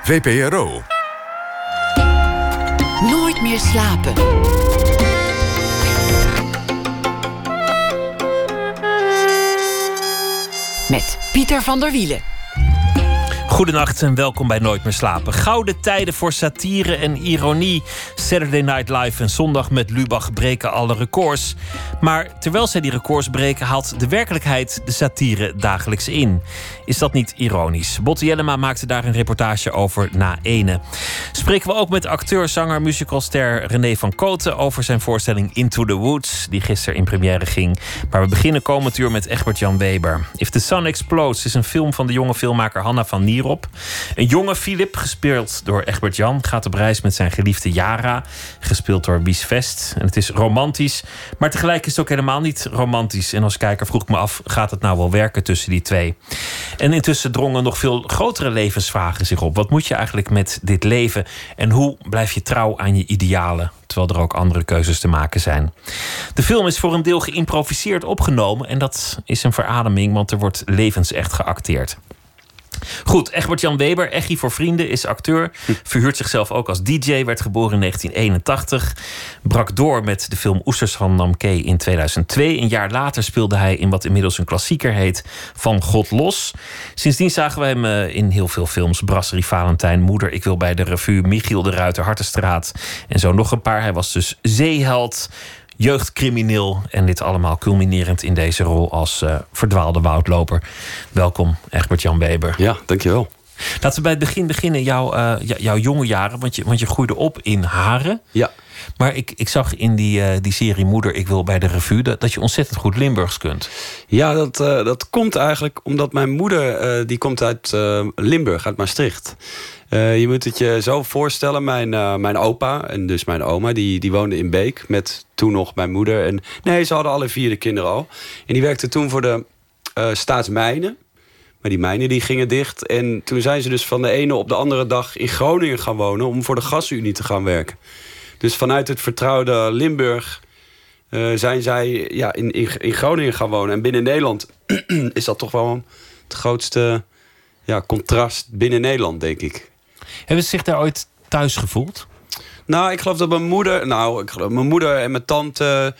VPRO. Nooit meer slapen. Met Pieter van der Wielen. Goedenacht en welkom bij Nooit meer slapen. Gouden tijden voor satire en ironie. Saturday Night Live en Zondag met Lubach breken alle records. Maar terwijl zij die records breken, haalt de werkelijkheid de satire dagelijks in. Is dat niet ironisch? Botte Jellema maakte daar een reportage over na ene. Spreken we ook met acteur, zanger, musicalster René van Kooten over zijn voorstelling Into the Woods, die gisteren in première ging. Maar we beginnen komend uur met Egbert-Jan Weber. If the Sun Explodes is een film van de jonge filmmaker Hanna van Nierop. Een jonge Philip, gespeeld door Egbert-Jan, gaat op reis met zijn geliefde Yara, gespeeld door Wies Vest. En het is romantisch, maar tegelijk is het ook helemaal niet romantisch. En als kijker vroeg ik me af, gaat het nou wel werken tussen die twee? En intussen drongen nog veel grotere levensvragen zich op. Wat moet je eigenlijk met dit leven? En hoe blijf je trouw aan je idealen, terwijl er ook andere keuzes te maken zijn? De film is voor een deel geïmproviseerd opgenomen. En dat is een verademing, want er wordt levensecht geacteerd. Goed, Egbert-Jan Weber, Eggy voor vrienden, is acteur. Verhuurt zichzelf ook als DJ, werd geboren in 1981. Brak door met de film Oesters van Namke in 2002. Een jaar later speelde hij in wat inmiddels een klassieker heet, Van God Los. Sindsdien zagen we hem in heel veel films. Brasserie Valentijn, Moeder, Ik wil bij de revue, Michiel de Ruiter, Hartenstraat en zo nog een paar. Hij was dus zeeheld, jeugdcrimineel en dit allemaal culminerend in deze rol als verdwaalde woudloper. Welkom, Egbert-Jan Weber. Ja, dankjewel. Laten we bij het begin beginnen. Jouw jonge jaren, want je groeide op in Haren. Ja. Maar ik zag in die serie Moeder, Ik wil bij de revue dat je ontzettend goed Limburgs kunt. Ja, dat komt eigenlijk omdat mijn moeder die komt uit Limburg, uit Maastricht. Je moet het je zo voorstellen, mijn opa en dus mijn oma, die woonden in Beek met toen nog mijn moeder. En nee, ze hadden alle 4 de kinderen al. En die werkte toen voor de staatsmijnen. Maar die mijnen die gingen dicht. En toen zijn ze dus van de ene op de andere dag in Groningen gaan wonen om voor de gasunie te gaan werken. Dus vanuit het vertrouwde Limburg zijn zij in Groningen gaan wonen. En binnen Nederland is dat toch wel het grootste contrast binnen Nederland, denk ik. Hebben ze zich daar ooit thuis gevoeld? Nou, ik geloof dat mijn moeder en mijn tante,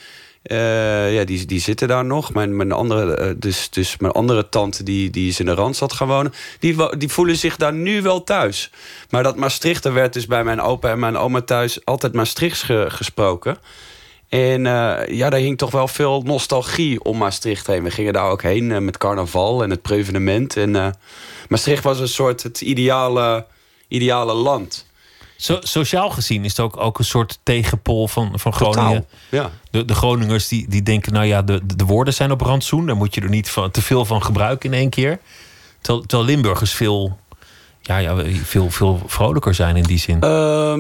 die zitten daar nog. Mijn andere, dus mijn andere tante die is in de Randstad gaan wonen, die voelen zich daar nu wel thuis. Maar dat Maastricht, er werd dus bij mijn opa en mijn oma thuis altijd Maastrichts gesproken. En daar hing toch wel veel nostalgie om Maastricht heen. We gingen daar ook heen met carnaval en het prevenement. En Maastricht was een soort het ideale land. Sociaal gezien is het ook een soort tegenpol van Groningen. Ja. De Groningers die denken, nou ja, de woorden zijn op rantsoen. Daar moet je er niet te veel van gebruiken in één keer. Terwijl Limburgers veel vrolijker zijn in die zin.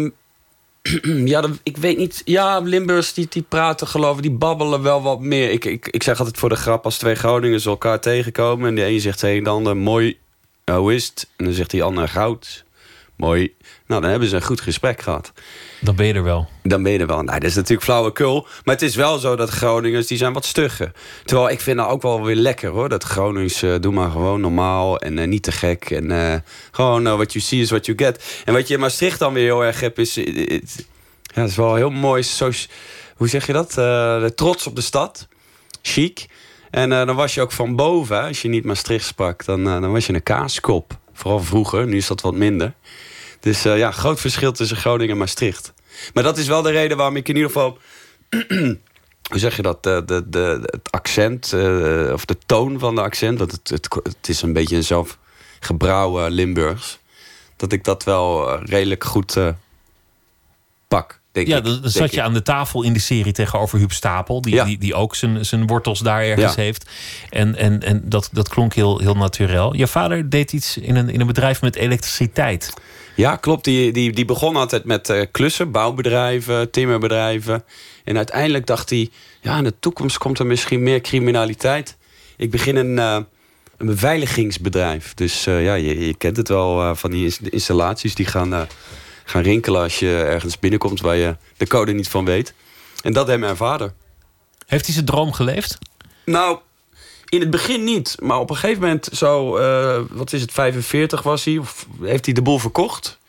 Ik weet niet. Ja, Limburgers die praten, geloof ik, die babbelen wel wat meer. Ik zeg altijd voor de grap, als 2 Groningers elkaar tegenkomen en de een zegt tegen de ander, mooi, hoe is het? En dan zegt die ander, goud, mooi. Nou, dan hebben ze een goed gesprek gehad. Dan ben je er wel. Nou, dat is natuurlijk flauwekul. Maar het is wel zo dat Groningers, die zijn wat stugger. Terwijl ik vind dat ook wel weer lekker, hoor. Dat Gronings, doe maar gewoon normaal en niet te gek. En gewoon, what you see is what you get. En wat je in Maastricht dan weer heel erg hebt, is... het is wel heel mooi. Hoe zeg je dat? De trots op de stad. Chic. En dan was je ook van boven, hè. Als je niet Maastricht sprak, dan was je een kaaskop. Vooral vroeger, nu is dat wat minder. Dus groot verschil tussen Groningen en Maastricht. Maar dat is wel de reden waarom ik in ieder geval... hoe zeg je dat? Het accent, of de toon van de accent... want het is een beetje een zelfgebrouwen Limburgs... dat ik dat wel redelijk goed pak. Dan zat je aan de tafel in de serie tegenover Huub Stapel... die ook zijn wortels daar ergens heeft. En dat klonk heel naturel. Je vader deed iets in een bedrijf met elektriciteit. Ja, klopt. Die begon altijd met klussen, bouwbedrijven, timmerbedrijven. En uiteindelijk dacht hij... in de toekomst komt er misschien meer criminaliteit. Ik begin een beveiligingsbedrijf. Dus je kent het wel van die installaties die gaan rinkelen als je ergens binnenkomt waar je de code niet van weet. En dat deed mijn vader. Heeft hij zijn droom geleefd? Nou, in het begin niet. Maar op een gegeven moment, 45 was hij, of heeft hij de boel verkocht.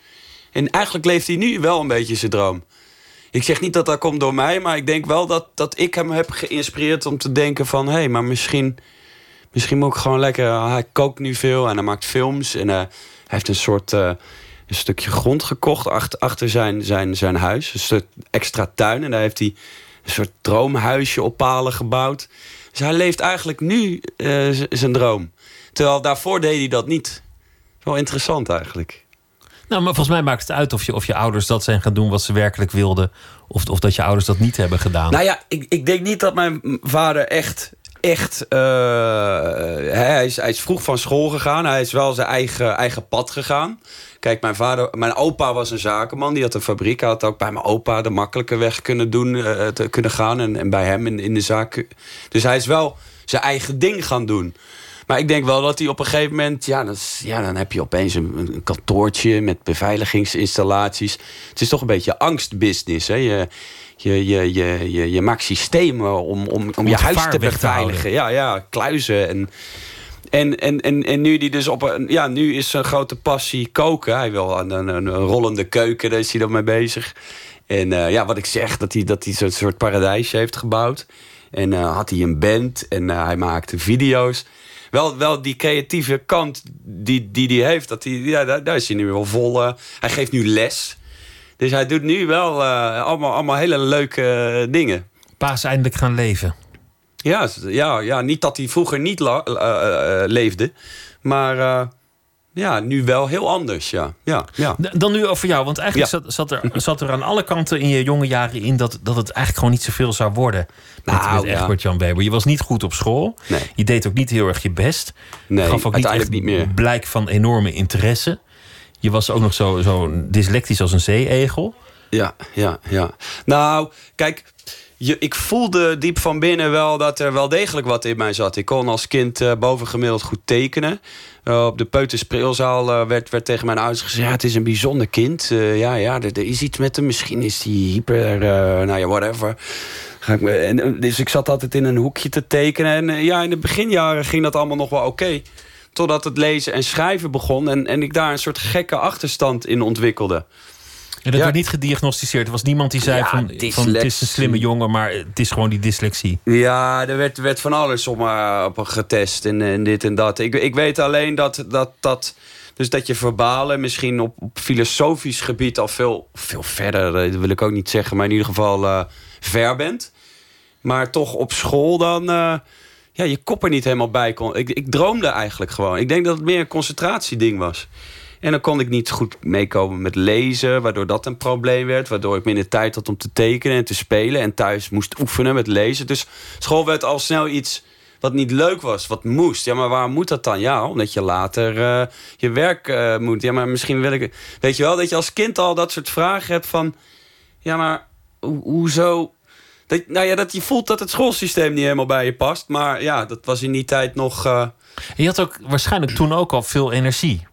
En eigenlijk leeft hij nu wel een beetje zijn droom. Ik zeg niet dat dat komt door mij, maar ik denk wel dat ik hem heb geïnspireerd om te denken van... hé, maar misschien moet ik gewoon lekker... Hij kookt nu veel en hij maakt films. En hij heeft een stukje grond gekocht achter zijn huis. Een stuk extra tuin. En daar heeft hij een soort droomhuisje op palen gebouwd. Dus hij leeft eigenlijk nu zijn droom. Terwijl daarvoor deed hij dat niet. Wel interessant eigenlijk. Nou, maar volgens mij maakt het uit of je ouders dat zijn gaan doen wat ze werkelijk wilden. Of dat je ouders dat niet hebben gedaan. Nou ja, ik denk niet dat mijn vader echt hij is vroeg van school gegaan. Hij is wel zijn eigen pad gegaan. Kijk, mijn opa was een zakenman. Die had een fabriek. Hij had ook bij mijn opa de makkelijke weg kunnen gaan. En bij hem in de zaak. Dus hij is wel zijn eigen ding gaan doen. Maar ik denk wel dat hij op een gegeven moment... dan heb je opeens een kantoortje met beveiligingsinstallaties. Het is toch een beetje angstbusiness, hè? Je maakt systemen om je huis te beveiligen. Ja, kluizen. En nu die dus nu is zijn grote passie koken. Hij wil een rollende keuken, daar is hij dan mee bezig. En wat ik zeg, dat hij zo'n soort paradijsje heeft gebouwd. En had hij een band en hij maakte video's. Wel die creatieve kant die hij heeft, daar is hij nu wel vol. Hij geeft nu les. Dus hij doet nu wel allemaal hele leuke dingen. Pa is eindelijk gaan leven. Ja, niet dat hij vroeger niet leefde. Maar nu wel heel anders, ja. Dan nu over jou, want eigenlijk zat er aan alle kanten in je jonge jaren in... dat het eigenlijk gewoon niet zoveel zou worden met Egbert Jan Weber. Je was niet goed op school. Nee. Je deed ook niet heel erg je best. Nee, je gaf ook niet meer blijk van enorme interesse. Je was ook nog zo dyslectisch als een zeeegel. Ja. Nou, kijk... Ik voelde diep van binnen wel dat er wel degelijk wat in mij zat. Ik kon als kind bovengemiddeld goed tekenen. Op de peuterspeelzaal werd tegen mijn ouders gezegd... het is een bijzonder kind. Er is iets met hem. Misschien is hij hyper... whatever. Dus ik zat altijd in een hoekje te tekenen. En in de beginjaren ging dat allemaal nog wel oké. Totdat het lezen en schrijven begon. En ik daar een soort gekke achterstand in ontwikkelde. En dat werd niet gediagnosticeerd. Er was niemand die zei van het is een slimme jongen, maar het is gewoon die dyslexie. Ja, er werd van alles op getest en dit en dat. Ik weet alleen dat je verbalen misschien op filosofisch gebied al veel verder, dat wil ik ook niet zeggen, maar in ieder geval ver bent. Maar toch op school dan je kop er niet helemaal bij kon. Ik droomde eigenlijk gewoon. Ik denk dat het meer een concentratieding was. En dan kon ik niet goed meekomen met lezen, waardoor dat een probleem werd. Waardoor ik minder tijd had om te tekenen en te spelen. En thuis moest oefenen met lezen. Dus school werd al snel iets wat niet leuk was, wat moest. Ja, maar waarom moet dat dan? Ja, omdat je later je werk moet. Ja, maar misschien wil ik... Weet je wel, dat je als kind al dat soort vragen hebt van... Ja, maar hoezo... Dat je voelt dat het schoolsysteem niet helemaal bij je past. Maar ja, dat was in die tijd nog... En je had ook waarschijnlijk toen ook al veel energie.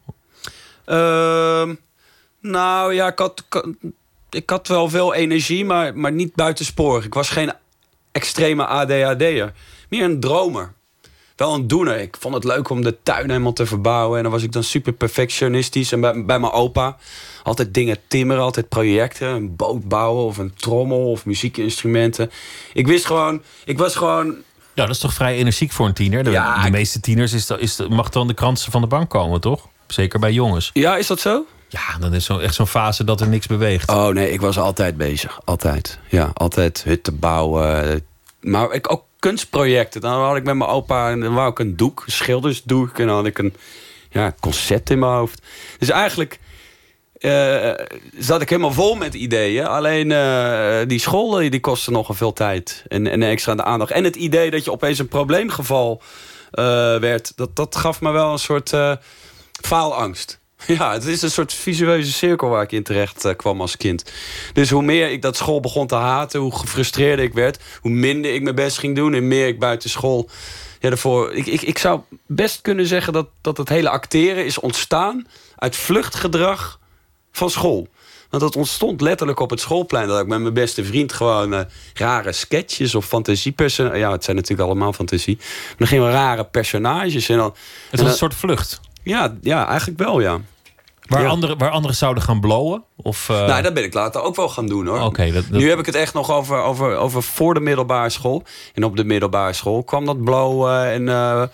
Ik had wel veel energie, maar niet buitensporig. Ik was geen extreme ADHD'er. Meer een dromer. Wel een doener. Ik vond het leuk om de tuin helemaal te verbouwen. En dan was ik dan super perfectionistisch. En bij mijn opa altijd dingen timmeren, altijd projecten. Een boot bouwen of een trommel of muziekinstrumenten. Ik was gewoon... Ja, dat is toch vrij energiek voor een tiener? De meeste tieners mag dan de kransen van de bank komen, toch? Zeker bij jongens. Ja, is dat zo? Ja, dan is echt zo'n fase dat er niks beweegt. Oh nee, ik was altijd bezig. Altijd. Ja, altijd hutten bouwen. Maar ook kunstprojecten. Dan had ik met mijn opa dan wou ik een doek, een schildersdoek. En dan had ik een concept in mijn hoofd. Dus eigenlijk zat ik helemaal vol met ideeën. Alleen die school die kostte nogal veel tijd. En extra de aandacht. En het idee dat je opeens een probleemgeval werd. Dat gaf me wel een soort... faalangst. Ja, het is een soort visueuze cirkel waar ik in terecht kwam als kind. Dus hoe meer ik dat school begon te haten, hoe gefrustreerder ik werd, hoe minder ik mijn best ging doen en meer ik buiten school... Ik zou best kunnen zeggen dat het hele acteren is ontstaan uit vluchtgedrag van school. Want dat ontstond letterlijk op het schoolplein. Dat ik met mijn beste vriend gewoon rare sketches of fantasiepersonages... Ja, het zijn natuurlijk allemaal fantasie. Maar dan gingen we rare personages. Het was een soort vlucht. Ja, eigenlijk wel, ja. Waar anderen zouden gaan blowen? Of, Nou, dat ben ik later ook wel gaan doen, hoor. Okay, Nu heb ik het echt nog over voor de middelbare school. En op de middelbare school kwam dat blowen. En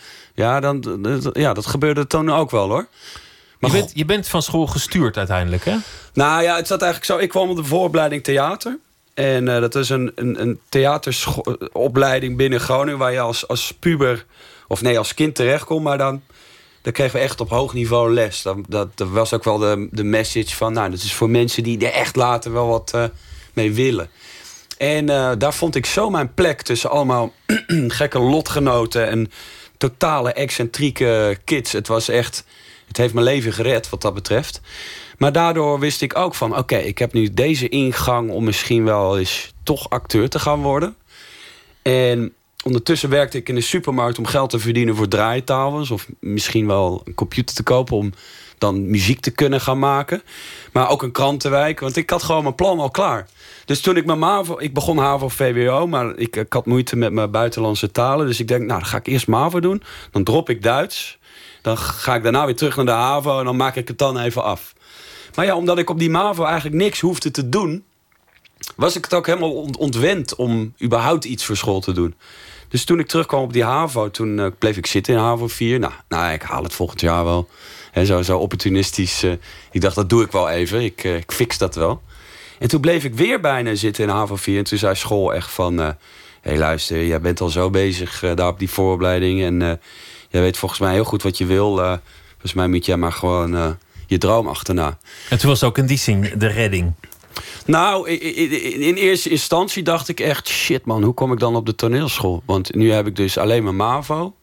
dat gebeurde toen ook wel, hoor. Maar je bent van school gestuurd uiteindelijk, hè? Nou ja, het zat eigenlijk zo. Ik kwam op de vooropleiding theater. En dat is een theateropleiding binnen Groningen... waar je als puber, of nee, als kind terechtkomt. Maar dan kregen we echt op hoog niveau les. Dat was ook wel de message van... nou, dat is voor mensen die er echt later wel wat mee willen. En daar vond ik zo mijn plek tussen allemaal gekke lotgenoten... en totale excentrieke kids. Het was echt... Het heeft mijn leven gered wat dat betreft. Maar daardoor wist ik ook van... oké, ik heb nu deze ingang om misschien wel eens toch acteur te gaan worden. En ondertussen werkte ik in de supermarkt om geld te verdienen voor draaitafels. Of misschien wel een computer te kopen om dan muziek te kunnen gaan maken. Maar ook een krantenwijk, want ik had gewoon mijn plan al klaar. Dus toen ik ik begon HAVO-VWO, maar ik had moeite met mijn buitenlandse talen. Dus ik denk, nou, dan ga ik eerst MAVO doen. Dan drop ik Duits. Dan ga ik daarna weer terug naar de HAVO en dan maak ik het dan even af. Maar ja, omdat ik op die MAVO eigenlijk niks hoefde te doen... was ik het ook helemaal ontwend om überhaupt iets voor school te doen. Dus toen ik terugkwam op die HAVO, toen bleef ik zitten in HAVO 4. Nou, ik haal het volgend jaar wel. He, zo opportunistisch. Ik dacht, dat doe ik wel even. Ik fix dat wel. En toen bleef ik weer bijna zitten in HAVO 4. En toen zei school echt van... hé, luister, jij bent al zo bezig daar op die vooropleiding... en jij weet volgens mij heel goed wat je wil. Volgens mij moet jij maar gewoon je droom achterna. En toen was ook in die zin de redding. Nou, in eerste instantie dacht ik echt... shit man, hoe kom ik dan op de toneelschool? Want nu heb ik dus alleen maar MAVO.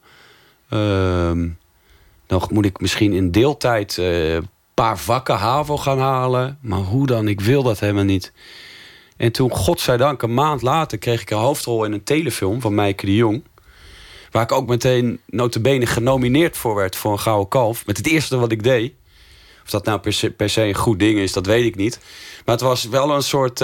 Dan moet ik misschien in deeltijd een paar vakken HAVO gaan halen. Maar hoe dan? Ik wil dat helemaal niet. En toen, godzijdank, een maand later... kreeg ik een hoofdrol in een telefilm van Mijke de Jong... waar ik ook meteen nota bene genomineerd voor werd... voor een Gouden Kalf. Met het eerste wat ik deed. Of dat nou per se een goed ding is, dat weet ik niet. Maar het was wel een soort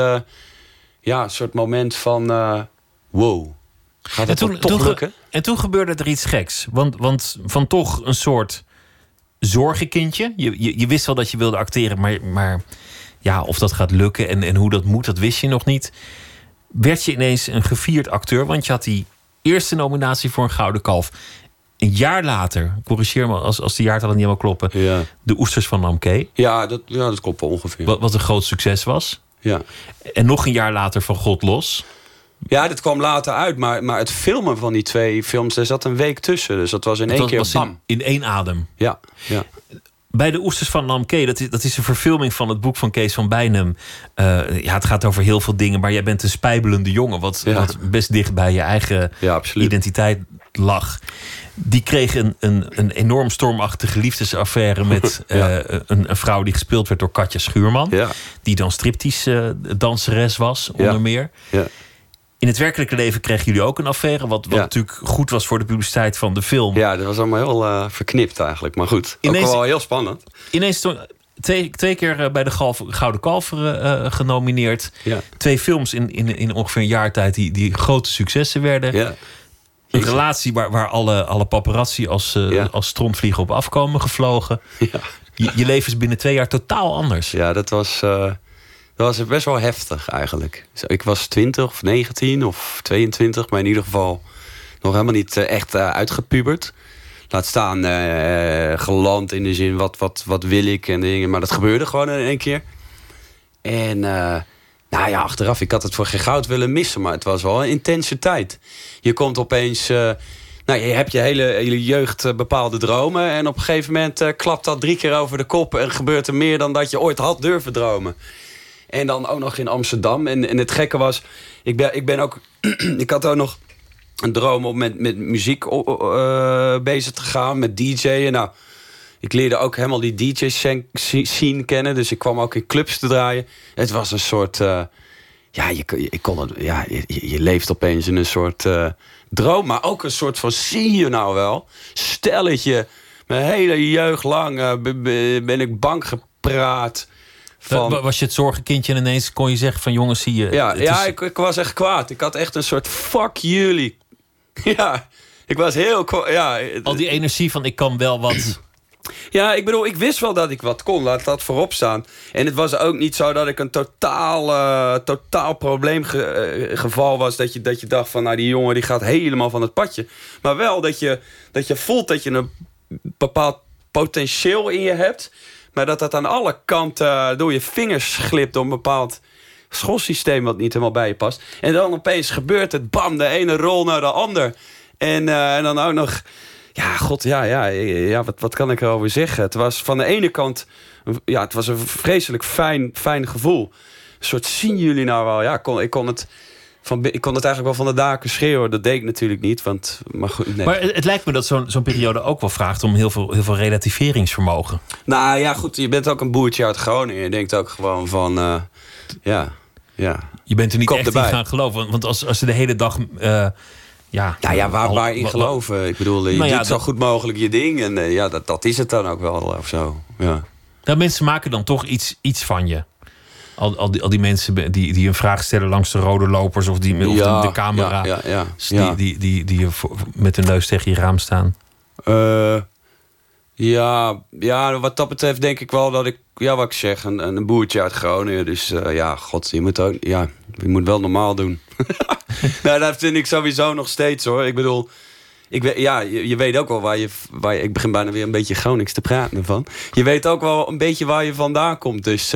moment van... wow, gaat het toch lukken? En toen gebeurde er iets geks. Want van toch een soort zorgenkindje. Je wist wel dat je wilde acteren, maar ja, of dat gaat lukken en hoe dat moet, dat wist je nog niet. Werd je ineens een gevierd acteur, want je had die eerste nominatie voor een Gouden Kalf. Een jaar later, corrigeer me als de jaartallen niet helemaal kloppen... Ja. De Oesters van Namke. Ja, dat klopt wel ongeveer. Wat een groot succes was. Ja. En nog een jaar later Van God Los. Ja, dat kwam later uit. Maar het filmen van die twee films, daar zat een week tussen. Dus dat was in één keer bam. In één adem. Ja. Bij De Oesters van Namke, dat is een verfilming van het boek van Kees van Bijnem. Het gaat over heel veel dingen, maar jij bent een spijbelende jongen... wat best dicht bij je eigen identiteit lag. Die kreeg een enorm stormachtige liefdesaffaire... met een vrouw die gespeeld werd door Katja Schuurman. Ja. Die dan striptease danseres was, onder meer. Ja. In het werkelijke leven kregen jullie ook een affaire... wat natuurlijk goed was voor de publiciteit van de film. Ja, dat was allemaal heel verknipt eigenlijk. Maar goed, ook wel heel spannend. Ineens twee keer bij de Gouden Kalf genomineerd. Ja. 2 films in ongeveer een jaar tijd die grote successen werden. Ja. Een relatie waar alle paparazzi als strontvliegen op afkomen gevlogen. Ja. Je leven is binnen 2 jaar totaal anders. Ja, dat was best wel heftig eigenlijk. Ik was 20 of 19 of 22, maar in ieder geval nog helemaal niet echt uitgepubert. Laat staan geland in de zin, wat wil ik en dingen. Maar dat gebeurde gewoon in één keer. En achteraf, ik had het voor geen goud willen missen, maar het was wel een intense tijd. Je komt opeens... je hebt je hele jeugd bepaalde dromen... en op een gegeven moment klapt dat 3 keer over de kop... en gebeurt er meer dan dat je ooit had durven dromen. En dan ook nog in Amsterdam. En het gekke was, ik ben ook... ik had ook nog een droom om met muziek bezig te gaan, met DJ'en. Nou, ik leerde ook helemaal die DJ-scene kennen. Dus ik kwam ook in clubs te draaien. Het was een soort... je leeft opeens in een soort droom. Maar ook een soort van, zie je nou wel? Stelletje, mijn hele jeugd lang ben ik bang gepraat. Was je het zorgenkindje en ineens kon je zeggen van jongens, zie je... Ik was echt kwaad. Ik had echt een soort fuck jullie. Ja, ik was heel kwaad. Ja. Al die energie van ik kan wel wat... Ja, ik bedoel, ik wist wel dat ik wat kon. Laat dat voorop staan. En het was ook niet zo dat ik een totaal probleemgeval was. Dat je dacht van, nou, die jongen die gaat helemaal van het padje. Maar wel dat je voelt dat je een bepaald potentieel in je hebt. Maar dat aan alle kanten door je vingers glipt door een bepaald schoolsysteem wat niet helemaal bij je past. En dan opeens gebeurt het, bam, de ene rol naar de ander. En dan ook nog... Ja, wat kan ik erover zeggen? Het was van de ene kant... Ja, het was een vreselijk fijn gevoel. Een soort, zien jullie nou wel? Ja, ik kon het eigenlijk wel van de daken schreeuwen. Dat deed ik natuurlijk niet. Maar goed, nee. Maar het lijkt me dat zo'n periode ook wel vraagt om heel veel relativeringsvermogen. Nou ja, goed. Je bent ook een boertje uit Groningen. Je denkt ook gewoon van... Ja. Je bent er niet Kop echt erbij. in gaan geloven. Want als ze de hele dag... waar in geloven? Ik bedoel, je doet zo goed mogelijk je ding. En dat is het dan ook wel of zo. Ja. Nou, mensen maken dan toch iets van je. Al die mensen die een vraag stellen langs de rode lopers... of de camera die met hun neus tegen je raam staan. Wat dat betreft denk ik wel dat ik... Ja, wat ik zeg, een boertje uit Groningen. Dus je moet wel normaal doen. Nou, dat vind ik sowieso nog steeds, hoor. Ik bedoel, je weet ook wel waar je... Ik begin bijna weer een beetje Gronings te praten ervan. Je weet ook wel een beetje waar je vandaan komt. Dus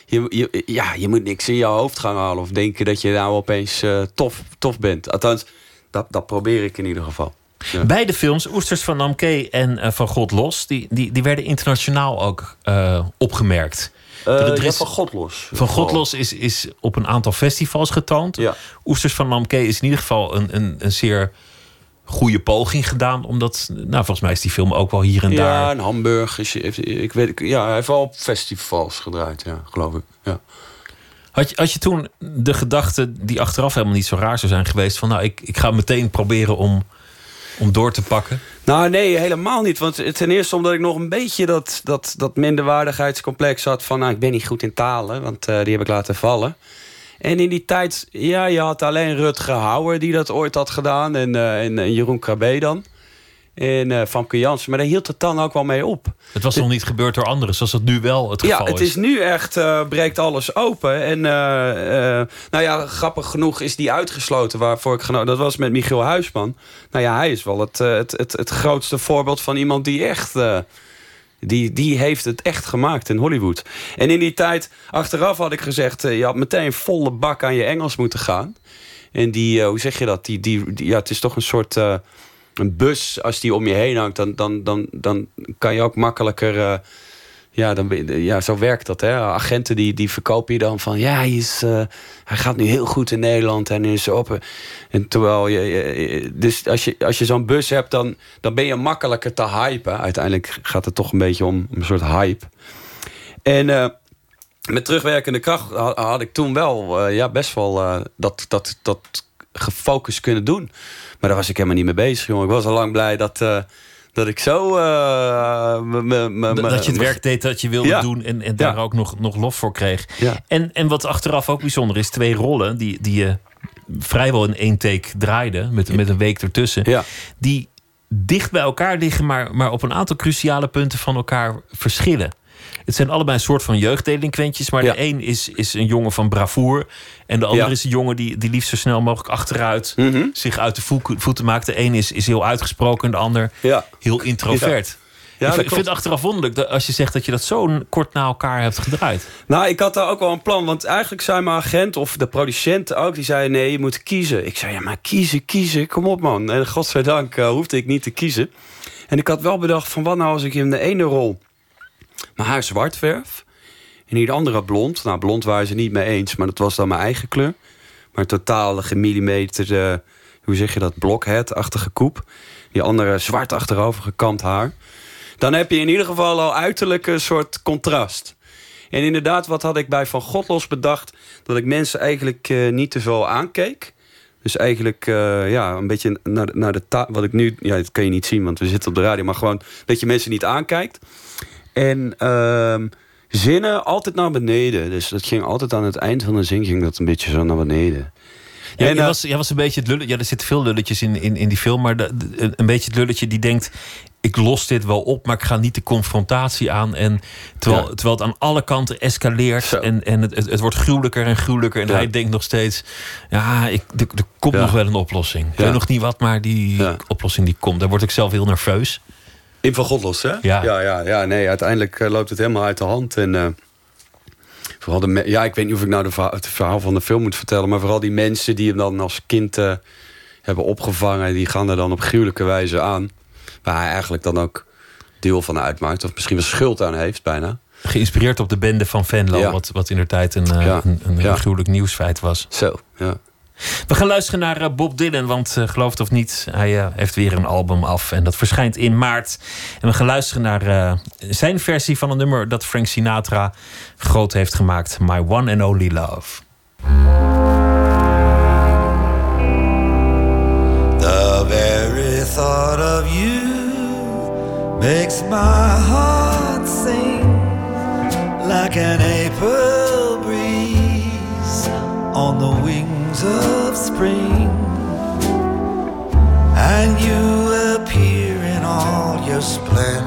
je moet niks in je hoofd gaan halen... of denken dat je nou opeens tof bent. Althans, dat probeer ik in ieder geval. Ja. Beide films, Oesters van Namke en Van God Los... die werden internationaal ook opgemerkt. Van God Los. Van God Los is op een aantal festivals getoond. Ja. Oesters van Namke is in ieder geval een zeer goede poging gedaan. Omdat, volgens mij is die film ook wel hier en daar... Ja, in Hamburg. Hij heeft wel op festivals gedraaid, geloof ik. Ja. Had je toen de gedachte, die achteraf helemaal niet zo raar zou zijn geweest... van ik ga meteen proberen om door te pakken? Nou, nee, helemaal niet. Want ten eerste omdat ik nog een beetje dat minderwaardigheidscomplex had... van ik ben niet goed in talen, want die heb ik laten vallen. En in die tijd, je had alleen Rutger Hauer die dat ooit had gedaan... en Jeroen Krabbe dan. En Famke Janssen. Maar daar hield het dan ook wel mee op. Het was nog niet gebeurd door anderen, zoals dat nu wel het geval is. Ja, het is nu echt, breekt alles open. En grappig genoeg is die uitgesloten waarvoor ik genoten. Dat was met Michiel Huisman. Nou ja, hij is wel het grootste voorbeeld van iemand die echt... Die heeft het echt gemaakt in Hollywood. En in die tijd, achteraf had ik gezegd... je had meteen volle bak aan je Engels moeten gaan. En hoe zeg je dat? Het is toch een soort... een bus, als die om je heen hangt... dan kan je ook makkelijker... zo werkt dat. Hè? Agenten die verkopen je dan van... hij gaat nu heel goed in Nederland en is op. En terwijl dus als je zo'n bus hebt... dan ben je makkelijker te hypen. Uiteindelijk gaat het toch een beetje om een soort hype. En met terugwerkende kracht had ik toen wel... best wel dat gefocust kunnen doen. Maar daar was ik helemaal niet mee bezig, jongen. Ik was al lang blij dat ik zo... dat je het werk deed dat je wilde doen... en daar ook nog lof voor kreeg. Ja. En wat achteraf ook bijzonder is... 2 rollen die je vrijwel in 1 take draaide... met een week ertussen... Ja. Die dicht bij elkaar liggen... maar op een aantal cruciale punten van elkaar verschillen. Het zijn allebei een soort van jeugddelinquentjes... maar de een is een jongen van bravoer... en de ander is een jongen die liefst zo snel mogelijk achteruit... zich uit de voeten maakt. De een is heel uitgesproken en de ander heel introvert. Ja, ik vind het achteraf wonderlijk als je zegt... dat je dat zo kort na elkaar hebt gedraaid. Nou, ik had daar ook wel een plan. Want eigenlijk zei mijn agent of de producent ook... die zei, nee, je moet kiezen. Ik zei, maar kiezen, kom op, man. En godzijdank hoefde ik niet te kiezen. En ik had wel bedacht van... wat nou als ik in de ene rol... mijn haar zwart verf. En in de andere blond. Nou, blond waren ze niet mee eens, maar dat was dan mijn eigen kleur. Maar totaal gemillimeterde, hoe zeg je dat, blockhead-achtige koep. Die andere zwart achterover gekamd haar. Dan heb je in ieder geval al uiterlijk een soort contrast. En inderdaad, wat had ik bij Van God Los bedacht... dat ik mensen eigenlijk niet te veel aankeek. Dus eigenlijk een beetje naar de taal... wat ik nu... Ja, dat kan je niet zien, want we zitten op de radio... maar gewoon dat je mensen niet aankijkt... En zinnen altijd naar beneden. Dus dat ging altijd aan het eind van de zin... ging dat een beetje zo naar beneden. Ja, en, jij was een beetje het lulletje... Ja, er zitten veel lulletjes in die film... maar een beetje het lulletje die denkt... ik los dit wel op, maar ik ga niet de confrontatie aan. En terwijl het aan alle kanten escaleert. En het wordt gruwelijker en gruwelijker. En hij denkt nog steeds, er komt nog wel een oplossing. Ik weet nog niet wat, maar die oplossing die komt. Daar word ik zelf heel nerveus. In Van God los, hè? Ja. Nee, uiteindelijk loopt het helemaal uit de hand. En vooral ik weet niet of ik nou het verhaal van de film moet vertellen, maar vooral die mensen die hem dan als kind hebben opgevangen, die gaan er dan op gruwelijke wijze aan. Waar hij eigenlijk dan ook deel van uitmaakt. Of misschien wel schuld aan heeft, bijna. Geïnspireerd op de bende van Venlo, wat indertijd een gruwelijk nieuwsfeit was. Zo, ja. We gaan luisteren naar Bob Dylan, want geloof het of niet, hij heeft weer een album af. En dat verschijnt in maart. En we gaan luisteren naar zijn versie van een nummer dat Frank Sinatra groot heeft gemaakt. My One and Only Love. The very thought of you makes my heart sing like an April breeze on the wings of spring. And you appear in all your splendor,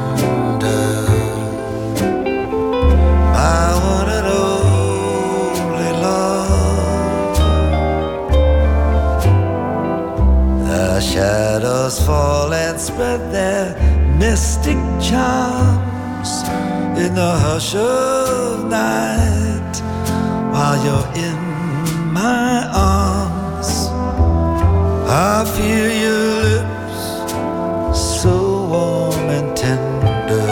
my one and only love. The shadows fall and spread their mystic charms in the hush of night while you're in my arms. I feel your lips so warm and tender,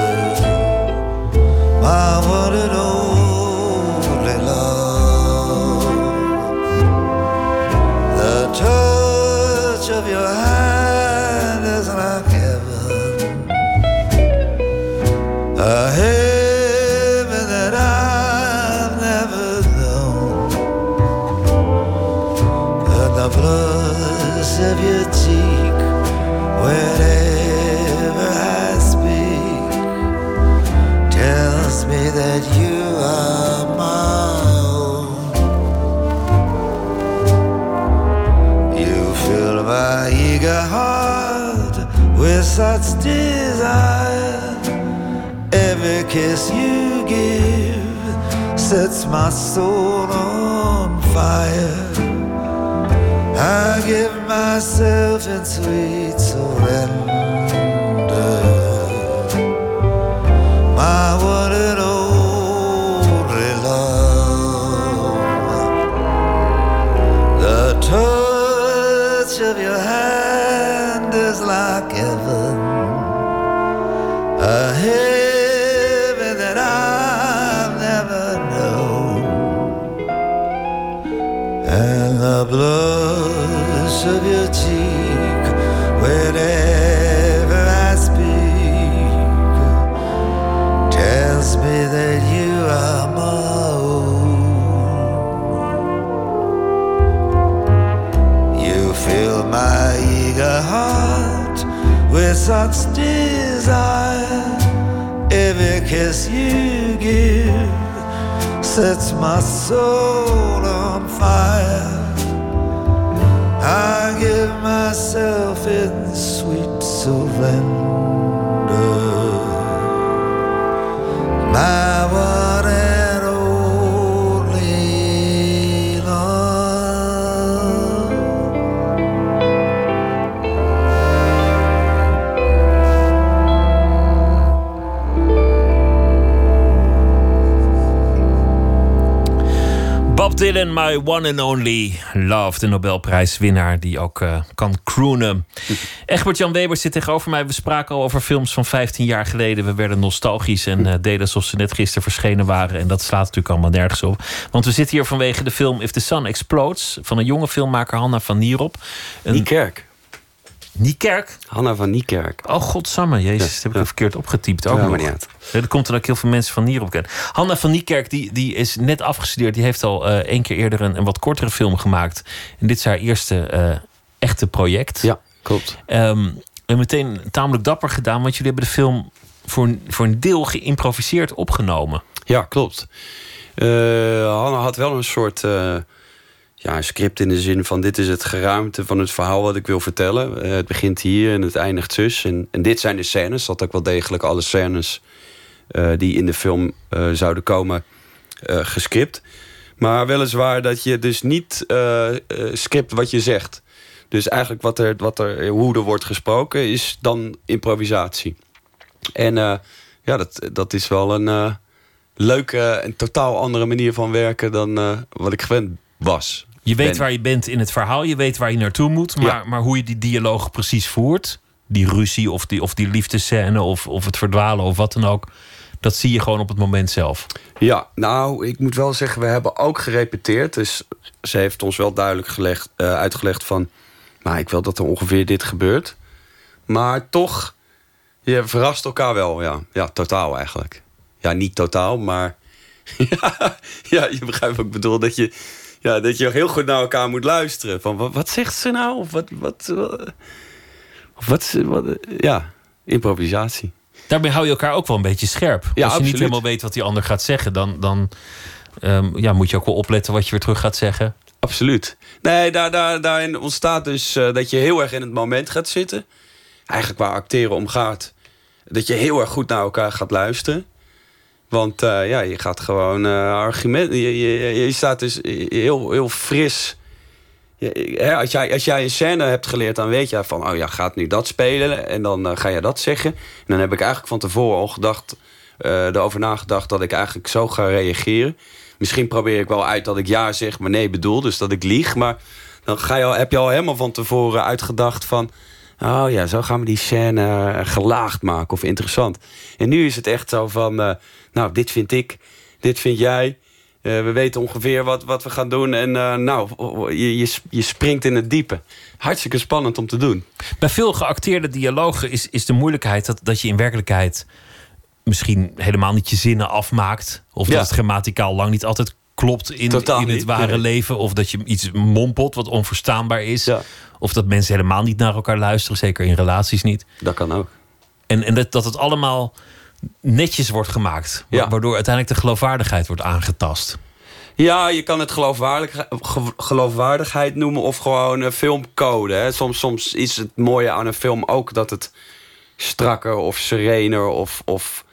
my one and only love. The touch of your hand is like heaven, a heaven that I've never known. And the blush of your cheek whenever I speak tells me that you are my own. You fill my eager heart with such desire. Every kiss you give sets my soul on fire. I give myself in sweet surrender, my one and only love. The touch of your hand is like heaven, a heaven that I've never known. And the blush of your cheek whenever I speak tells me that you are my own. You fill my eager heart with such desire. Every kiss you give sets my soul on fire. I give myself in sweet surrender, my one and only love. Bob Dylan, My One and Only Love. De Nobelprijswinnaar die ook kan croonen. Egbert-Jan Weber zit tegenover mij. We spraken al over films van 15 jaar geleden. We werden nostalgisch en deden alsof ze net gisteren verschenen waren. En dat slaat natuurlijk allemaal nergens op. Want we zitten hier vanwege de film If the Sun Explodes van een jonge filmmaker Hanna van Nierop. Niekerk. Niekerk? Hanna van Niekerk. Oh, godsamme. Jezus, dat heb ik verkeerd opgetypt. Ook ja, nog. maar niet uit. Dat komt er ook heel veel mensen van Nierop kennen. Hanna van Niekerk die is net afgestudeerd. Die heeft al 1 keer eerder een wat kortere film gemaakt. En dit is haar eerste echte project. Ja, klopt. En meteen tamelijk dapper gedaan. Want jullie hebben de film voor een deel geïmproviseerd opgenomen. Ja, klopt. Hanna had wel een soort een script in de zin van... dit is het geraamte van het verhaal wat ik wil vertellen. Het begint hier en het eindigt zus. En dit zijn de scènes. Dat ook wel degelijk alle scènes die in de film zouden komen gescript. Maar weliswaar dat je dus niet script wat je zegt. Dus eigenlijk hoe er wordt gesproken is dan improvisatie. En dat is wel een leuke en totaal andere manier van werken... dan wat ik gewend was. Je weet waar je bent in het verhaal, je weet waar je naartoe moet... maar hoe je die dialoog precies voert... die ruzie of die liefdescène of het verdwalen of wat dan ook... dat zie je gewoon op het moment zelf. Ja, nou, ik moet wel zeggen, we hebben ook gerepeteerd. Dus ze heeft ons wel duidelijk uitgelegd van... maar ik wil dat er ongeveer dit gebeurt. Maar toch, je verrast elkaar wel, ja, totaal eigenlijk. Ja, niet totaal, maar... ja, je begrijpt wat ik bedoel, dat je heel goed naar elkaar moet luisteren. Van, wat zegt ze nou? Of wat, ja, improvisatie. Daarmee hou je elkaar ook wel een beetje scherp. Ja, als je niet helemaal weet wat die ander gaat zeggen... dan moet je ook wel opletten wat je weer terug gaat zeggen. Absoluut. Nee, daarin ontstaat dus dat je heel erg in het moment gaat zitten. Eigenlijk waar acteren om gaat. Dat je heel erg goed naar elkaar gaat luisteren. Want je gaat gewoon argumenten... Je staat dus heel fris... Als jij een scène hebt geleerd, dan weet je van... gaat nu dat spelen en dan ga je dat zeggen. En dan heb ik eigenlijk van tevoren al erover nagedacht... dat ik eigenlijk zo ga reageren. Misschien probeer ik wel uit dat ik ja zeg, maar nee bedoel. Dus dat ik lieg. Maar dan heb je al helemaal van tevoren uitgedacht van... zo gaan we die scène gelaagd maken of interessant. En nu is het echt zo van... dit vind ik, dit vind jij... we weten ongeveer wat we gaan doen. En je springt in het diepe. Hartstikke spannend om te doen. Bij veel geacteerde dialogen is de moeilijkheid... dat je in werkelijkheid misschien helemaal niet je zinnen afmaakt. Of dat het grammaticaal lang niet altijd klopt in het ware leven. Of dat je iets mompelt wat onverstaanbaar is. Ja. Of dat mensen helemaal niet naar elkaar luisteren. Zeker in relaties niet. Dat kan ook. En dat het allemaal... netjes wordt gemaakt. Waardoor uiteindelijk de geloofwaardigheid wordt aangetast. Ja, je kan het geloofwaardigheid noemen... of gewoon filmcode. Hè. Soms is het mooie aan een film ook... dat het strakker of serener of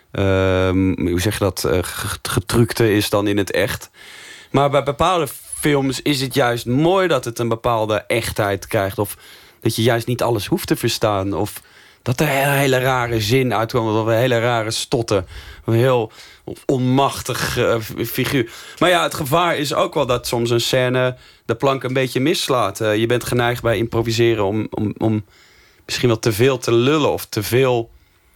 hoe zeg je dat? Getrukter is dan in het echt. Maar bij bepaalde films is het juist mooi... dat het een bepaalde echtheid krijgt. Of dat je juist niet alles hoeft te verstaan. Of... dat er een hele rare zin uitkomt. Of een hele rare stotter. Een heel onmachtig figuur. Maar ja, het gevaar is ook wel dat soms een scène... de plank een beetje mislaat. Je bent geneigd bij improviseren om misschien wel te veel te lullen. Of te veel...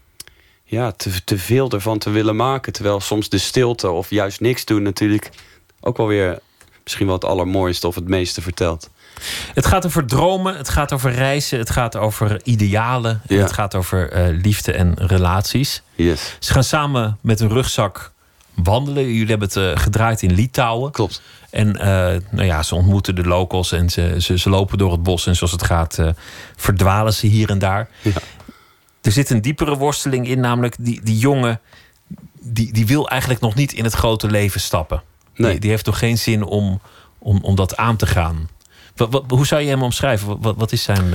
te veel ervan te willen maken. Terwijl soms de stilte of juist niks doen natuurlijk... ook wel weer misschien wel het allermooiste of het meeste vertelt. Het gaat over dromen, het gaat over reizen, het gaat over idealen... en het gaat over liefde en relaties. Yes. Ze gaan samen met een rugzak wandelen. Jullie hebben het gedraaid in Litouwen. Klopt. En ze ontmoeten de locals en ze lopen door het bos... en zoals het gaat verdwalen ze hier en daar. Ja. Er zit een diepere worsteling in, namelijk die jongen... die wil eigenlijk nog niet in het grote leven stappen. Nee. Die heeft toch geen zin om dat aan te gaan... Hoe zou je hem omschrijven? Wat is zijn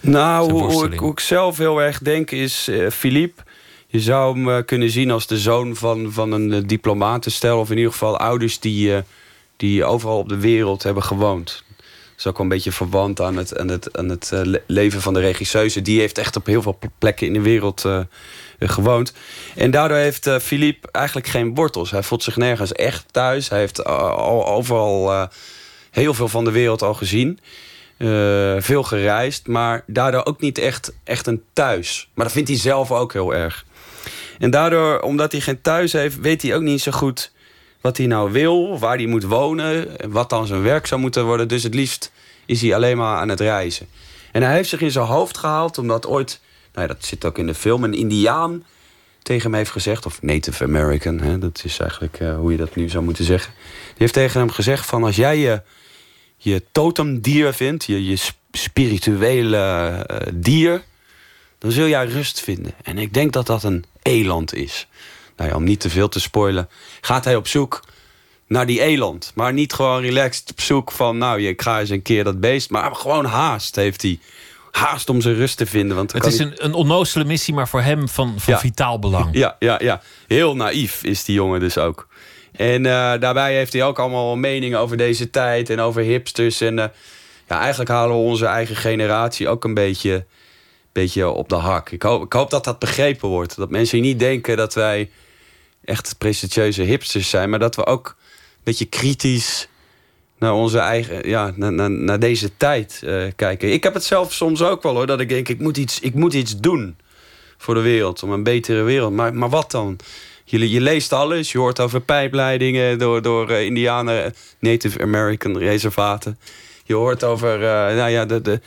hoe ik zelf heel erg denk is... Philippe, je zou hem kunnen zien als de zoon van een diplomatenstel... of in ieder geval ouders die overal op de wereld hebben gewoond. Dat is ook wel een beetje verwant aan het leven van de regisseuse. Die heeft echt op heel veel plekken in de wereld gewoond. En daardoor heeft Philippe eigenlijk geen wortels. Hij voelt zich nergens echt thuis. Hij heeft overal... heel veel van de wereld al gezien. Veel gereisd. Maar daardoor ook niet echt een thuis. Maar dat vindt hij zelf ook heel erg. En daardoor, omdat hij geen thuis heeft... weet hij ook niet zo goed wat hij nou wil. Waar hij moet wonen. Wat dan zijn werk zou moeten worden. Dus het liefst is hij alleen maar aan het reizen. En hij heeft zich in zijn hoofd gehaald. Omdat ooit, dat zit ook in de film... een Indiaan tegen hem heeft gezegd... of Native American, hè, dat is eigenlijk hoe je dat nu zou moeten zeggen... die heeft tegen hem gezegd van... als jij je totemdier vindt, je spirituele dier... dan zul jij rust vinden. En ik denk dat dat een eland is. Om niet te veel te spoilen, gaat hij op zoek naar die eland. Maar niet gewoon relaxed op zoek van... ik ga eens een keer dat beest... maar gewoon haast heeft hij. Haast om zijn rust te vinden. Want het is een onnozele missie, maar voor hem van vitaal belang. Ja. Heel naïef is die jongen dus ook. En daarbij heeft hij ook allemaal meningen over deze tijd... en over hipsters. En eigenlijk halen we onze eigen generatie ook een beetje op de hak. Ik hoop dat dat begrepen wordt. Dat mensen niet denken dat wij echt prestigieuze hipsters zijn... maar dat we ook een beetje kritisch naar onze eigen... naar deze tijd kijken. Ik heb het zelf soms ook wel, hoor. Dat ik denk, ik moet iets doen voor de wereld. Om een betere wereld. Maar wat dan? Je leest alles. Je hoort over pijpleidingen door Indianen... Native American reservaten. Je hoort over... er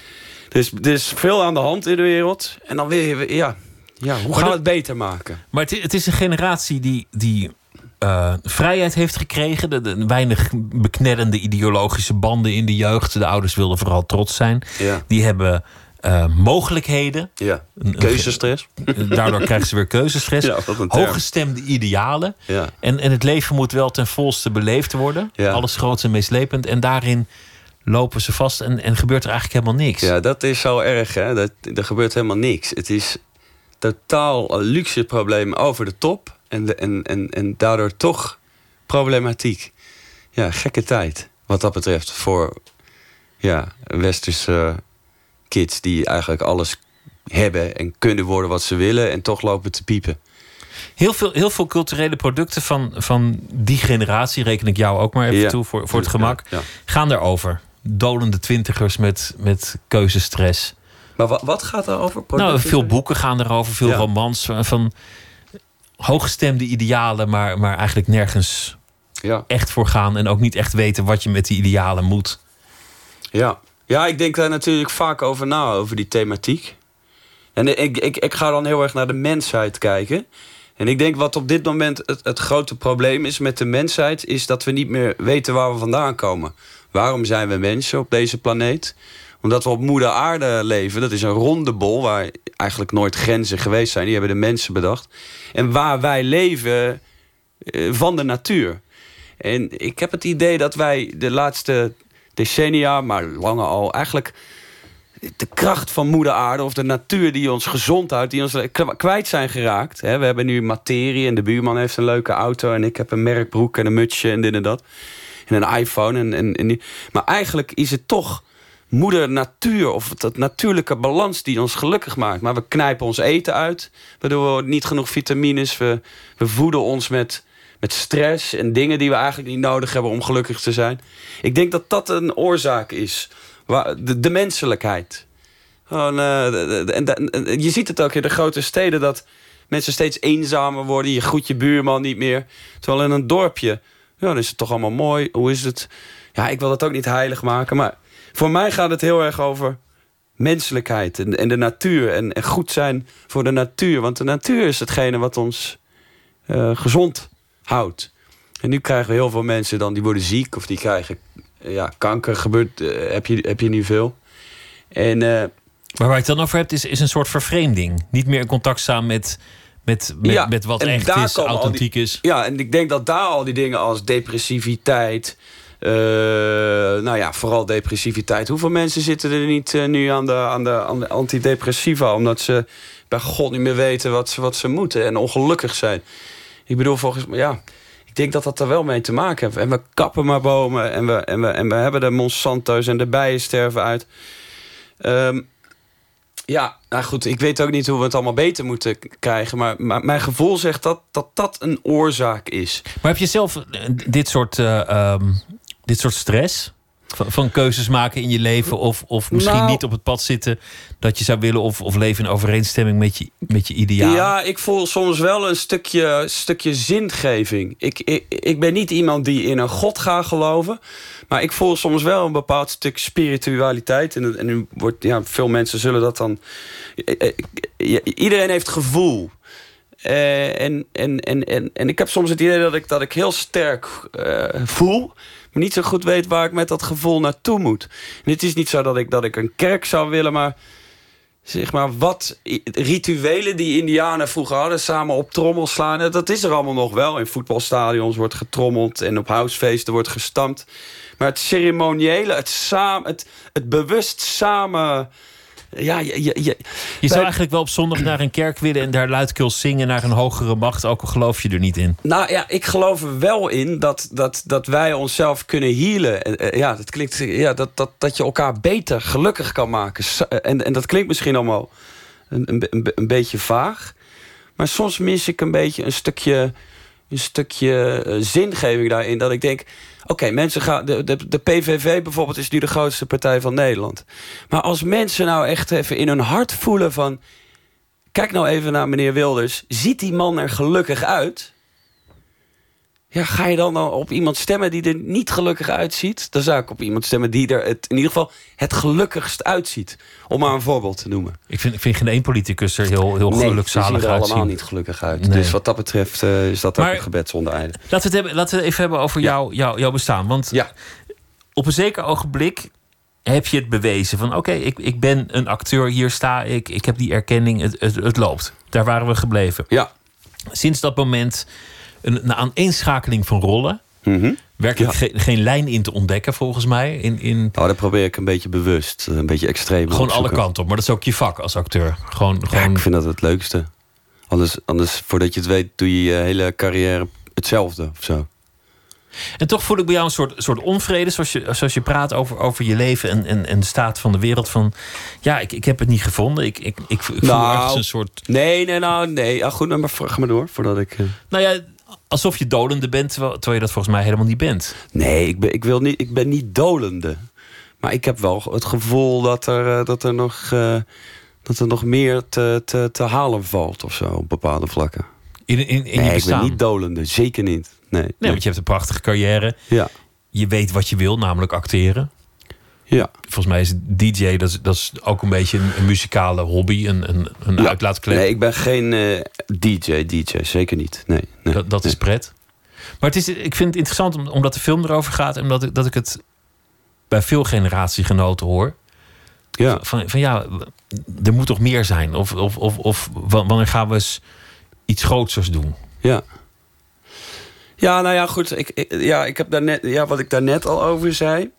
is veel aan de hand in de wereld. En dan wil je... hoe gaan we het beter maken? Maar het is een generatie die vrijheid heeft gekregen. De weinig beknerrende ideologische banden in de jeugd. De ouders wilden vooral trots zijn. Ja. Die hebben mogelijkheden. Ja. Keuzestress. Daardoor krijgen ze weer keuzestress. Ja, wat een term. Hooggestemde idealen. Ja. En het leven moet wel ten volste beleefd worden. Ja. Alles groots en meeslepend. En daarin lopen ze vast en gebeurt er eigenlijk helemaal niks. Ja, dat is zo erg, hè. Er gebeurt helemaal niks. Het is totaal een luxe probleem over de top. En daardoor toch problematiek. Ja, gekke tijd. Wat dat betreft voor westerse kids... die eigenlijk alles hebben en kunnen worden wat ze willen... en toch lopen te piepen. Heel veel culturele producten van die generatie... reken ik jou ook maar even toe voor het gemak... gaan erover. Dolende twintigers met keuzestress. Maar wat gaat er over? Veel boeken gaan erover, veel romans... van hooggestemde idealen, maar eigenlijk nergens echt voor gaan... en ook niet echt weten wat je met die idealen moet. Ja, ik denk daar natuurlijk vaak over na, over die thematiek. En ik ga dan heel erg naar de mensheid kijken. En ik denk wat op dit moment het grote probleem is met de mensheid... is dat we niet meer weten waar we vandaan komen. Waarom zijn we mensen op deze planeet? Omdat we op moeder aarde leven. Dat is een ronde bol waar eigenlijk nooit grenzen geweest zijn. Die hebben de mensen bedacht. En waar wij leven van de natuur. En ik heb het idee dat wij de laatste decennia, maar langer al... eigenlijk de kracht van moeder aarde of de natuur die ons gezond houdt... die ons kwijt zijn geraakt. We hebben nu materie en de buurman heeft een leuke auto... en ik heb een merkbroek en een mutsje en dit en dat. En een iPhone. Maar eigenlijk is het toch moeder natuur... of dat natuurlijke balans die ons gelukkig maakt. Maar we knijpen ons eten uit... waardoor we niet genoeg vitamines... we voeden ons met stress en dingen die we eigenlijk niet nodig hebben... om gelukkig te zijn. Ik denk dat dat een oorzaak is... De menselijkheid. Je ziet het ook in de grote steden... dat mensen steeds eenzamer worden. Je groet je buurman niet meer. Terwijl in een dorpje... dan is het toch allemaal mooi. Hoe is het? Ja, ik wil dat ook niet heilig maken. Maar voor mij gaat het heel erg over menselijkheid. En de natuur. En goed zijn voor de natuur. Want de natuur is hetgene wat ons gezond houdt. En nu krijgen we heel veel mensen dan... die worden ziek of die krijgen... kanker heb je niet veel. Maar waar je het dan over hebt, is een soort vervreemding. Niet meer in contact staan met wat echt is, authentiek is. Ja, en ik denk dat daar al die dingen als depressiviteit... vooral depressiviteit. Hoeveel mensen zitten er niet nu aan de antidepressiva... omdat ze bij God niet meer weten wat ze moeten... en ongelukkig zijn. Ik bedoel, volgens mij... Ik denk dat dat er wel mee te maken heeft. En we kappen maar bomen. En we hebben de Monsanto's en de bijen sterven uit. Goed. Ik weet ook niet hoe we het allemaal beter moeten krijgen. Maar mijn gevoel zegt dat een oorzaak is. Maar heb je zelf dit soort stress? Van keuzes maken in je leven of misschien niet op het pad zitten dat je zou willen of leven in overeenstemming met je idealen? Ja, ik voel soms wel een stukje zingeving. Ik ben niet iemand die in een god gaat geloven, maar ik voel soms wel een bepaald stuk spiritualiteit. En nu wordt veel mensen zullen dat dan. Iedereen heeft gevoel. En ik heb soms het idee dat ik heel sterk voel, maar niet zo goed weet waar ik met dat gevoel naartoe moet. En het is niet zo dat ik een kerk zou willen, maar zeg maar, wat rituelen die Indianen vroeger hadden, samen op trommels slaan, dat is er allemaal nog wel. In voetbalstadions wordt getrommeld en op housefeesten wordt gestampt. Maar het ceremoniële, het bewust samen. Ja, je zou eigenlijk wel op zondag naar een kerk willen en daar luidkeels zingen naar een hogere macht, ook al geloof je er niet in. Nou ja, ik geloof er wel in dat wij onszelf kunnen healen. Dat klinkt, dat je elkaar beter gelukkig kan maken. En dat klinkt misschien allemaal een beetje vaag. Maar soms mis ik een beetje een stukje zingeving daarin. Dat ik denk, oké, mensen gaan. De PVV bijvoorbeeld is nu de grootste partij van Nederland. Maar als mensen nou echt even in hun hart voelen van, kijk nou even naar meneer Wilders. Ziet die man er gelukkig uit? Ja, ga je dan op iemand stemmen die er niet gelukkig uitziet? Dan zou ik op iemand stemmen die er in ieder geval het gelukkigst uitziet. Om maar een voorbeeld te noemen. Ik vind geen één politicus er heel gelukzalig uitzien. Ze zien er allemaal niet gelukkig uit. Nee. Dus wat dat betreft is dat ook een gebed zonder einde. Laten we het even hebben over jouw bestaan. Want op een zeker ogenblik heb je het bewezen. Van oké, ik ben een acteur, hier sta ik. Ik heb die erkenning, het loopt. Daar waren we gebleven. Ja. Sinds dat moment een aaneenschakeling van rollen. Werkelijk geen lijn in te ontdekken, volgens mij. Nou, dat probeer ik een beetje bewust. Een beetje extreem. Gewoon alle kanten op. Maar dat is ook je vak als acteur. Gewoon... Ja, ik vind dat het leukste. Anders, voordat je het weet, doe je je hele carrière hetzelfde of zo. En toch voel ik bij jou een soort onvrede, zoals je praat over je leven en de staat van de wereld. Van ja, ik heb het niet gevonden. Ik voel ergens een soort. Nee. Ja, goed, maar ga maar door voordat ik. Nou ja, alsof je dolende bent, terwijl je dat volgens mij helemaal niet bent. Nee, ik ben niet dolende. Maar ik heb wel het gevoel dat er nog meer te halen valt of zo op bepaalde vlakken. In je bestaan? Ik ben niet dolende, zeker niet. Nee, want je hebt een prachtige carrière. Ja. Je weet wat je wil, namelijk acteren. Ja. Volgens mij is DJ, dat is ook een beetje een muzikale hobby, een uitlaatklep. Nee, ik ben geen DJ, zeker niet. Nee. Dat is pret. Maar ik vind het interessant omdat de film erover gaat en dat ik het bij veel generatiegenoten hoor. Ja. Van ja, er moet toch meer zijn? Of wanneer gaan we eens iets grootsers doen? Ja. Ja, nou ja, goed. Ik heb daar net, wat ik daar net al over zei.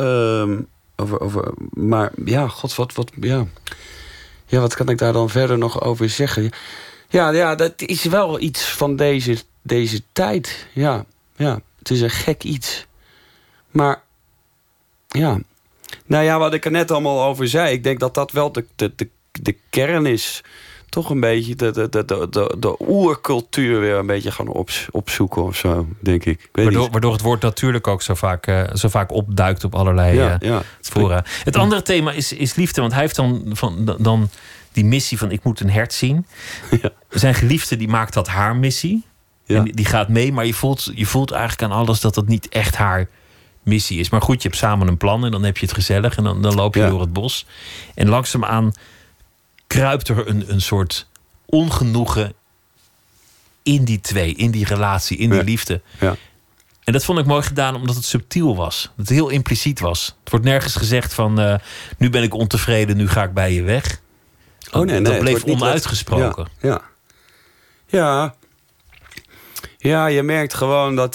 Maar ja, god, wat kan ik daar dan verder nog over zeggen? Ja, dat is wel iets van deze tijd. Ja, het is een gek iets. Maar ja, nou ja, wat ik er net allemaal over zei, ik denk dat dat wel de kern is. Toch een beetje de oercultuur weer een beetje gaan opzoeken of zo, denk ik. Waardoor het woord natuurlijk ook zo vaak opduikt op allerlei fora. Het andere thema is liefde, want hij heeft dan die missie van ik moet een hert zien. Ja. Zijn geliefde die maakt dat haar missie. Ja. En die gaat mee, maar je voelt eigenlijk aan alles dat niet echt haar missie is. Maar goed, je hebt samen een plan en dan heb je het gezellig en dan loop je door het bos. En langzaamaan kruipt er een soort ongenoegen in die twee, in die relatie, in die liefde. Ja. En dat vond ik mooi gedaan omdat het subtiel was. Dat het heel impliciet was. Het wordt nergens gezegd van nu ben ik ontevreden, nu ga ik bij je weg. Dat bleef onuitgesproken. Ja, je merkt gewoon dat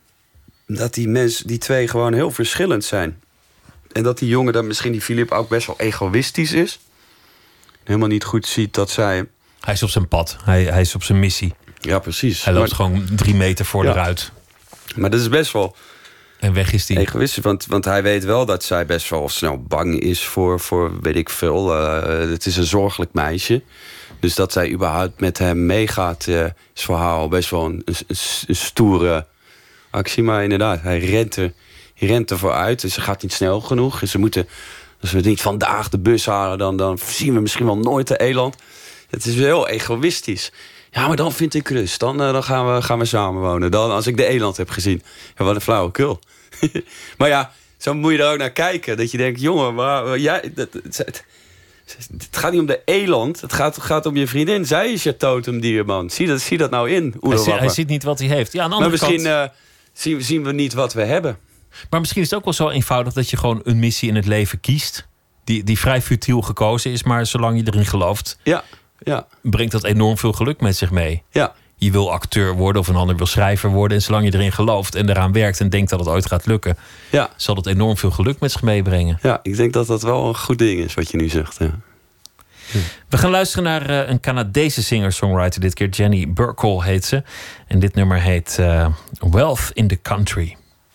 die twee gewoon heel verschillend zijn. En dat die jongen dan misschien, die Philip, ook best wel egoïstisch is. Helemaal niet goed ziet dat zij... Hij is op zijn pad. Hij is op zijn missie. Ja, precies. Hij loopt gewoon 3 meter voor eruit. Maar dat is best wel... En weg is hij. Egoïstisch, want hij weet wel dat zij best wel snel bang is voor weet ik veel. Het is een zorgelijk meisje. Dus dat zij überhaupt met hem meegaat, is voor haar al best wel een stoere actie. Maar inderdaad, hij rent er vooruit. En ze gaat niet snel genoeg. En ze moeten... Als we niet vandaag de bus halen, dan zien we misschien wel nooit de eland. Het is heel egoïstisch. Ja, maar dan vind ik rust. Dan gaan we samenwonen. Dan, als ik de eland heb gezien. Ja, wat een flauwekul. Maar ja, zo moet je er ook naar kijken. Dat je denkt, jongen, maar het gaat niet om de eland. Het gaat om je vriendin. Zij is je totemdier, man. Zie dat nou in. Hij ziet niet wat hij heeft. Ja, aan de andere kant... zien we niet wat we hebben. Maar misschien is het ook wel zo eenvoudig dat je gewoon een missie in het leven kiest. die vrij futiel gekozen is, maar zolang je erin gelooft, brengt dat enorm veel geluk met zich mee. Ja. Je wil acteur worden of een ander wil schrijver worden. En zolang je erin gelooft en eraan werkt en denkt dat het ooit gaat lukken, zal dat enorm veel geluk met zich meebrengen. Ja, ik denk dat dat wel een goed ding is wat je nu zegt. Ja. We gaan luisteren naar een Canadese singer-songwriter. Dit keer Jenny Burkle heet ze. En dit nummer heet Wealth in the Country.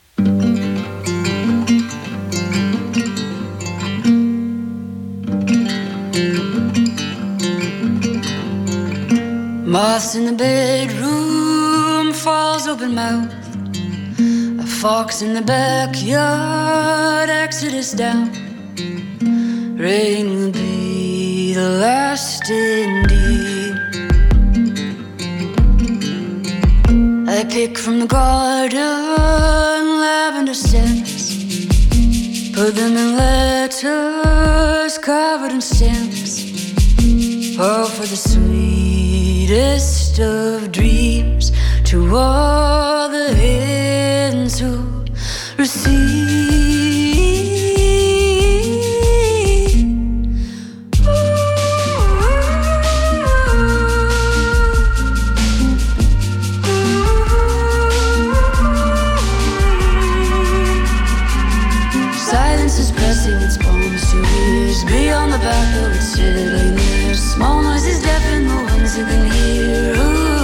Moths in the bedroom, falls open mouth. A fox in the backyard, exodus down. Rain will be the last indeed. I pick from the garden lavender stems, put them in letters covered in stamps, all for the sweetest of dreams to all the hands who receive. Silence is pressing its palms to ears beyond the back of its settling there. Small noises deafen the ones who can hear.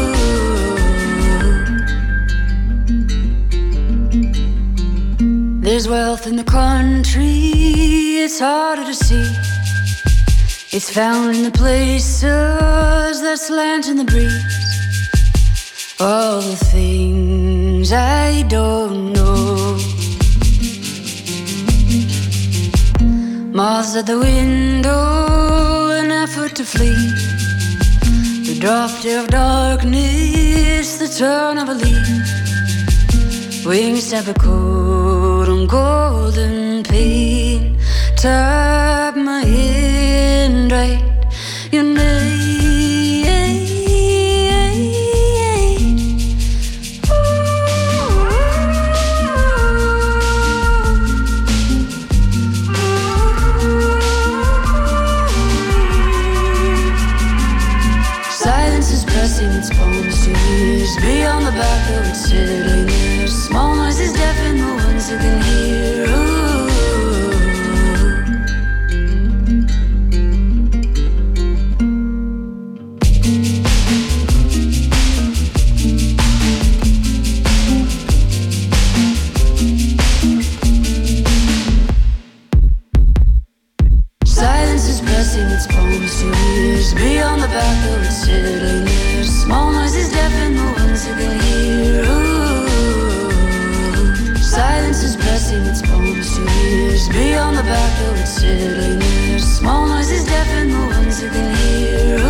There's wealth in the country, it's harder to see. It's found in the places that slant in the breeze. All the things I don't know. Moths at the window, an effort to flee. The drop of darkness, the turn of a leaf. Wings have a coat on golden paint. Tap my hand, write your name. Silence is pressing its palms to ears beyond the back of its settling there. Small noises deafen the ones who can hear. Silence is pressing its palms to ears beyond the back of its settling there. Small noises deafen the ones who can hear. Silence is pressing its palms to ears beyond the back of its settling there. Small noises deafen the ones who can hear.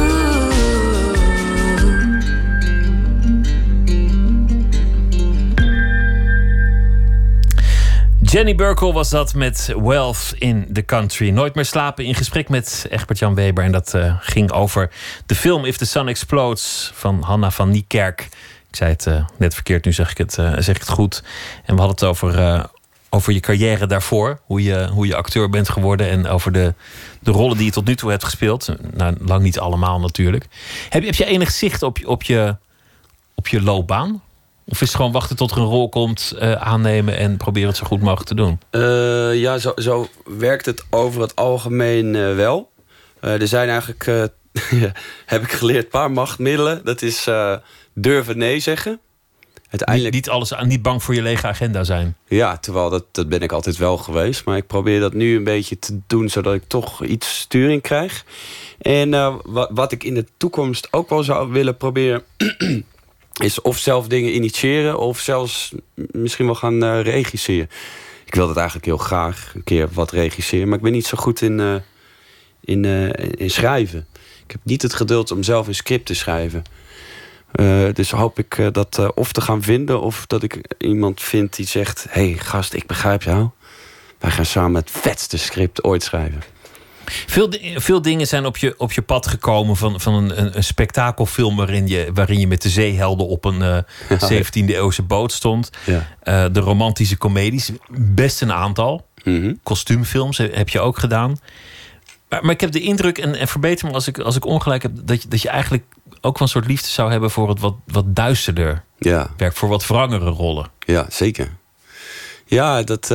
Jenny Burkle was dat met Wealth in the Country. Nooit meer slapen in gesprek met Egbert-Jan Weber. En dat ging over de film If the Sun Explodes van Hanna van Niekerk. Ik zei het net verkeerd, nu zeg ik het goed. En we hadden het over je carrière daarvoor. Hoe je acteur bent geworden. En over de rollen die je tot nu toe hebt gespeeld. Nou, lang niet allemaal natuurlijk. Heb je enig zicht op je loopbaan? Of is het gewoon wachten tot er een rol komt, aannemen en proberen het zo goed mogelijk te doen? Ja, zo werkt het over het algemeen wel. Er zijn eigenlijk, heb ik geleerd, een paar machtmiddelen. Dat is durven nee zeggen. Uiteindelijk Niet bang voor je lege agenda zijn. Ja, terwijl dat ben ik altijd wel geweest. Maar ik probeer dat nu een beetje te doen, zodat ik toch iets sturing krijg. En wat ik in de toekomst ook wel zou willen proberen is of zelf dingen initiëren of zelfs misschien wel gaan regisseren. Ik wil dat eigenlijk heel graag een keer wat regisseren, maar ik ben niet zo goed in schrijven. Ik heb niet het geduld om zelf een script te schrijven. Dus hoop ik dat of te gaan vinden of dat ik iemand vind die zegt: hey gast, ik begrijp jou. Wij gaan samen het vetste script ooit schrijven. Veel dingen zijn op je pad gekomen van een spektakelfilm waarin je met de zeehelden op een 17e eeuwse boot stond. Ja. De romantische comedies, best een aantal. Kostuumfilms heb je ook gedaan. Maar ik heb de indruk, en verbeter me als ik ongelijk heb, dat je eigenlijk ook wel een soort liefde zou hebben voor het wat duisterder werk. Voor wat wrangere rollen. Ja, zeker. Ja, dat...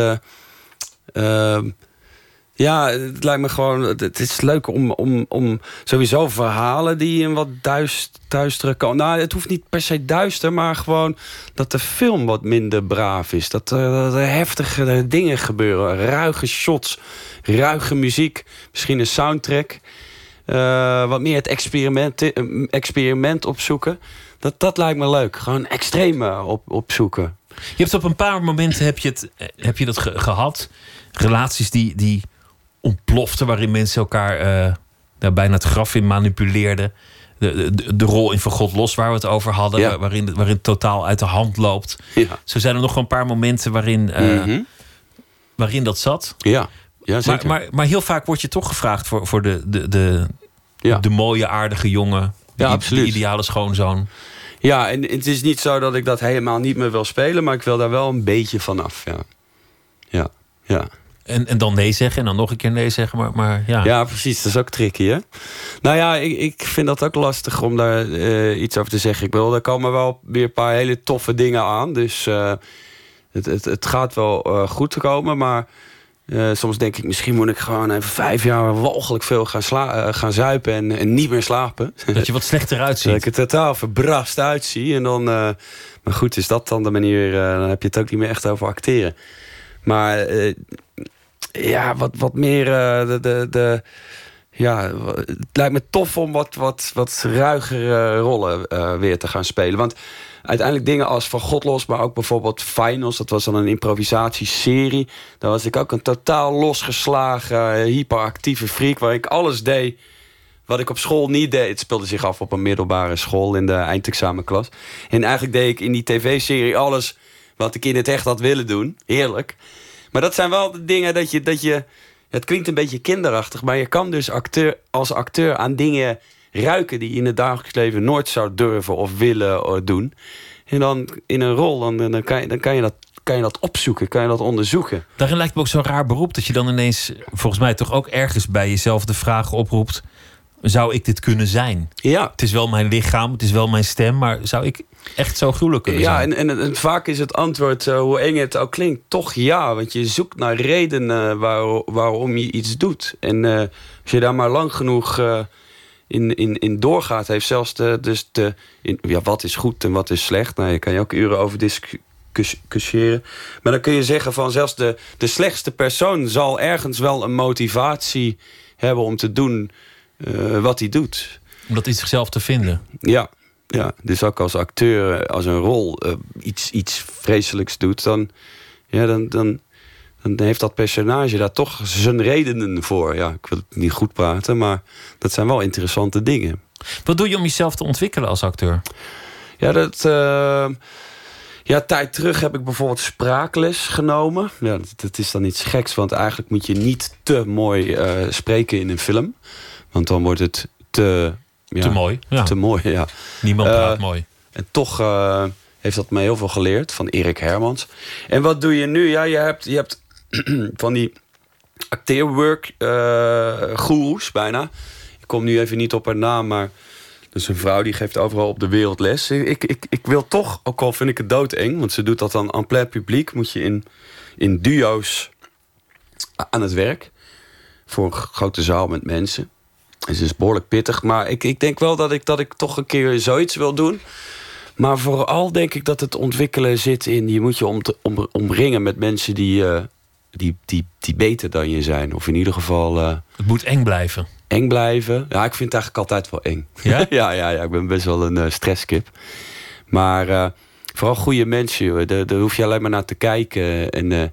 Ja, het lijkt me gewoon... Het is leuk om sowieso verhalen die een wat duistere kant... Nou, het hoeft niet per se duister, maar gewoon dat de film wat minder braaf is. Dat er heftige dingen gebeuren. Ruige shots, ruige muziek, misschien een soundtrack. Wat meer het experiment opzoeken. Dat lijkt me leuk. Gewoon extreme opzoeken. Je hebt op een paar momenten heb je dat gehad. Relaties die ontploften, waarin mensen elkaar bijna het graf in manipuleerden. De rol in Van God Los, waar we het over hadden, Ja. waarin het totaal uit de hand loopt. Ja. Zo zijn er nog een paar momenten waarin dat zat. Ja, zeker. Maar heel vaak word je toch gevraagd voor de mooie, aardige jongen. De ideale schoonzoon. Ja, en het is niet zo dat ik dat helemaal niet meer wil spelen, maar ik wil daar wel een beetje vanaf. Ja. En dan nee zeggen en dan nog een keer nee zeggen. Maar ja. Ja, precies. Dat is ook tricky, hè? Nou ja, ik vind dat ook lastig om daar iets over te zeggen. Er komen wel weer een paar hele toffe dingen aan. Dus het gaat wel goed te komen. Maar soms denk ik, misschien moet ik gewoon even 5 jaar walgelijk veel gaan zuipen en niet meer slapen. Dat je wat slechter uitziet. Dat ik er totaal verbrast uitzie. En dan, maar goed, is dat dan de manier... dan heb je het ook niet meer echt over acteren. Maar ja, wat meer... ja, het lijkt me tof om wat ruigere rollen weer te gaan spelen. Want uiteindelijk dingen als Van God Los, maar ook bijvoorbeeld Finals... dat was dan een improvisatieserie. Daar was ik ook een totaal losgeslagen, hyperactieve freak... waar ik alles deed wat ik op school niet deed. Het speelde zich af op een middelbare school in de eindexamenklas. En eigenlijk deed ik in die tv-serie alles wat ik in het echt had willen doen. Heerlijk. Maar dat zijn wel de dingen dat je... Het klinkt een beetje kinderachtig, maar je kan dus als acteur aan dingen ruiken die je in het dagelijks leven nooit zou durven of willen doen. En dan in een rol, dan kan je dat opzoeken, kan je dat onderzoeken. Daarin lijkt me ook zo'n raar beroep dat je dan ineens, volgens mij toch ook ergens bij jezelf de vraag oproept: zou ik dit kunnen zijn? Ja. Het is wel mijn lichaam, het is wel mijn stem, maar zou ik echt zo gruwelijk kunnen zijn? Ja, en vaak is het antwoord, hoe eng het ook klinkt, toch ja. Want je zoekt naar redenen waarom je iets doet. En als je daar maar lang genoeg in doorgaat, heeft zelfs wat is goed en wat is slecht. Nou, je kan je ook uren over discussiëren. Maar dan kun je zeggen van zelfs de slechtste persoon zal ergens wel een motivatie hebben om te doen wat hij doet. Om dat in zichzelf te vinden. Ja, dus ook als acteur, als een rol iets vreselijks doet, dan heeft dat personage daar toch zijn redenen voor. Ja, ik wil het niet goed praten, maar dat zijn wel interessante dingen. Wat doe je om jezelf te ontwikkelen als acteur? Ja, tijd terug heb ik bijvoorbeeld spraakles genomen. Ja, dat is dan iets geks, want eigenlijk moet je niet te mooi spreken in een film. Want dan wordt het te mooi. Ja. Te mooi, ja. Niemand praat mooi. En toch heeft dat me heel veel geleerd van Erik Hermans. En wat doe je nu? Ja, je hebt van die acteerwork goeroes bijna. Ik kom nu even niet op haar naam, maar dat is een vrouw die geeft overal op de wereld les. Ik wil toch, ook al vind ik het doodeng, want ze doet dat dan en plein publiek, moet je in duo's aan het werk. Voor een grote zaal met mensen. En ze is behoorlijk pittig, maar ik denk wel dat ik toch een keer zoiets wil doen. Maar vooral denk ik dat het ontwikkelen zit in, je moet je omringen met mensen die beter dan je zijn. Of in ieder geval het moet eng blijven. Eng blijven. Ja, ik vind het eigenlijk altijd wel eng. Ja? Ja, ik ben best wel een stresskip. Maar vooral goede mensen, joh. Daar hoef je alleen maar naar te kijken.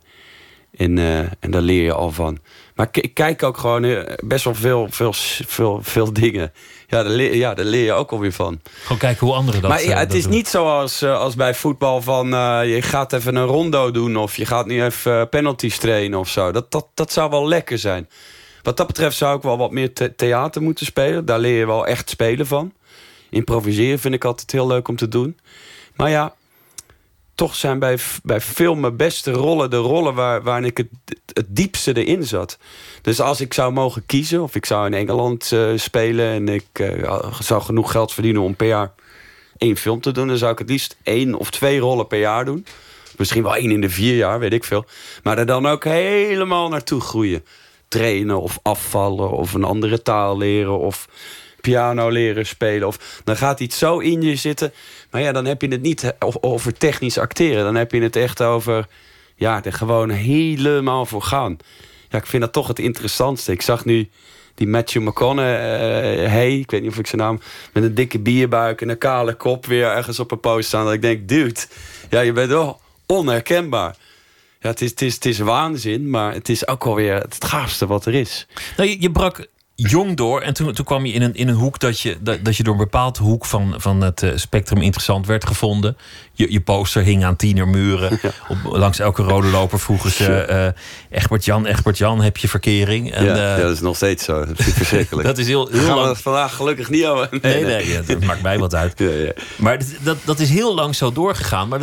En daar leer je al van. Maar ik kijk ook gewoon best wel veel dingen. Ja, daar leer je ook alweer van. Gewoon kijken hoe anderen dat doen. Maar het is niet zoals als bij voetbal van je gaat even een rondo doen of je gaat nu even penalties trainen of zo. Dat zou wel lekker zijn. Wat dat betreft zou ik wel wat meer theater moeten spelen. Daar leer je wel echt spelen van. Improviseren vind ik altijd heel leuk om te doen. Maar ja, toch zijn bij film mijn beste rollen de rollen waarin ik het diepste erin zat. Dus als ik zou mogen kiezen, of ik zou in Engeland spelen en ik zou genoeg geld verdienen om per jaar 1 film te doen, dan zou ik het liefst 1 of 2 rollen per jaar doen. Misschien wel 1 in de 4 jaar, weet ik veel. Maar er dan ook helemaal naartoe groeien. Trainen of afvallen of een andere taal leren of piano leren spelen. Of dan gaat iets zo in je zitten. Maar ja, dan heb je het niet over technisch acteren. Dan heb je het echt over er gewoon helemaal voor gaan. Ja, ik vind dat toch het interessantste. Ik zag nu die Matthew McConaughey, ik weet niet of ik zijn naam, met een dikke bierbuik en een kale kop weer ergens op een post staan. Dat ik denk, dude, ja, je bent wel onherkenbaar. Ja, het is waanzin, maar het is ook wel weer het gaafste wat er is. Nou, je brak jong door en toen kwam je in een hoek dat je door een bepaald hoek van het spectrum interessant werd gevonden. Je poster hing aan tienermuren. Ja. Langs elke rode loper vroegen ze Egbert Jan, heb je verkering? En, dat is nog steeds zo. Dat is verschrikkelijk. Dat is heel gaan lang. we het vandaag gelukkig niet over. Nee, dat maakt mij wat uit. Ja. Maar dat is heel lang zo doorgegaan. Maar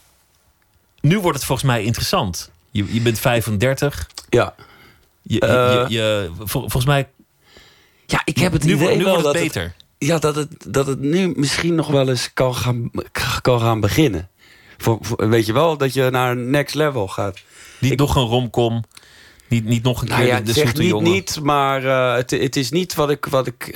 nu wordt het volgens mij interessant. Je bent 35. Ja. Volgens mij. Ja, ik heb het nu idee wordt het dat beter. Dat het nu misschien nog wel eens kan gaan beginnen. Weet je wel, dat je naar een next level gaat. Niet nog een romcom. Niet nog een keer de zoete jongen. Niet, maar het is niet wat ik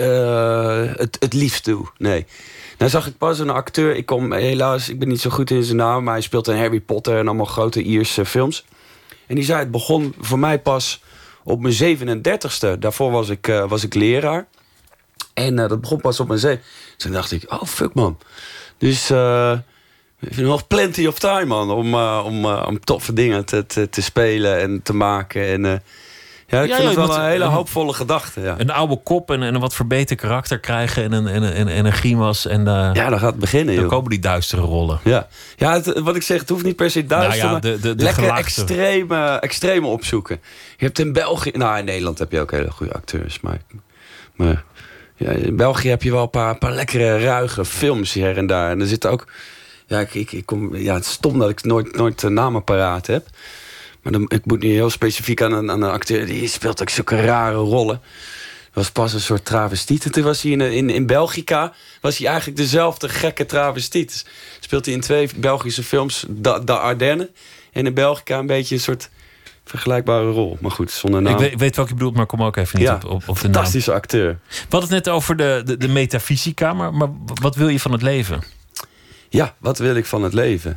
het liefst doe. Nee. Nou zag ik pas een acteur. Ik ben niet zo goed in zijn naam, maar hij speelt in Harry Potter en allemaal grote Ierse films. En die zei, het begon voor mij pas op mijn 37ste. Daarvoor was ik leraar. En dat begon pas op mijn 7. Toen dacht ik, oh fuck man. Dus ik vind nog plenty of time man. Om toffe dingen te spelen en te maken. En ik vind het wel een hele hoopvolle gedachte. Ja. Een oude kop en een wat verbeterd karakter krijgen. En een grimas. En, dan gaat het beginnen. Dan komen die duistere rollen. Ja, wat ik zeg, het hoeft niet per se duister. Nou ja, de lekker extreme opzoeken. Je hebt in België. Nou, in Nederland heb je ook hele goede acteurs. Maar ja, in België heb je wel een paar lekkere, ruige films hier en daar. En er zitten ook. Ja, het is stom dat ik nooit namen paraat heb. Maar ik moet nu heel specifiek aan een acteur. Die speelt ook zulke rare rollen. Was pas een soort travestiet. En toen was hij in Belgica. Was hij eigenlijk dezelfde gekke travestiet. Speelt hij in 2 Belgische films. De Ardennen. En in Belgica een beetje een soort vergelijkbare rol. Maar goed, zonder naam. Ik weet welke je bedoelt, maar kom ook even niet op de naam. Fantastische acteur. We hadden het net over de metafysica. Maar wat wil je van het leven? Ja, wat wil ik van het leven?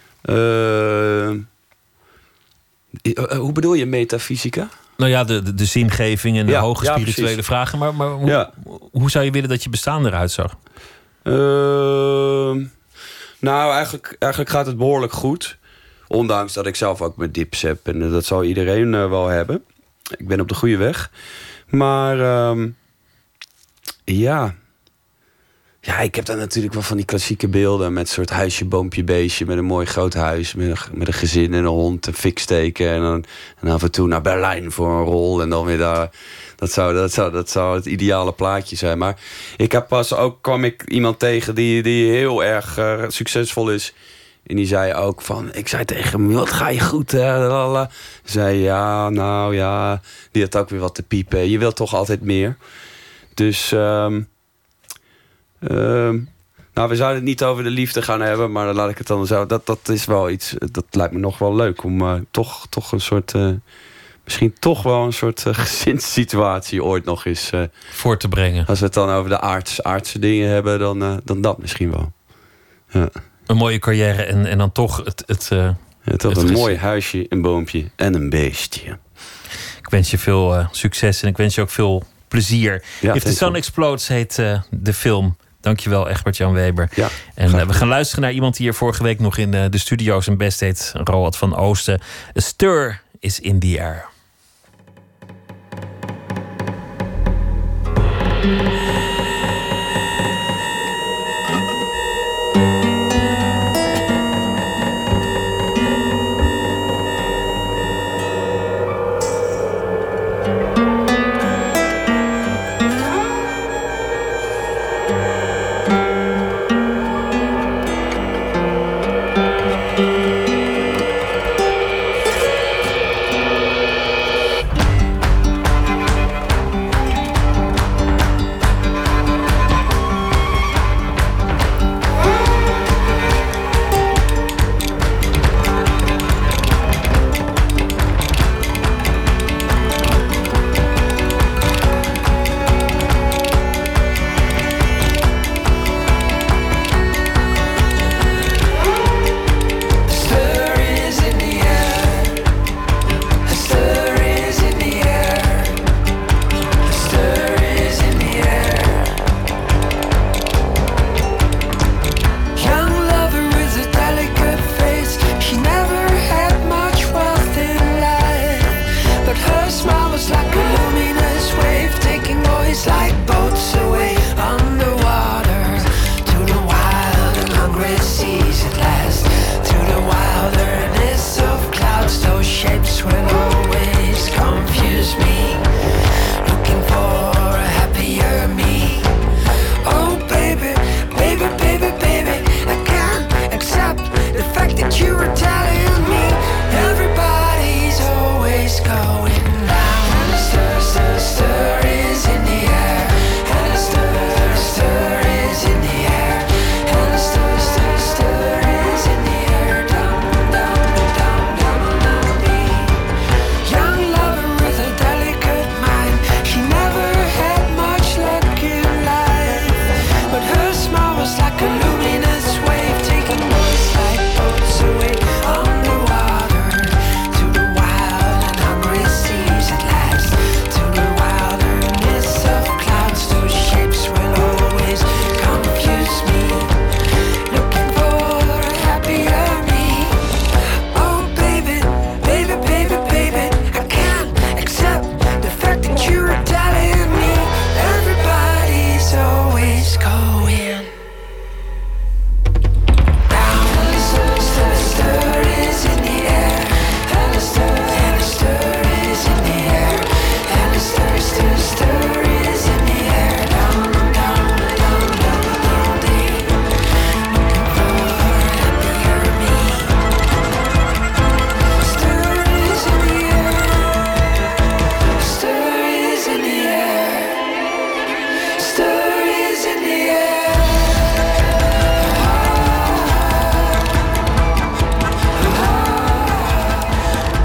Hoe bedoel je metafysica? Nou ja, de zingeving en de hoge spirituele vragen. Maar hoe zou je willen dat je bestaan eruit zag? Nou, eigenlijk gaat het behoorlijk goed. Ondanks dat ik zelf ook mijn dips heb. En dat zal iedereen wel hebben. Ik ben op de goede weg. Maar Ja, ik heb dan natuurlijk wel van die klassieke beelden met een soort huisje, boompje, beestje, met een mooi groot huis, met een gezin en een hond, een fik steken en af en toe naar Berlijn voor een rol en dan weer daar. Dat zou het ideale plaatje zijn. Maar kwam ik iemand tegen die heel erg succesvol is. En die zei ook van, ik zei tegen hem, wat ga je goed, hè? Zei ja, nou ja, die had ook weer wat te piepen. Je wilt toch altijd meer. Dus nou, we zouden het niet over de liefde gaan hebben, maar dan laat ik het dan zo. Dat is wel iets, dat lijkt me nog wel leuk om toch een soort, misschien toch wel een soort gezinssituatie ooit nog eens voor te brengen. Als we het dan over de aardse dingen hebben, dan dat misschien wel. Ja. Een mooie carrière en dan toch toch een mooi huisje, een boompje en een beestje. Ik wens je veel succes en ik wens je ook veel plezier. Ja, If the Sun Explodes heet de film. Dankjewel, Egbert-Jan Weber. Ja, en we gaan luisteren naar iemand die hier vorige week nog in de studio zijn best deed. Roald van Oosten. A stir is in the air.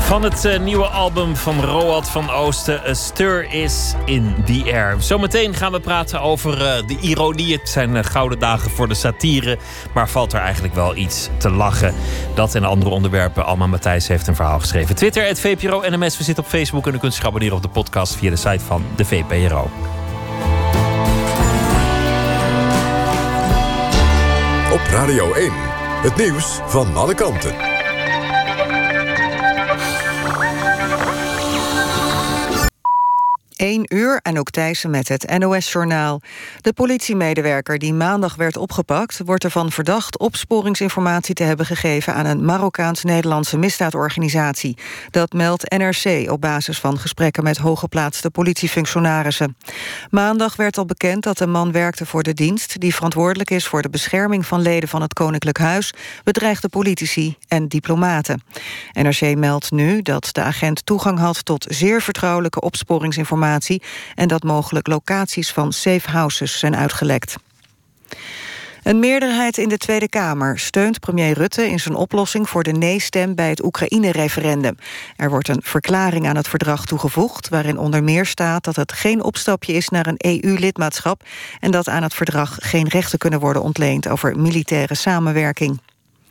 Van het nieuwe album van Roald van Oosten, A Stir is in the Air. Zometeen gaan we praten over de ironie. Het zijn gouden dagen voor de satire, maar valt er eigenlijk wel iets te lachen? Dat en andere onderwerpen. Alma Matthijs heeft een verhaal geschreven. Twitter, @VPRO-NMS. We zitten op Facebook en u kunt zich abonneren op de podcast via de site van de VPRO. Op Radio 1, het nieuws van alle kanten. 1 uur, Anouk Thijssen met het NOS-journaal. De politiemedewerker die maandag werd opgepakt wordt ervan verdacht opsporingsinformatie te hebben gegeven aan een Marokkaans-Nederlandse misdaadorganisatie. Dat meldt NRC op basis van gesprekken met hooggeplaatste politiefunctionarissen. Maandag werd al bekend dat de man werkte voor de dienst die verantwoordelijk is voor de bescherming van leden van het Koninklijk Huis, bedreigde politici en diplomaten. NRC meldt nu dat de agent toegang had tot zeer vertrouwelijke opsporingsinformatie en dat mogelijk locaties van safe houses zijn uitgelekt. Een meerderheid in de Tweede Kamer steunt premier Rutte in zijn oplossing voor de nee-stem bij het Oekraïne-referendum. Er wordt een verklaring aan het verdrag toegevoegd, waarin onder meer staat dat het geen opstapje is naar een EU-lidmaatschap en dat aan het verdrag geen rechten kunnen worden ontleend over militaire samenwerking.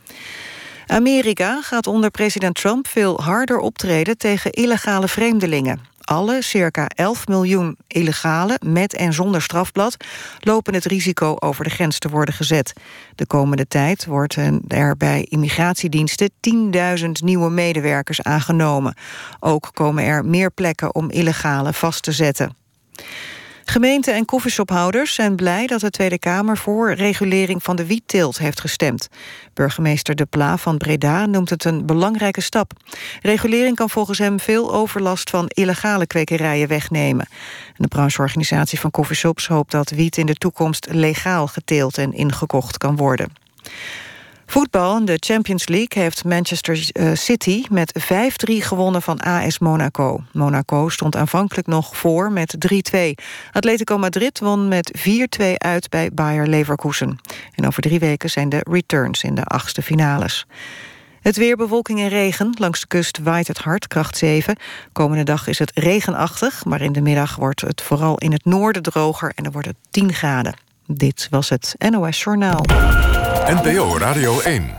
Amerika gaat onder president Trump veel harder optreden tegen illegale vreemdelingen. Alle circa 11 miljoen illegalen met en zonder strafblad lopen het risico over de grens te worden gezet. De komende tijd worden er bij immigratiediensten 10.000 nieuwe medewerkers aangenomen. Ook komen er meer plekken om illegalen vast te zetten. Gemeenten en koffieshophouders zijn blij dat de Tweede Kamer voor regulering van de wietteelt heeft gestemd. Burgemeester De Pla van Breda noemt het een belangrijke stap. Regulering kan volgens hem veel overlast van illegale kwekerijen wegnemen. De brancheorganisatie van koffieshops hoopt dat wiet in de toekomst legaal geteeld en ingekocht kan worden. Voetbal, de Champions League, heeft Manchester City met 5-3 gewonnen van AS Monaco. Monaco stond aanvankelijk nog voor met 3-2. Atletico Madrid won met 4-2 uit bij Bayer Leverkusen. En over 3 weken zijn de returns in de 8e finales. Het weer, bewolking en regen. Langs de kust waait het hard, kracht 7. Komende dag is het regenachtig, maar in de middag wordt het vooral in het noorden droger en dan wordt het 10 graden. Dit was het NOS Journaal. NPO Radio 1.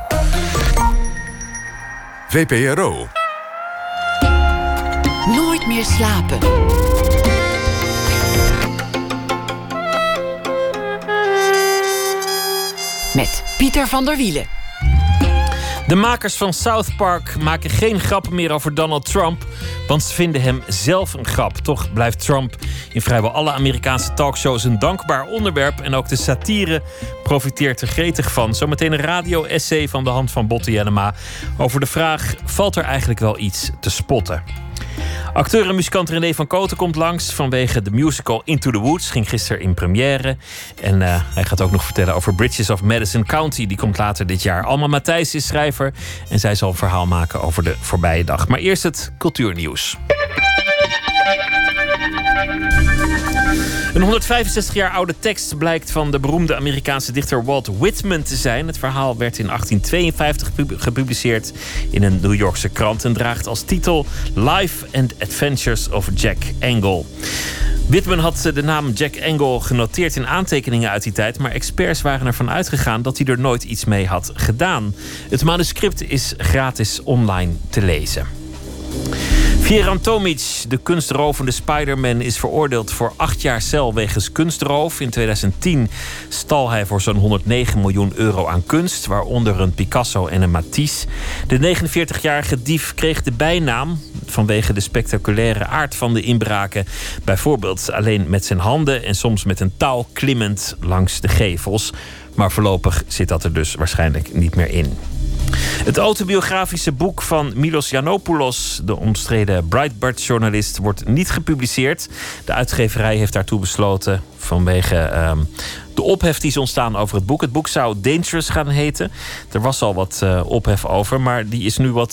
VPRO. Nooit meer slapen. Met Pieter van der Wielen. De makers van South Park maken geen grappen meer over Donald Trump, want ze vinden hem zelf een grap. Toch blijft Trump in vrijwel alle Amerikaanse talkshows een dankbaar onderwerp en ook de satire profiteert er gretig van. Zometeen een radio-essay van de hand van Botte Jellema over de vraag: valt er eigenlijk wel iets te spotten? Acteur en muzikant René van Kooten komt langs vanwege de musical Into the Woods. Ging gisteren in première. En hij gaat ook nog vertellen over Bridges of Madison County. Die komt later dit jaar. Alma Matthijs is schrijver en zij zal een verhaal maken over de voorbije dag. Maar eerst het cultuurnieuws. Een 165 jaar oude tekst blijkt van de beroemde Amerikaanse dichter Walt Whitman te zijn. Het verhaal werd in 1852 gepubliceerd in een New Yorkse krant en draagt als titel Life and Adventures of Jack Angle. Whitman had de naam Jack Angle genoteerd in aantekeningen uit die tijd, maar experts waren ervan uitgegaan dat hij er nooit iets mee had gedaan. Het manuscript is gratis online te lezen. Vjeran Tomic, de kunstrovende Spider-Man, is veroordeeld voor 8 jaar cel wegens kunstroof. In 2010 stal hij voor zo'n 109 miljoen euro aan kunst, waaronder een Picasso en een Matisse. De 49-jarige dief kreeg de bijnaam vanwege de spectaculaire aard van de inbraken. Bijvoorbeeld alleen met zijn handen en soms met een touw klimmend langs de gevels. Maar voorlopig zit dat er dus waarschijnlijk niet meer in. Het autobiografische boek van Milos Yiannopoulos, de omstreden Breitbart-journalist, wordt niet gepubliceerd. De uitgeverij heeft daartoe besloten vanwege de ophef die is ontstaan over het boek. Het boek zou Dangerous gaan heten. Er was al wat ophef over, maar die is nu wat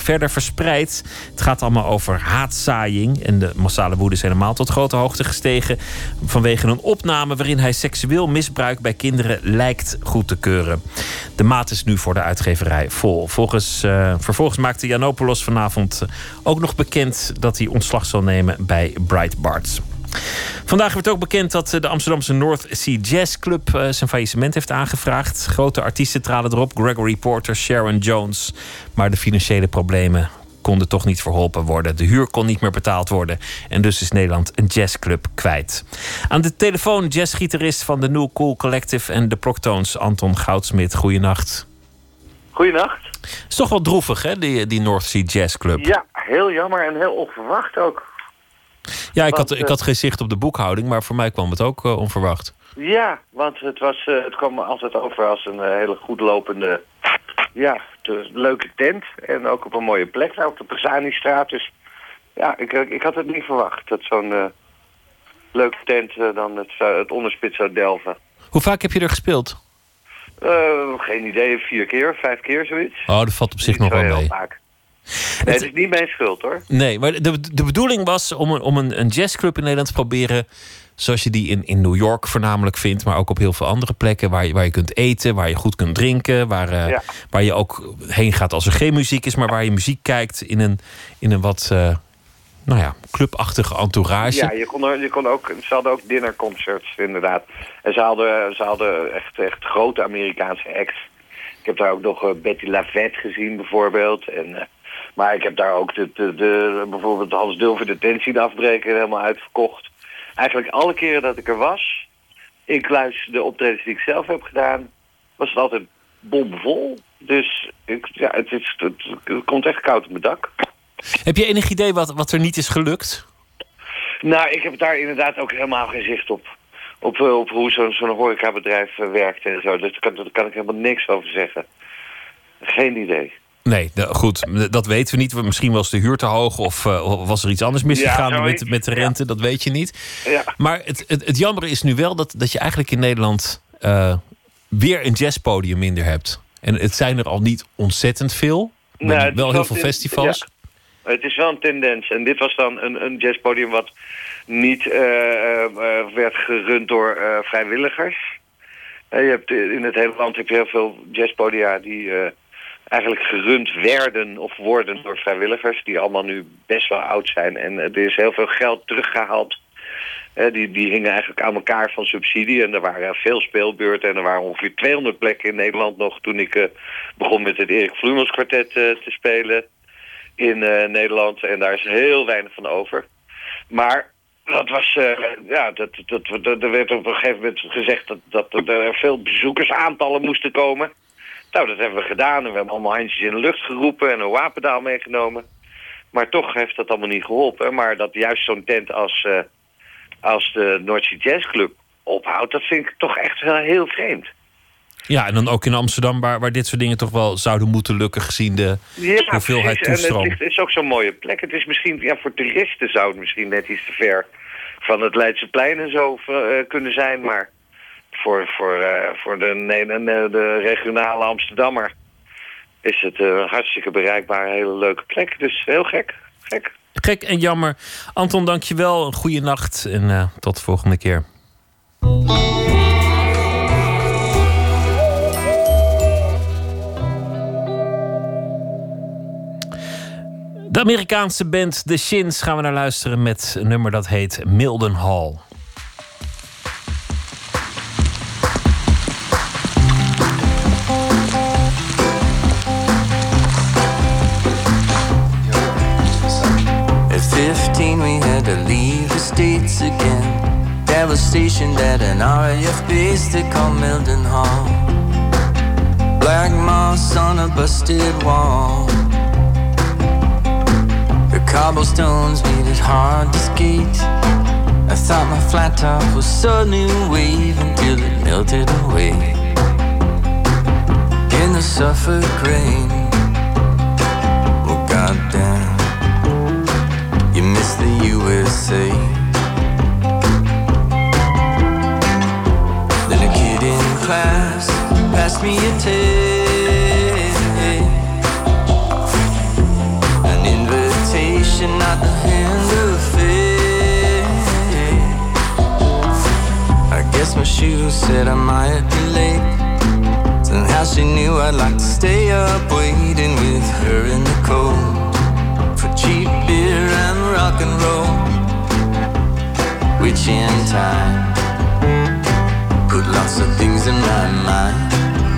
verder verspreid. Het gaat allemaal over haatzaaiing. En de massale woede is helemaal tot grote hoogte gestegen vanwege een opname waarin hij seksueel misbruik bij kinderen lijkt goed te keuren. De maat is nu voor de uitgeverij vol. Vervolgens maakte Yiannopoulos vanavond ook nog bekend dat hij ontslag zal nemen bij Breitbart. Vandaag werd ook bekend dat de Amsterdamse North Sea Jazz Club zijn faillissement heeft aangevraagd. Grote artiesten traden erop, Gregory Porter, Sharon Jones. Maar de financiële problemen konden toch niet verholpen worden. De huur kon niet meer betaald worden. En dus is Nederland een jazzclub kwijt. Aan de telefoon jazzgitarist van de New Cool Collective en de Proctones, Anton Goudsmit. Goeienacht. Goeienacht. Het is toch wel droevig, hè, die North Sea Jazz Club? Ja, heel jammer en heel onverwacht ook. Ja, ik had geen zicht op de boekhouding, maar voor mij kwam het ook onverwacht. Ja, want het kwam me altijd over als een hele goed lopende, leuke tent. En ook op een mooie plek, daar op de Pesanistraat. Dus ja, ik had het niet verwacht dat zo'n leuke tent dan het onderspit zou delven. Hoe vaak heb je er gespeeld? Geen idee, 4 keer, 5 keer, zoiets. Oh, dat valt op zich nog wel mee. Vaak. Nee, het is niet mijn schuld, hoor. Nee, maar de bedoeling was om een jazzclub in Nederland te proberen, zoals je die in New York voornamelijk vindt, maar ook op heel veel andere plekken waar je kunt eten, waar je goed kunt drinken, waar je ook heen gaat als er geen muziek is, maar waar je muziek kijkt in een wat clubachtige entourage. Ja, ze hadden ook dinnerconcerts, inderdaad. En ze hadden echt grote Amerikaanse acts. Ik heb daar ook nog Betty Lavette gezien, bijvoorbeeld. Maar ik heb daar ook bijvoorbeeld Hans Dulfer de tent zien afbreken, helemaal uitverkocht. Eigenlijk alle keren dat ik er was, inclusief de optredens die ik zelf heb gedaan, was het altijd bomvol. Dus het komt echt koud op mijn dak. Heb je enig idee wat er niet is gelukt? Nou, ik heb daar inderdaad ook helemaal geen zicht op. Op hoe zo'n horecabedrijf werkt en zo. Dus daar kan ik helemaal niks over zeggen. Geen idee. Nee, goed, dat weten we niet. Misschien was de huur te hoog of was er iets anders misgegaan met de rente. Dat weet je niet. Ja. Maar het jammer is nu wel dat je eigenlijk in Nederland weer een jazzpodium minder hebt. En het zijn er al niet ontzettend veel. Maar wel heel veel festivals. Ja. Het is wel een tendens. En dit was dan een jazzpodium wat niet werd gerund door vrijwilligers. In het hele land heb je heel veel jazzpodia die eigenlijk gerund werden of worden door vrijwilligers, die allemaal nu best wel oud zijn. En er is heel veel geld teruggehaald. Die hingen eigenlijk aan elkaar van subsidie. En er waren veel speelbeurten. En er waren ongeveer 200 plekken in Nederland nog toen ik begon met het Erik Vloemels kwartet te spelen in Nederland. En daar is heel weinig van over. Maar dat was, er werd op een gegeven moment gezegd dat er veel bezoekersaantallen moesten komen. Nou, dat hebben we gedaan en we hebben allemaal handjes in de lucht geroepen en een wapendaal meegenomen. Maar toch heeft dat allemaal niet geholpen. Maar dat juist zo'n tent als de North Sea Jazz Club ophoudt, dat vind ik toch echt wel heel vreemd. Ja, en dan ook in Amsterdam, waar dit soort dingen toch wel zouden moeten lukken gezien de hoeveelheid toestroom. En het is ook zo'n mooie plek. Het is misschien, voor toeristen zou het misschien net iets te ver van het Leidseplein en zo kunnen zijn, maar voor de regionale Amsterdammer is het een hartstikke bereikbare, hele leuke plek. Dus heel gek. Gek en jammer. Anton, dank je wel. Een goede nacht en tot de volgende keer. De Amerikaanse band The Shins gaan we naar luisteren met een nummer dat heet Mildenhall. At 15 we had to leave the States again. That was stationed at an RAF base they called Mildenhall. Black moss on a busted wall. The cobblestones made it hard to skate. I thought my flat top was so new wave until it melted away in the Suffolk rain. Oh goddamn, you miss the USA. Then a kid in class passed me a tape. reaching out the hand of fate. I guess my shoes said I might be late. Somehow she knew I'd like to stay up waiting with her in the cold for cheap beer and rock and roll, which in time put lots of things in my mind.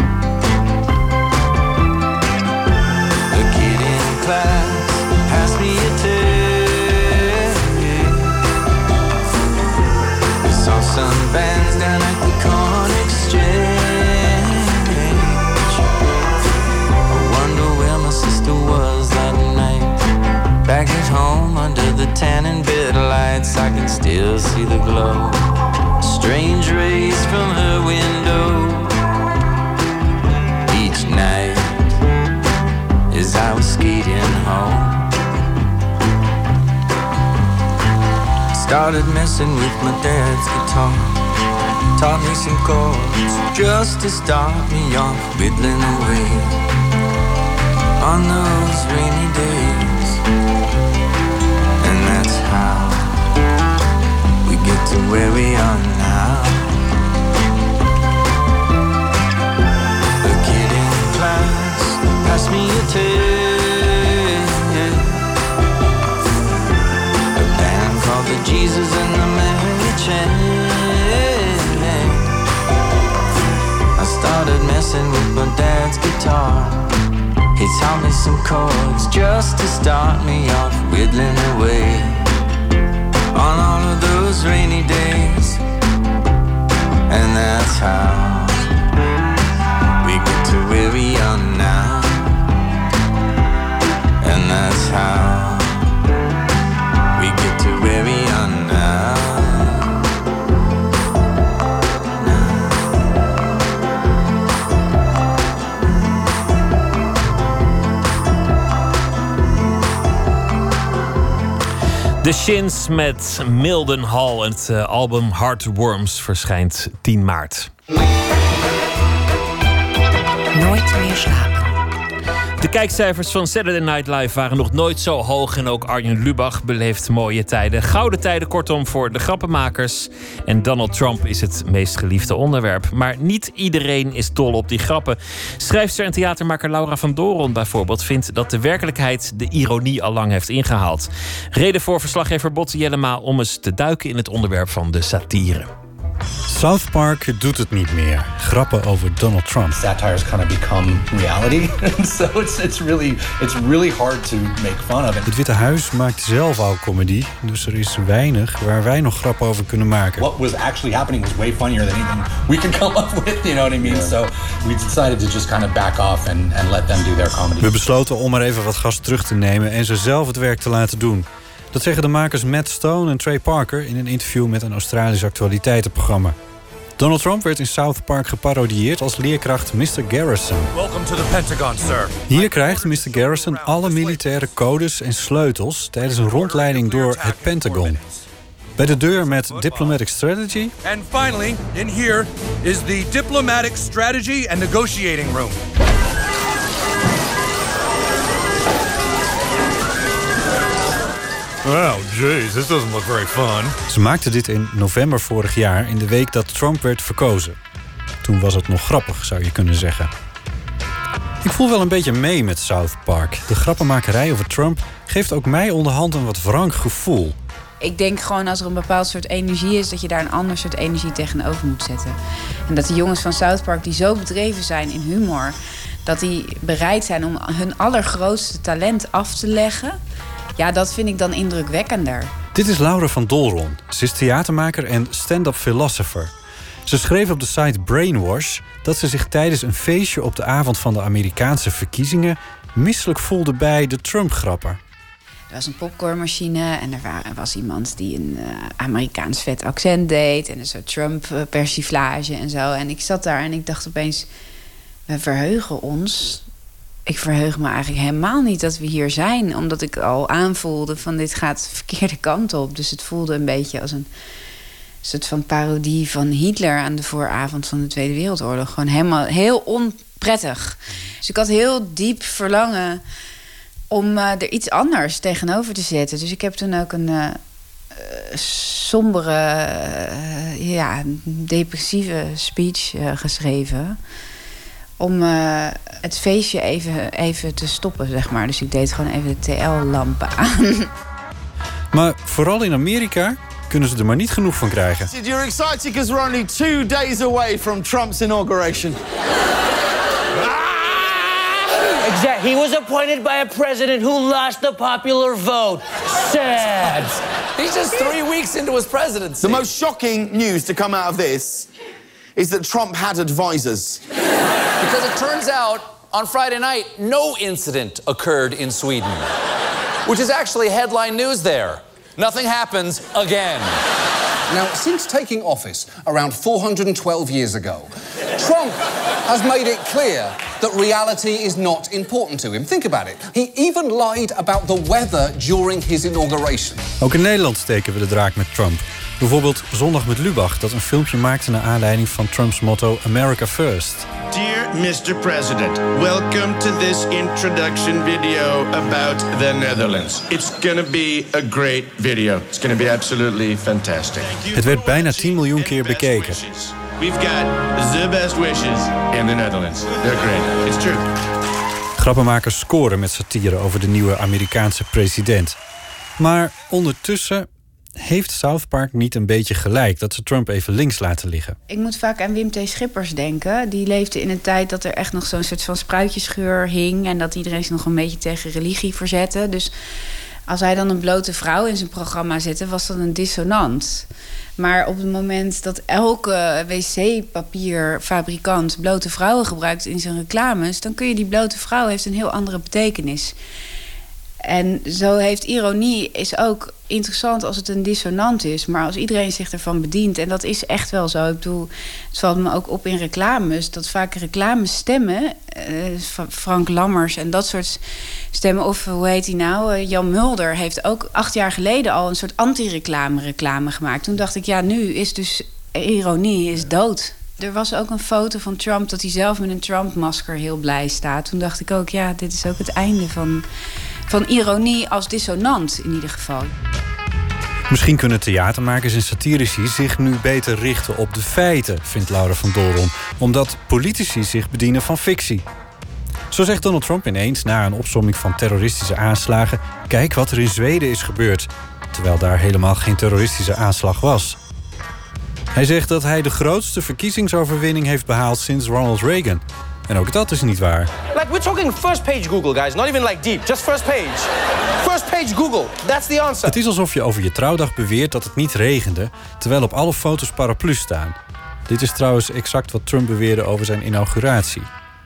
A kid in class passed me a tape. We saw some bands down at the Corn Exchange. Sister was that night. Back at home under the tanning bed lights, I can still see the glow. Strange rays from her window each night as I was skating home. Started messing with my dad's guitar. Taught me some chords just to start me off whittling away on those rainy days. And that's how we get to where we are now. The kid in class passed me a tape. A band called the Jesus and the Mary Chain. I started messing with my dad's guitar. He taught me some chords just to start me off whittling away on all of those rainy days. And that's how we get to where we are now. And that's how we get to where we are now. The Shins met Mildenhall. Het album Heartworms verschijnt 10 maart. Nooit meer slapen. De kijkcijfers van Saturday Night Live waren nog nooit zo hoog. En ook Arjen Lubach beleeft mooie tijden. Gouden tijden kortom voor de grappenmakers. En Donald Trump is het meest geliefde onderwerp. Maar niet iedereen is dol op die grappen. Schrijfster en theatermaker Laura van Doorn bijvoorbeeld vindt dat de werkelijkheid de ironie al lang heeft ingehaald. Reden voor verslaggever Botte Jellema om eens te duiken in het onderwerp van de satire. South Park doet het niet meer. Grappen over Donald Trump. Satire's kind of become reality. So it's really hard to make fun of it. Het Witte Huis maakt zelf al comedy, dus er is weinig waar wij nog grappen over kunnen maken. What was actually happening was way funnier than anything we could come up with, you know what I mean? Yeah. So we decided to just kind of back off and let them do their comedy. We besloten om maar even wat gas terug te nemen en ze zelf het werk te laten doen. Dat zeggen de makers Matt Stone en Trey Parker in een interview met een Australisch actualiteitenprogramma. Donald Trump werd in South Park geparodieerd als leerkracht Mr. Garrison. Welcome to the Pentagon, sir. Hier krijgt Mr. Garrison alle militaire codes en sleutels tijdens een rondleiding door het Pentagon. Bij de deur met Diplomatic Strategy. And finally, in here is the Diplomatic Strategy and Negotiating Room. Oh, jeez, this doesn't look very fun. Ze maakten dit in november vorig jaar, in de week dat Trump werd verkozen. Toen was het nog grappig, zou je kunnen zeggen. Ik voel wel een beetje mee met South Park. De grappenmakerij over Trump geeft ook mij onderhand een wat wrank gevoel. Ik denk gewoon als er een bepaald soort energie is, dat je daar een ander soort energie tegenover moet zetten. En dat de jongens van South Park die zo bedreven zijn in humor, dat die bereid zijn om hun allergrootste talent af te leggen. Ja, dat vind ik dan indrukwekkender. Dit is Laura van Dolron. Ze is theatermaker en stand-up philosopher. Ze schreef op de site Brainwash dat ze zich tijdens een feestje op de avond van de Amerikaanse verkiezingen misselijk voelde bij de Trump-grappen. Er was een popcornmachine en er was iemand die een Amerikaans vet accent deed en een soort Trump-persiflage en zo. En ik zat daar en ik dacht opeens, we verheugen ons. Ik verheug me eigenlijk helemaal niet dat we hier zijn, omdat ik al aanvoelde van dit gaat de verkeerde kant op. Dus het voelde een beetje als een soort van parodie van Hitler aan de vooravond van de Tweede Wereldoorlog. Gewoon helemaal heel onprettig. Dus ik had heel diep verlangen om er iets anders tegenover te zetten. Dus ik heb toen ook een sombere, depressieve speech geschreven. Om het feestje even te stoppen, zeg maar. Dus ik deed gewoon even de TL-lampen aan. Maar vooral in Amerika kunnen ze er maar niet genoeg van krijgen. You're excited because we're only 2 days away from Trump's inauguration. Exactly. He was appointed by a president who lost the popular vote. Sad. He's just 3 weeks into his presidency. The most shocking news to come out of this is that Trump had advisors. Because it turns out, on Friday night, no incident occurred in Sweden. Which is actually headline news there. Nothing happens again. Now, since taking office around 412 years ago, Trump has made it clear that reality is not important to him. Think about it. He even lied about the weather during his inauguration. Ook in Nederland steken we de draak met Trump. Bijvoorbeeld Zondag met Lubach, dat een filmpje maakte naar aanleiding van Trumps motto America First. Dear Mr. President, welcome to this introduction video about the Netherlands. It's gonna be a great video. It's gonna be absolutely fantastic. Het werd bijna 10 miljoen keer bekeken. We've got the best wishes in the Netherlands. They're great. It's true. Grappenmakers scoren met satire over de nieuwe Amerikaanse president. Maar ondertussen heeft South Park niet een beetje gelijk dat ze Trump even links laten liggen. Ik moet vaak aan Wim T. Schippers denken. Die leefde in een tijd dat er echt nog zo'n soort van spruitjesgeur hing en dat iedereen zich nog een beetje tegen religie verzette. Dus als hij dan een blote vrouw in zijn programma zette, was dat een dissonant. Maar op het moment dat elke wc-papierfabrikant blote vrouwen gebruikt in zijn reclames, dan kun je die blote vrouw heeft een heel andere betekenis. En zo heeft ironie is ook interessant als het een dissonant is. Maar als iedereen zich ervan bedient, en dat is echt wel zo. Ik bedoel, het valt me ook op in reclames, dat vaak reclamestemmen, Frank Lammers en dat soort stemmen, of hoe heet hij nou? Jan Mulder heeft ook 8 jaar geleden al een soort anti-reclame gemaakt. Toen dacht ik, ja, nu is dus ironie is dood. Er was ook een foto van Trump dat hij zelf met een Trump-masker heel blij staat. Toen dacht ik ook, ja, dit is ook het einde van ironie als dissonant in ieder geval. Misschien kunnen theatermakers en satirici zich nu beter richten op de feiten, vindt Laura van Doorn, omdat politici zich bedienen van fictie. Zo zegt Donald Trump ineens na een opsomming van terroristische aanslagen: kijk wat er in Zweden is gebeurd, terwijl daar helemaal geen terroristische aanslag was. Hij zegt dat hij de grootste verkiezingsoverwinning heeft behaald sinds Ronald Reagan. En ook dat is niet waar. Like, we're talking first page Google, guys. Not even like deep, just first page. First page Google, that's the answer. Het is alsof je over je trouwdag beweert dat het niet regende, terwijl op alle foto's paraplu's staan. Dit is trouwens exact wat Trump beweerde over zijn inauguratie.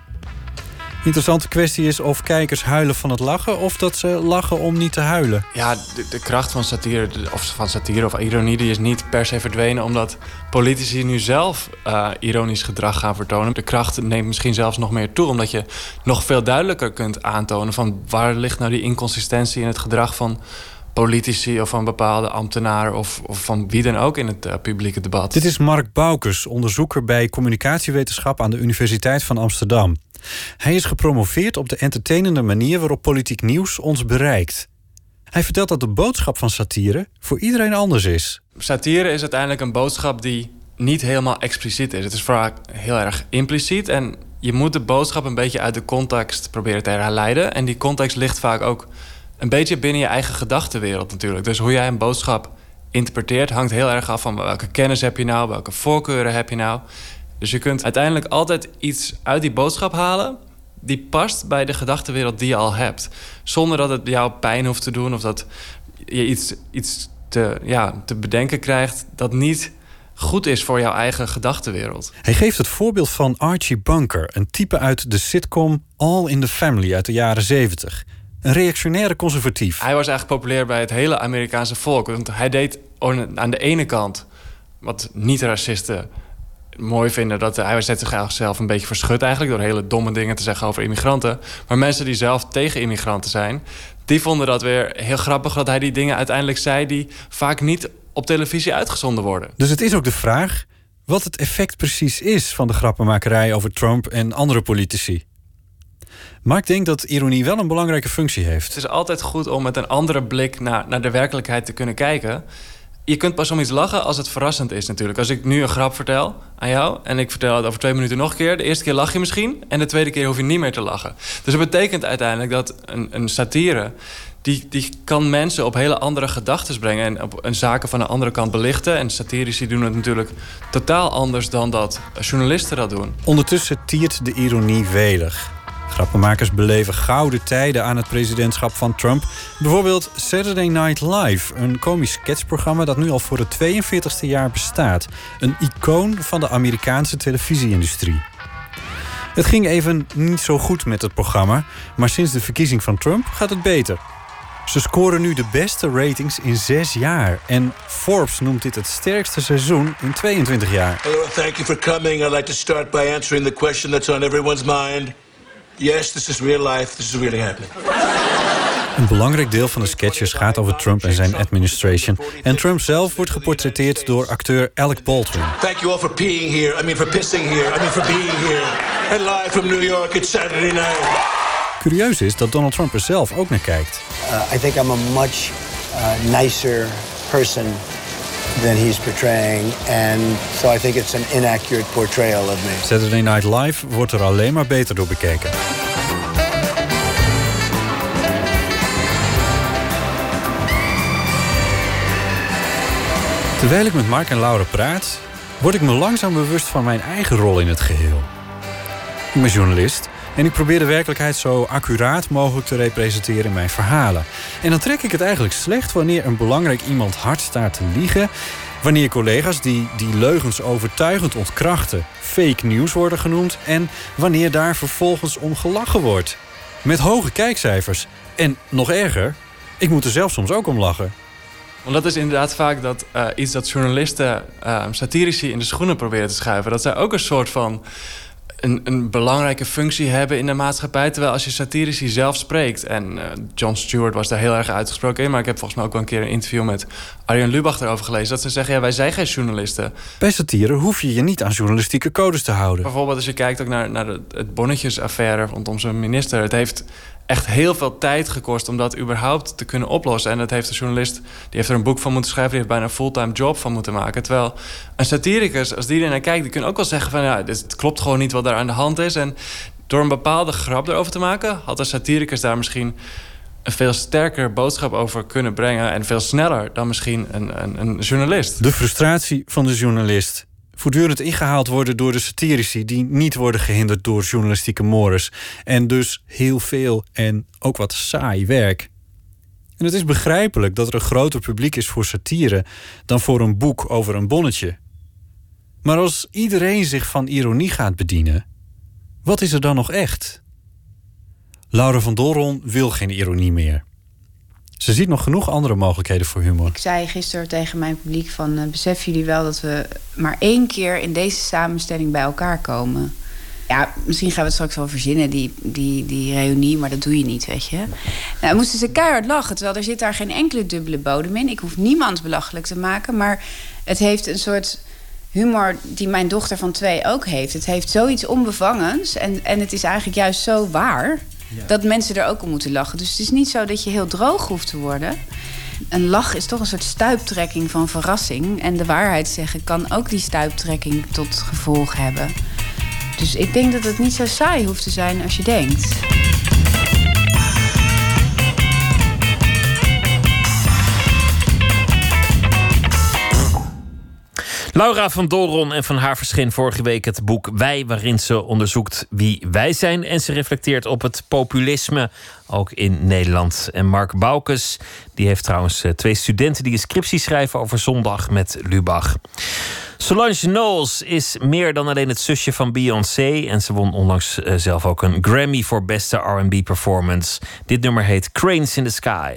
Interessante kwestie is of kijkers huilen van het lachen of dat ze lachen om niet te huilen. Ja, de kracht van satire of ironie die is niet per se verdwenen omdat politici nu zelf ironisch gedrag gaan vertonen. De kracht neemt misschien zelfs nog meer toe omdat je nog veel duidelijker kunt aantonen van waar ligt nou die inconsistentie in het gedrag van politici of van bepaalde ambtenaren of van wie dan ook in het publieke debat. Dit is Mark Boukes, onderzoeker bij communicatiewetenschap aan de Universiteit van Amsterdam. Hij is gepromoveerd op de entertainende manier waarop politiek nieuws ons bereikt. Hij vertelt dat de boodschap van satire voor iedereen anders is. Satire is uiteindelijk een boodschap die niet helemaal expliciet is. Het is vaak heel erg impliciet en je moet de boodschap een beetje uit de context proberen te herleiden. En die context ligt vaak ook een beetje binnen je eigen gedachtenwereld natuurlijk. Dus hoe jij een boodschap interpreteert hangt heel erg af van welke kennis heb je nou, welke voorkeuren heb je nou. Dus je kunt uiteindelijk altijd iets uit die boodschap halen die past bij de gedachtenwereld die je al hebt. Zonder dat het jou pijn hoeft te doen of dat je iets te bedenken krijgt dat niet goed is voor jouw eigen gedachtenwereld. Hij geeft het voorbeeld van Archie Bunker, een type uit de sitcom All in the Family uit de jaren 70. Een reactionaire conservatief. Hij was eigenlijk populair bij het hele Amerikaanse volk. Want hij deed aan de ene kant wat niet-racisten mooi vinden. Hij zet zichzelf een beetje verschut eigenlijk door hele domme dingen te zeggen over immigranten. Maar mensen die zelf tegen immigranten zijn, die vonden dat weer heel grappig dat hij die dingen uiteindelijk zei die vaak niet op televisie uitgezonden worden. Dus het is ook de vraag wat het effect precies is van de grappenmakerij over Trump en andere politici. Maar ik denk dat ironie wel een belangrijke functie heeft. Het is altijd goed om met een andere blik naar de werkelijkheid te kunnen kijken. Je kunt pas om iets lachen als het verrassend is natuurlijk. Als ik nu een grap vertel aan jou en ik vertel het over 2 minuten nog een keer. De eerste keer lach je misschien en de tweede keer hoef je niet meer te lachen. Dus dat betekent uiteindelijk dat een satire... Die kan mensen op hele andere gedachten brengen... en op zaken van een andere kant belichten. En satirici doen het natuurlijk totaal anders dan dat journalisten dat doen. Ondertussen tiert de ironie welig. Grappenmakers beleven gouden tijden aan het presidentschap van Trump. Bijvoorbeeld Saturday Night Live, een komisch sketchprogramma... dat nu al voor het 42e jaar bestaat. Een icoon van de Amerikaanse televisieindustrie. Het ging even niet zo goed met het programma... maar sinds de verkiezing van Trump gaat het beter. Ze scoren nu de beste ratings in 6 jaar. En Forbes noemt dit het sterkste seizoen in 22 jaar. Hello, thank you for coming. I'd like to start by answering the question that's on everyone's mind. Yes, this is real life. This is really happening. Een belangrijk deel van de sketches gaat over Trump en zijn administration. En Trump zelf wordt geportretteerd door acteur Alec Baldwin. Thank you all for peeing here. I mean for pissing here. I mean for being here. And live from New York, it's Saturday night. Curieus is dat Donald Trump er zelf ook naar kijkt. I think I'm a much nicer person than he's portraying. And so I think it's an inaccurate portrayal of me. Saturday Night Live wordt er alleen maar beter door bekeken. Terwijl ik met Mark en Laura praat, word ik me langzaam bewust van mijn eigen rol in het geheel. Ik ben journalist en ik probeer de werkelijkheid zo accuraat mogelijk te representeren in mijn verhalen. En dan trek ik het eigenlijk slecht wanneer een belangrijk iemand hard staat te liegen, wanneer collega's die leugens overtuigend ontkrachten fake news worden genoemd en wanneer daar vervolgens om gelachen wordt. Met hoge kijkcijfers. En nog erger, ik moet er zelf soms ook om lachen. Want dat is inderdaad vaak iets dat journalisten satirici in de schoenen proberen te schuiven. Dat zij ook een soort van een belangrijke functie hebben in de maatschappij. Terwijl als je satirici zelf spreekt... en Jon Stewart was daar heel erg uitgesproken in... maar ik heb volgens mij ook wel een keer een interview met Arjen Lubach erover gelezen... dat ze zeggen, ja, wij zijn geen journalisten. Bij satire hoef je je niet aan journalistieke codes te houden. Bijvoorbeeld als je kijkt ook naar het bonnetjesaffaire rondom zijn minister. Het heeft echt heel veel tijd gekost om dat überhaupt te kunnen oplossen. En dat heeft de journalist, die heeft er een boek van moeten schrijven... die heeft bijna een fulltime job van moeten maken. Terwijl een satiricus, als die er naar kijkt... die kunnen ook wel zeggen van, ja, het klopt gewoon niet wat daar aan de hand is. En door een bepaalde grap erover te maken... had de satiricus daar misschien een veel sterker boodschap over kunnen brengen... en veel sneller dan misschien een journalist. De frustratie van de journalist. Voortdurend ingehaald worden door de satirici... die niet worden gehinderd door journalistieke mores. En dus heel veel en ook wat saai werk. En het is begrijpelijk dat er een groter publiek is voor satire... dan voor een boek over een bonnetje. Maar als iedereen zich van ironie gaat bedienen... wat is er dan nog echt? Laura van Doorn wil geen ironie meer. Ze ziet nog genoeg andere mogelijkheden voor humor. Ik zei gisteren tegen mijn publiek van... beseffen jullie wel dat we maar 1 keer in deze samenstelling bij elkaar komen? Ja, misschien gaan we het straks wel verzinnen, die reunie... maar dat doe je niet, weet je. Nou, moesten ze keihard lachen, terwijl er zit daar geen enkele dubbele bodem in. Ik hoef niemand belachelijk te maken, maar het heeft een soort humor... die mijn dochter van 2 ook heeft. Het heeft zoiets onbevangens en het is eigenlijk juist zo waar... Ja. Dat mensen er ook om moeten lachen. Dus het is niet zo dat je heel droog hoeft te worden. Een lach is toch een soort stuiptrekking van verrassing. En de waarheid zeggen kan ook die stuiptrekking tot gevolg hebben. Dus ik denk dat het niet zo saai hoeft te zijn als je denkt. Laura van Doorn, en van haar verscheen vorige week het boek Wij... waarin ze onderzoekt wie wij zijn. En ze reflecteert op het populisme, ook in Nederland. En Mark Boukes, die heeft trouwens 2 studenten... die een scriptie schrijven over Zondag met Lubach. Solange Knowles is meer dan alleen het zusje van Beyoncé... en ze won onlangs zelf ook een Grammy voor beste R&B performance. Dit nummer heet Cranes in the Sky.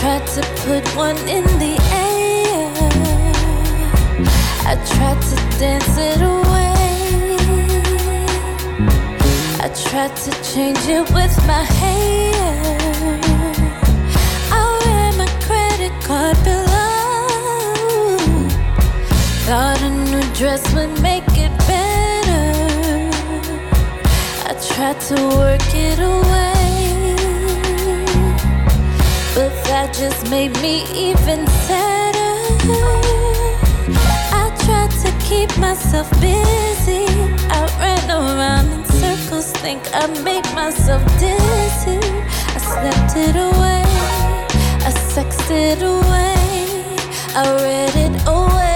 tried to put one in the air. I tried to dance it away. I tried to change it with my hair. I ran my credit card below. Thought a new dress would make it better. I tried to work it away, but that just made me even sadder. I tried to keep myself busy. I ran around in circles, think I made myself dizzy. I slept it away, I sexed it away, I read it away.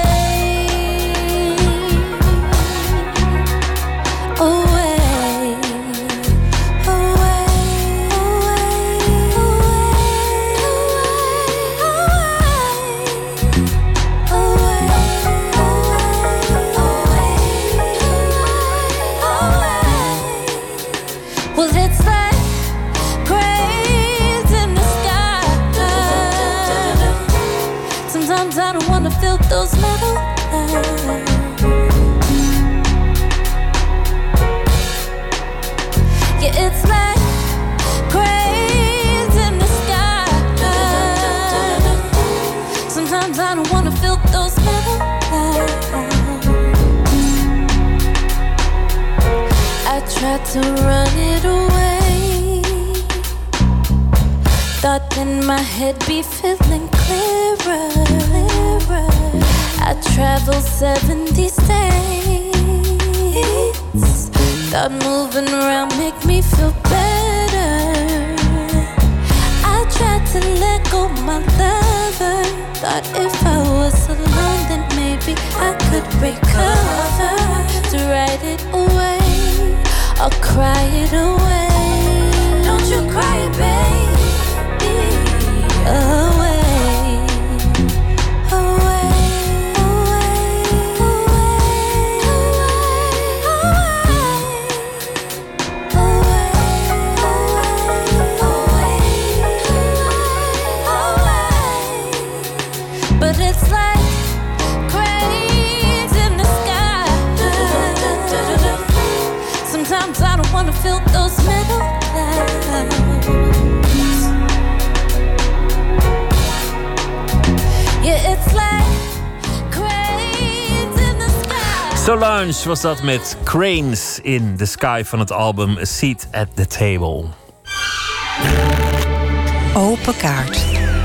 I don't wanna feel those metal lines. Yeah, it's like cranes in the sky. Sometimes I don't wanna feel those metal lines. I tried to run it away. Thought then my head be feeling clearer. I traveled 70 states. Thought moving around make me feel better. I tried to let go my lover. Thought if I was alone then maybe I could recover. To write it away, I'll cry it away. Don't you cry, baby. Away. But it's like cranes in the sky. Sometimes I don't wanna feel those metal clouds. Yeah, it's like cranes in the sky. Solange was dat met Cranes in the Sky van het album A Seat at the Table. Open kaart.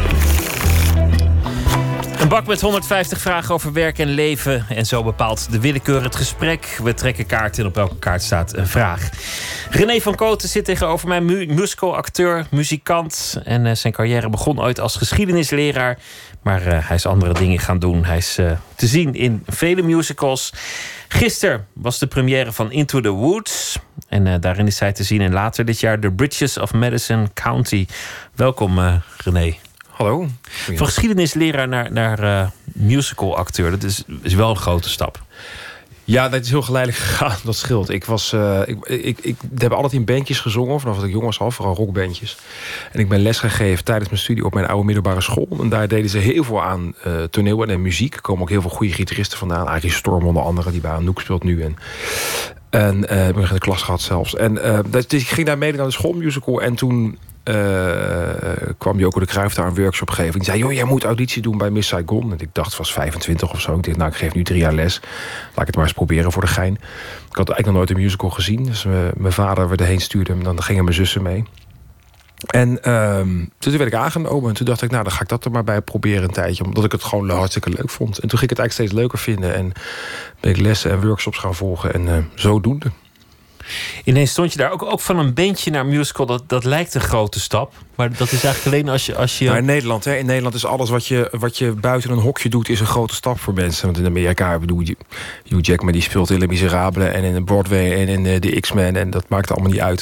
Een bak met 150 vragen over werk en leven. En zo bepaalt de willekeur het gesprek. We trekken kaarten en op elke kaart staat een vraag. René van Kooten zit tegenover mij. Musicalacteur, muzikant. En zijn carrière begon ooit als geschiedenisleraar. Maar hij is andere dingen gaan doen. Hij is te zien in vele musicals. Gisteren was de première van Into the Woods. En daarin is hij te zien. En later dit jaar The Bridges of Madison County. Welkom René. Hallo. Van geschiedenisleraar naar musicalacteur. Dat is wel een grote stap. Ja, dat is heel geleidelijk gegaan. Dat scheelt. Ik heb altijd in bandjes gezongen. Vanaf dat ik jong was al. Vooral rockbandjes. En ik ben lesgegeven tijdens mijn studie op mijn oude middelbare school. En daar deden ze heel veel aan toneel en muziek. Er komen ook heel veel goede gitaristen vandaan. Arie Storm onder andere. Die bij Anouk speelt nu. En ik heb in de klas gehad zelfs. En dus ik ging daar mede naar de schoolmusical. En toen kwam die ook op de Cruijff daar een workshop geven. Die zei, joh, jij moet auditie doen bij Miss Saigon. En ik dacht, het was 25 of zo. Ik dacht, nou, ik geef nu 3 jaar les. Laat ik het maar eens proberen voor de gein. Ik had eigenlijk nog nooit een musical gezien. Dus mijn vader werd erheen stuurde. En dan gingen mijn zussen mee. En toen werd ik aangenomen. En toen dacht ik, nou, dan ga ik dat er maar bij proberen een tijdje. Omdat ik het gewoon hartstikke leuk vond. En toen ging ik het eigenlijk steeds leuker vinden. En ben ik lessen en workshops gaan volgen. En zodoende. Ineens stond je daar ook van een bandje naar musical. Dat lijkt een grote stap. Maar dat is eigenlijk alleen als je... Maar in Nederland, hè, in Nederland is alles wat je buiten een hokje doet, is een grote stap voor mensen. Want in Amerika, Hugh Jackman die speelt in Les Miserables en in Broadway en in de X-Men. En dat maakt allemaal niet uit.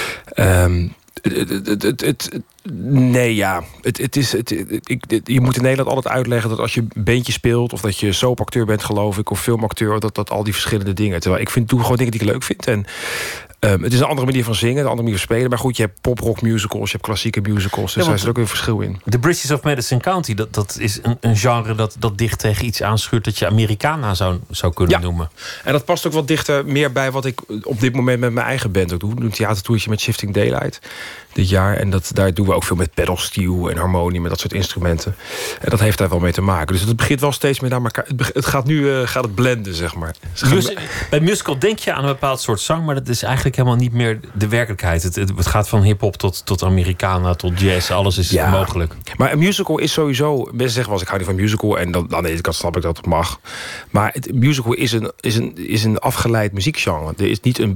Je moet in Nederland altijd uitleggen dat als je een bandje speelt, of dat je soapacteur bent, geloof ik, of filmacteur, dat al die verschillende dingen. Terwijl ik doe gewoon dingen die ik leuk vind. En Het is een andere manier van zingen, een andere manier van spelen. Maar goed, je hebt pop-rock musicals, je hebt klassieke musicals. Dus daar zit ook weer een verschil in. The Bridges of Madison County, dat is een genre dat dicht tegen iets aanschuurt dat je Americana zou kunnen noemen. En dat past ook wat dichter meer bij wat ik op dit moment met mijn eigen band ook doe. We doen een theatertoertje met Shifting Daylight dit jaar. En daar doen we ook veel met pedal steel en harmonie, met dat soort instrumenten. En dat heeft daar wel mee te maken. Dus het begint wel steeds meer naar elkaar. Het gaat nu gaat het blenden, zeg maar. Bij musical denk je aan een bepaald soort zang, maar dat is eigenlijk helemaal niet meer de werkelijkheid. Het gaat van hip-hop tot Americana, tot jazz. Alles is mogelijk. Maar een musical is sowieso. Mensen zeggen wel eens, ik hou niet van musical. En dan aan de ene kant snap ik dat het mag. Maar het musical is een afgeleid muziekgenre. Er is niet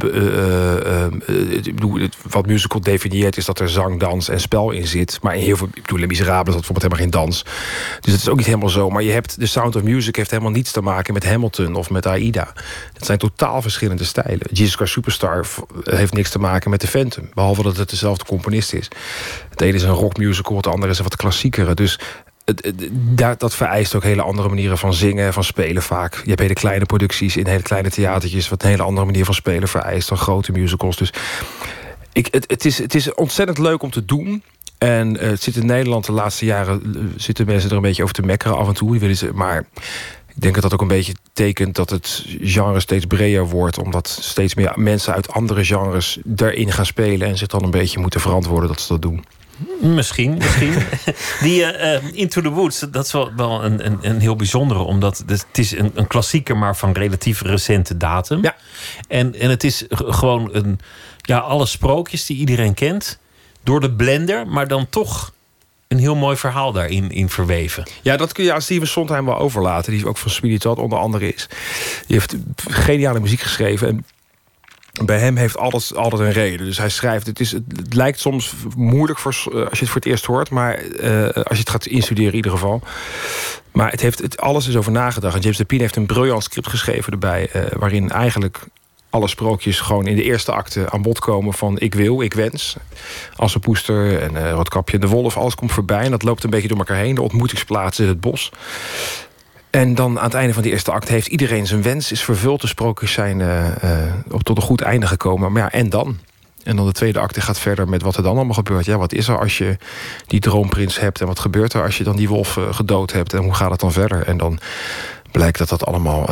wat musical definieert is dat er zang, dans en spel in zit. Maar in heel veel, Les Miserables had bijvoorbeeld helemaal geen dans. Dus het is ook niet helemaal zo. Maar je hebt de Sound of Music heeft helemaal niets te maken met Hamilton of met Aida. Het zijn totaal verschillende stijlen. Jesus Christ Superstar heeft niks te maken met The Phantom. Behalve dat het dezelfde componist is. Het ene is een rockmusical, het andere is een wat klassiekere. Dus dat vereist ook hele andere manieren van zingen, van spelen vaak. Je hebt hele kleine producties in hele kleine theatertjes, wat een hele andere manier van spelen vereist dan grote musicals. Dus het is ontzettend leuk om te doen. En het zit in Nederland de laatste jaren zitten mensen er een beetje over te mekkeren af en toe. Die willen ze, maar ik denk dat dat ook een beetje tekent dat het genre steeds breder wordt, omdat steeds meer mensen uit andere genres daarin gaan spelen en zich dan een beetje moeten verantwoorden dat ze dat doen. Misschien. Die Into the Woods, dat is wel een heel bijzondere, omdat het is een klassieker, maar van relatief recente datum. Ja. En het is gewoon alle sprookjes die iedereen kent door de blender, maar dan toch een heel mooi verhaal daarin verweven. Ja, dat kun je aan Steven Sondheim wel overlaten, die ook van Sweeney Todd onder andere is. Die heeft geniale muziek geschreven en bij hem heeft alles altijd een reden. Dus hij schrijft, het lijkt soms moeilijk als je het voor het eerst hoort, maar als je het gaat instuderen in ieder geval. Maar alles is over nagedacht. En James Lapine heeft een briljant script geschreven erbij, waarin eigenlijk alle sprookjes gewoon in de eerste acte aan bod komen van ik wil, ik wens. Assepoester en Roodkapje en de Wolf, alles komt voorbij en dat loopt een beetje door elkaar heen. De ontmoetingsplaats in het bos. En dan aan het einde van die eerste acte heeft iedereen zijn wens is vervuld. De sprookjes zijn tot een goed einde gekomen. Maar ja, en dan? En dan de tweede acte gaat verder met wat er dan allemaal gebeurt. Ja, wat is er als je die droomprins hebt? En wat gebeurt er als je dan die wolf gedood hebt? En hoe gaat het dan verder? En dan blijkt dat allemaal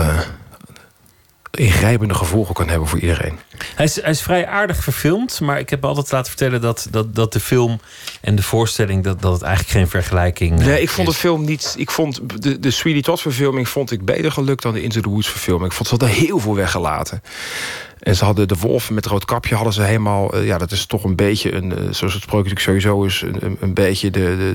ingrijpende gevolgen kan hebben voor iedereen. Hij is vrij aardig verfilmd, maar ik heb altijd laten vertellen dat de film en de voorstelling dat het eigenlijk geen vergelijking Nee, ik vond de film niet. Ik vond de Sweeney Todd verfilming vond ik beter gelukt dan de Into the Woods verfilming. Ik vond ze hadden heel veel weggelaten. En ze hadden de wolf met Roodkapje hadden ze helemaal. Dat is toch een beetje zoals het sprookje natuurlijk sowieso is, een beetje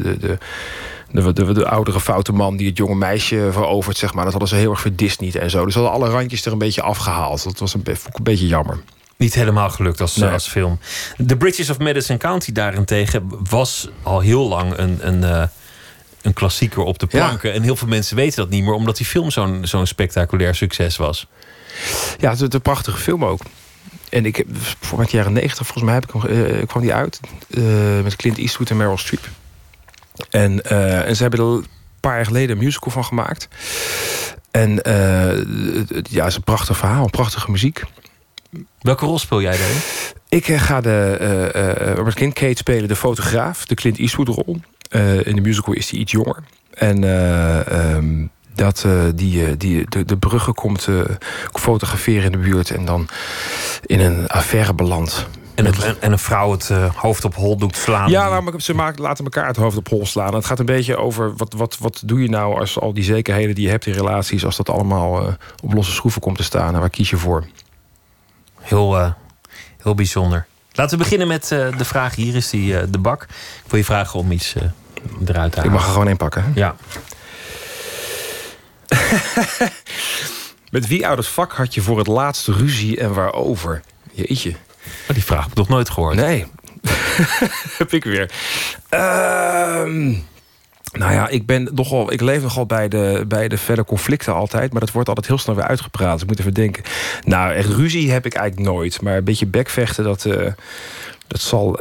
de oudere foute man die het jonge meisje verovert, zeg maar. Dat hadden ze heel erg verdisneyed en zo. Dus ze hadden alle randjes er een beetje afgehaald. Dat was een beetje jammer. Niet helemaal gelukt als film. The Bridges of Madison County daarentegen was al heel lang een klassieker op de planken. Ja. En heel veel mensen weten dat niet meer, omdat die film zo'n spectaculair succes was. Ja, het is een prachtige film ook. En ik heb voor de jaren 90, volgens mij kwam die uit. Met Clint Eastwood en Meryl Streep. En ze hebben er een paar jaar geleden een musical van gemaakt. En het is een prachtig verhaal, prachtige muziek. Welke rol speel jij daarin? Ik ga Robert Kincaid spelen, de fotograaf, de Clint Eastwood rol. In de musical is hij iets jonger. En de bruggen komt fotograferen in de buurt en dan in een affaire belandt. En een vrouw het hoofd op hol doet slaan. Ja, maar ze laten elkaar het hoofd op hol slaan. Het gaat een beetje over wat doe je nou als al die zekerheden die je hebt in relaties, als dat allemaal op losse schroeven komt te staan. En waar kies je voor? Heel bijzonder. Laten we beginnen met de vraag. Hier is de bak. Ik wil je vragen om iets eruit te halen. Ik mag er gewoon één pakken. Hè? Ja. Met wie uit het vak had je voor het laatst ruzie en waarover? Jeetje. Maar die vraag heb ik nog nooit gehoord. Nee. Heb ik weer. Ik leef nogal bij de felle conflicten altijd. Maar dat wordt altijd heel snel weer uitgepraat. Dus ik moet even denken. Nou, echt ruzie heb ik eigenlijk nooit. Maar een beetje bekvechten, dat zal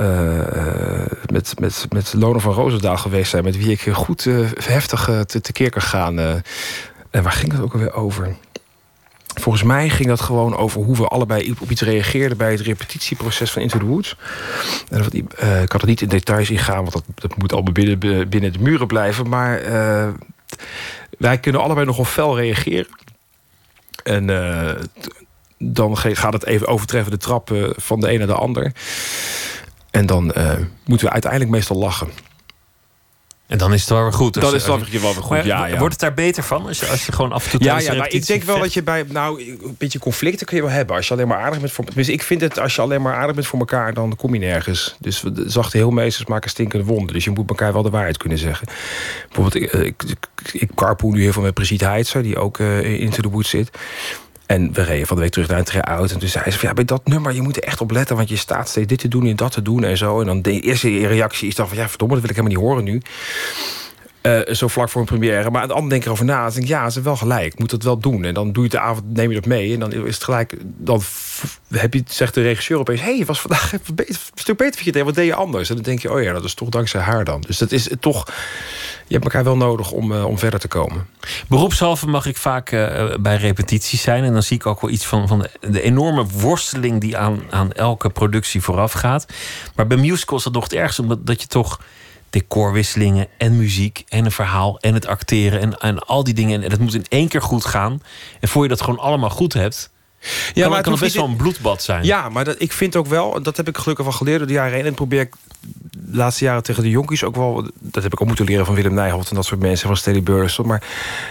met Lone van Roosendaal geweest zijn. Met wie ik goed heftig tekeer kan gaan. En waar ging het ook alweer over? Volgens mij ging dat gewoon over hoe we allebei op iets reageerden bij het repetitieproces van Into the Woods. En ik had er niet in details in gaan, want dat moet allemaal binnen de muren blijven. Maar wij kunnen allebei nogal fel reageren. En dan gaat het even overtreffen de trap van de een naar de ander. En dan moeten we uiteindelijk meestal lachen. En dan is het wel weer goed. Dan is het wel weer goed, ja. Wordt het daar beter van als je gewoon af en toe ja, maar ik denk wel dat je bij een beetje conflicten kun je wel hebben. Als je alleen maar aardig bent voor... Dus ik vind het, als je alleen maar aardig bent voor elkaar, dan kom je nergens. Dus zachte heelmeesters maken stinkende wonden. Dus je moet elkaar wel de waarheid kunnen zeggen. Bijvoorbeeld, ik carpool nu heel veel met Brigitte Heitzer, die ook in Into the Woods zit. En we reden van de week terug naar een try-out. En toen zei ze van, ja, bij dat nummer, je moet er echt op letten, want je staat steeds dit te doen en dat te doen en zo. En dan de eerste reactie is dan van, ja, verdomme, dat wil ik helemaal niet horen nu. Zo vlak voor een première. Maar aan de andere denk ik erover na. Dan denk ik, ja, ze hebben wel gelijk. Ik moet dat wel doen. En dan doe je het de avond, neem je dat mee. En dan is het gelijk. Dan zegt de regisseur opeens, hey, je was vandaag even een stuk beter van je deed. Wat deed je anders? En dan denk je, oh ja, dat is toch dankzij haar dan. Dus dat is toch. Je hebt elkaar wel nodig om verder te komen. Beroepshalve mag ik vaak bij repetities zijn. En dan zie ik ook wel iets van de enorme worsteling die aan elke productie vooraf gaat. Maar bij musicals is dat nog het ergste, omdat je toch decorwisselingen en muziek en een verhaal en het acteren en al die dingen. En dat moet in één keer goed gaan. En voor je dat gewoon allemaal goed hebt, ja, kan het best wel een bloedbad zijn. Ja, maar ik vind ook wel, dat heb ik gelukkig wel geleerd door de jaren heen. En probeer ik de laatste jaren tegen de jonkies ook wel. Dat heb ik ook moeten leren van Willem Nijholt en dat soort mensen, van Steady Burst. Maar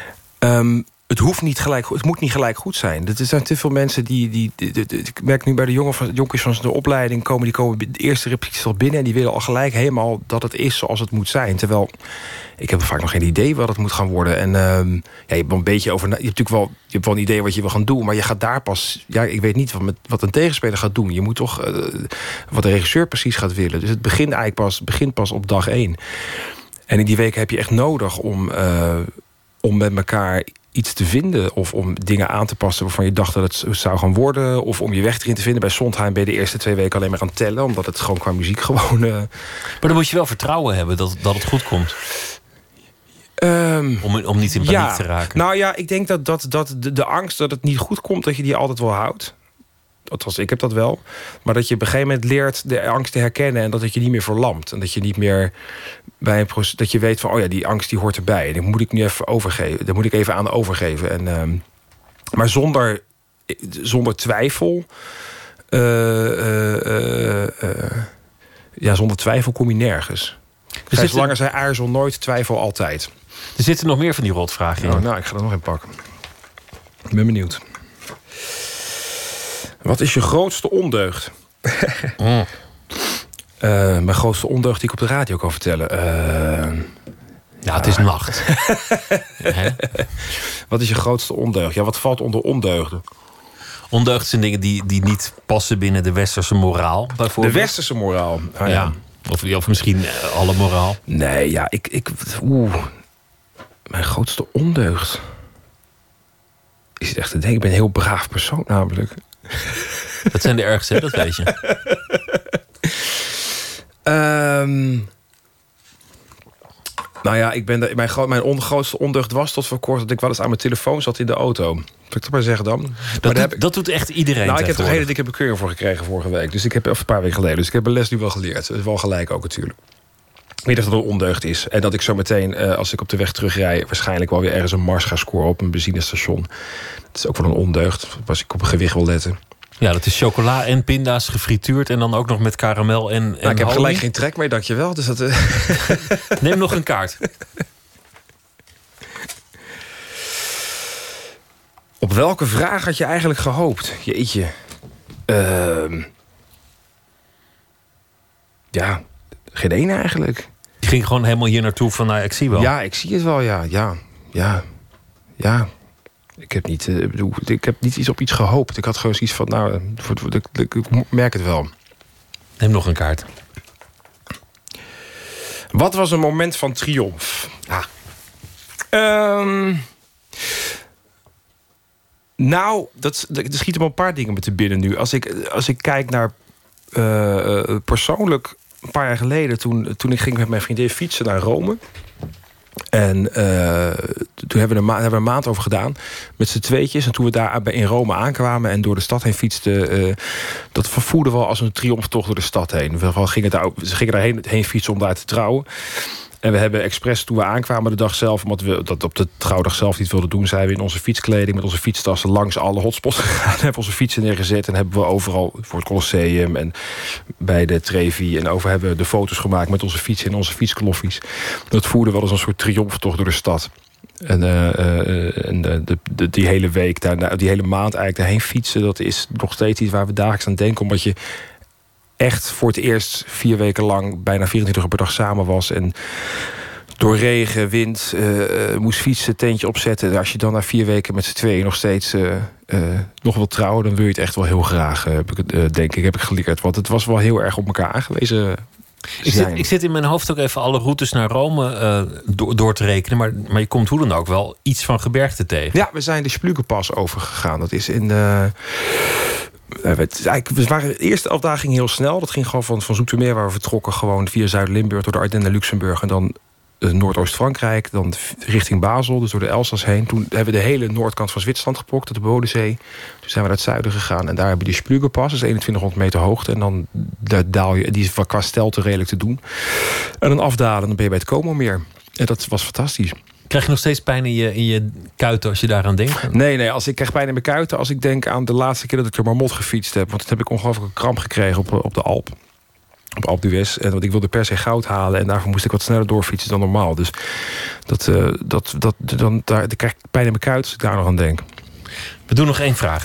het moet niet gelijk goed zijn. Er zijn te veel mensen die ik merk nu bij de jonkies van de opleiding die komen de eerste repetitie al binnen en die willen al gelijk helemaal dat het is zoals het moet zijn. Terwijl ik heb vaak nog geen idee wat het moet gaan worden. En je hebt wel een beetje over. Je hebt natuurlijk wel, je hebt wel een idee wat je wil gaan doen, maar je gaat daar pas. Ja, ik weet niet wat een tegenspeler gaat doen. Je moet toch wat de regisseur precies gaat willen. Dus het begint pas op dag 1. En in die weken heb je echt nodig om met elkaar iets te vinden of om dingen aan te passen waarvan je dacht dat het zou gaan worden, of om je weg erin te vinden. Bij Sondheim ben je de eerste 2 weken alleen maar aan het tellen, omdat het gewoon qua muziek gewoon. Maar dan moet je wel vertrouwen hebben dat het goed komt. Om niet in paniek te raken. Nou ja, ik denk dat de angst dat het niet goed komt, dat je die altijd wel houdt. Althans, ik heb dat wel. Maar dat je op een gegeven moment leert de angst te herkennen en dat je niet meer verlamt. En dat je niet meer bij een proces, dat je weet van, oh ja, die angst die hoort erbij. En die moet ik nu even overgeven. Daar moet ik even aan overgeven. En, maar zonder twijfel. Zonder twijfel kom je nergens. Dus langer zij aarzel nooit, twijfel altijd. Er zitten nog meer van die rotvragen in. Nou, ik ga er nog een pakken. Ik ben benieuwd. Wat is je grootste ondeugd? Mijn grootste ondeugd die ik op de radio kan vertellen. Het is nacht. Wat is je grootste ondeugd? Ja, wat valt onder ondeugden? Ondeugd zijn dingen die niet passen binnen de westerse moraal, bijvoorbeeld. De westerse moraal? Ja. Of misschien alle moraal. Nee, ja, mijn grootste ondeugd is het echt te denken. Ik ben een heel braaf persoon namelijk. Dat zijn de ergste, dat weet je. Nou ja, mijn grootste ondeugd was tot voor kort dat ik wel eens aan mijn telefoon zat in de auto. Zal ik dat maar zeggen dan? Dat doet echt iedereen. Nou, ik heb er een hele dikke bekeuring voor gekregen vorige week. Dus ik heb een paar weken geleden. Dus ik heb mijn les nu wel geleerd. Dat is wel gelijk ook natuurlijk. Ik weet dat het een ondeugd is. En dat ik zo meteen, als ik op de weg terugrij, waarschijnlijk wel weer ergens een mars ga scoren op een benzinestation. Dat is ook wel een ondeugd. Als ik op een gewicht wil letten. Ja, dat is chocola en pinda's gefrituurd en dan ook nog met karamel en ik heb gelijk geen trek mee, dankjewel. Dus dat, Neem nog een kaart. Op welke vraag had je eigenlijk gehoopt? Jeetje. Ja, geen ene eigenlijk. Je ging gewoon helemaal hier naartoe van, nou, ik zie wel. Ja, ik zie het wel, ja. Ik heb niet iets op iets gehoopt. Ik had gewoon zoiets van, ik merk het wel. Neem nog een kaart. Wat was een moment van triomf? Er schieten me een paar dingen met te binnen nu. Als ik kijk naar persoonlijk, een paar jaar geleden, toen ik ging met mijn vriendin fietsen naar Rome. En toen hebben we een maand over gedaan met z'n tweetjes. En toen we daar in Rome aankwamen en door de stad heen fietsten, dat voelde wel als een triomftocht door de stad heen. Ze gingen daarheen fietsen om daar te trouwen. En we hebben expres, toen we aankwamen de dag zelf, omdat we dat op de trouwdag zelf niet wilden doen, zijn we in onze fietskleding met onze fietstassen langs alle hotspots gegaan. Hebben onze fietsen neergezet en hebben we overal voor het Colosseum en bij de Trevi en over hebben we de foto's gemaakt met onze fietsen en onze fietskloffjes. Dat voerde wel als een soort triomftocht door de stad. En die hele week, die hele maand eigenlijk daarheen fietsen, dat is nog steeds iets waar we dagelijks aan denken, omdat je echt voor het eerst 4 weken lang bijna 24 uur per dag samen was. En door regen, wind, moest fietsen, tentje opzetten. Als je dan na 4 weken met z'n tweeën nog steeds nog wil trouwen, dan wil je het echt wel heel graag, denk ik, heb ik geleerd. Want het was wel heel erg op elkaar aangewezen. Ik zit in mijn hoofd ook even alle routes naar Rome door te rekenen. Maar je komt hoe dan ook wel iets van gebergte tegen. Ja, we zijn de Splugenpas overgegaan. Dat is in we waren de eerste 11 dagen ging heel snel. Dat ging gewoon van Zoetermeer, waar we vertrokken, gewoon via Zuid-Limburg door de Ardennen naar Luxemburg en dan Noordoost-Frankrijk, dan richting Basel, dus door de Elzas heen. Toen hebben we de hele noordkant van Zwitserland geplokt, tot de Bodensee. Toen zijn we naar het zuiden gegaan en daar hebben we die Splugenpas, dat is 2100 meter hoogte. En dan daal je, die is qua stelte redelijk te doen. En dan afdalen, dan ben je bij het Como-meer. En dat was fantastisch. Krijg je nog steeds pijn in je kuiten als je daaraan denkt? Nee, ik krijg pijn in mijn kuiten als ik denk aan de laatste keer dat ik de Marmot gefietst heb. Want toen heb ik ongelooflijk een kramp gekregen op de Alp. Op Alpe d'Huez. En want ik wilde per se goud halen. En daarvoor moest ik wat sneller doorfietsen dan normaal. Dus daar krijg ik pijn in mijn kuiten als ik daar nog aan denk. We doen nog 1 vraag.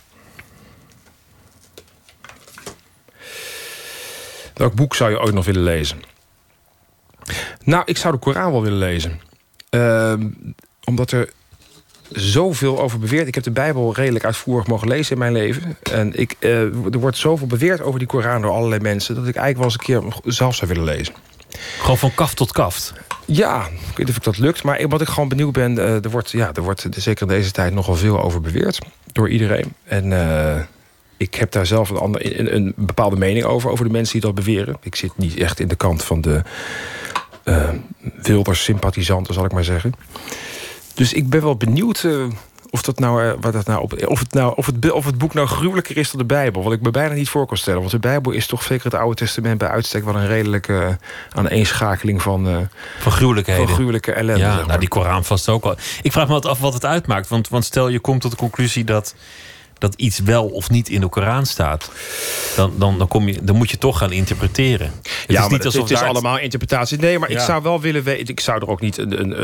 Welk boek zou je ooit nog willen lezen? Nou, ik zou de Koran wel willen lezen. Omdat er zoveel over beweerd. Ik heb de Bijbel redelijk uitvoerig mogen lezen in mijn leven. En er wordt zoveel beweerd over die Koran door allerlei mensen, dat ik eigenlijk wel eens een keer zelf zou willen lezen. Gewoon van kaft tot kaft? Ja, ik weet niet of ik dat lukt. Maar wat ik gewoon benieuwd ben, er wordt zeker in deze tijd nogal veel over beweerd door iedereen. En ik heb daar zelf een bepaalde mening over de mensen die dat beweren. Ik zit niet echt in de kant van de Wilders-sympathisanten, zal ik maar zeggen. Dus ik ben wel benieuwd of het boek nou gruwelijker is dan de Bijbel. Wat ik me bijna niet voor kan stellen. Want de Bijbel is toch zeker het Oude Testament bij uitstek wel een redelijke aaneenschakeling van gruwelijkheden. Van gruwelijke ellende. Ja, zeg maar. nou, die Koran vast ook al. Ik vraag me altijd af wat het uitmaakt. Want stel je komt tot de conclusie dat iets wel of niet in de Koran staat, dan moet je toch gaan interpreteren. Het is allemaal interpretatie. Nee, maar ik zou wel willen weten. Ik zou er ook niet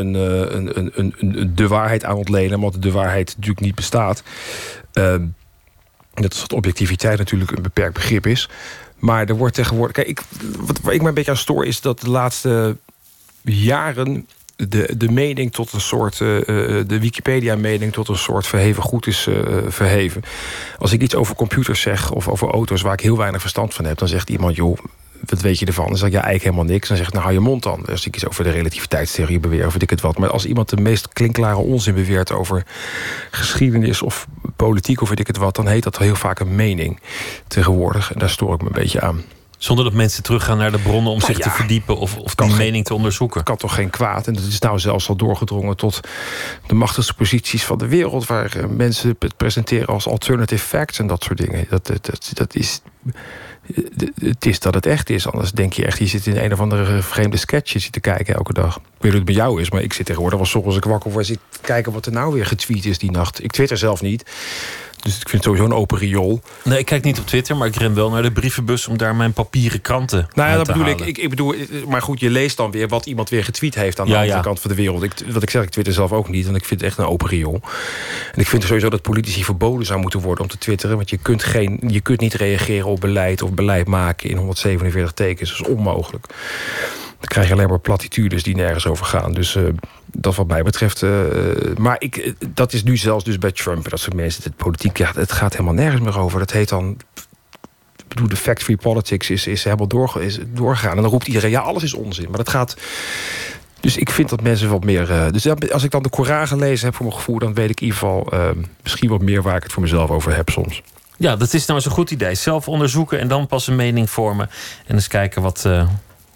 de waarheid aan ontlenen, want de waarheid natuurlijk niet bestaat. Net als dat objectiviteit natuurlijk een beperkt begrip is. Maar er wordt tegenwoordig. Kijk, waar ik me een beetje aan stoor is dat de laatste jaren de mening tot een soort, de Wikipedia-mening tot een soort verheven goed is verheven. Als ik iets over computers zeg of over auto's waar ik heel weinig verstand van heb, dan zegt iemand, joh, wat weet je ervan? Dan zeg ik, ja, eigenlijk helemaal niks. Dan zeg ik, nou, hou je mond dan. Als ik iets over de relativiteitstheorie beweer, of weet ik het wat. Maar als iemand de meest klinkklare onzin beweert over geschiedenis of politiek of weet ik het wat, dan heet dat heel vaak een mening tegenwoordig. En daar stoor ik me een beetje aan. Zonder dat mensen teruggaan naar de bronnen om zich te verdiepen of die mening te onderzoeken. Kan toch geen kwaad. En dat is nou zelfs al doorgedrongen tot de machtigste posities van de wereld, waar mensen het presenteren als alternative facts en dat soort dingen. Dat is. Het is dat het echt is. Anders denk je echt, je zit in een of andere vreemde sketches te kijken elke dag. Ik weet niet hoe het bij jou is, maar ik zit tegenwoordig wel 's ochtends ik wakker word, zit te kijken wat er nou weer getweet is die nacht. Ik twitter zelf niet. Dus ik vind het sowieso een open riool. Nee, ik kijk niet op Twitter, maar ik ren wel naar de brievenbus om daar mijn papieren kranten nou ja, uit dat te bedoel halen. ik bedoel, maar goed, je leest dan weer wat iemand weer getweet heeft aan de andere kant van de wereld. Wat ik zeg, ik twitter zelf ook niet, want ik vind het echt een open riool. En ik vind sowieso dat politici verboden zou moeten worden om te twitteren, want je kunt niet reageren op beleid of beleid maken in 147 tekens. Dat is onmogelijk. Dan krijg je alleen maar platitudes die nergens over gaan. Dus dat wat mij betreft. Maar dat is nu zelfs dus bij Trump en dat soort mensen. Het politiek, ja, het gaat helemaal nergens meer over. Dat heet dan. Ik bedoel, de fact-free politics is helemaal doorgegaan. En dan roept iedereen, ja, alles is onzin. Maar dat gaat. Dus ik vind dat mensen wat meer. Dus als ik dan de Koran gelezen heb voor mijn gevoel, dan weet ik in ieder geval misschien wat meer waar ik het voor mezelf over heb soms. Ja, dat is nou eens een goed idee. Zelf onderzoeken en dan pas een mening vormen. En eens kijken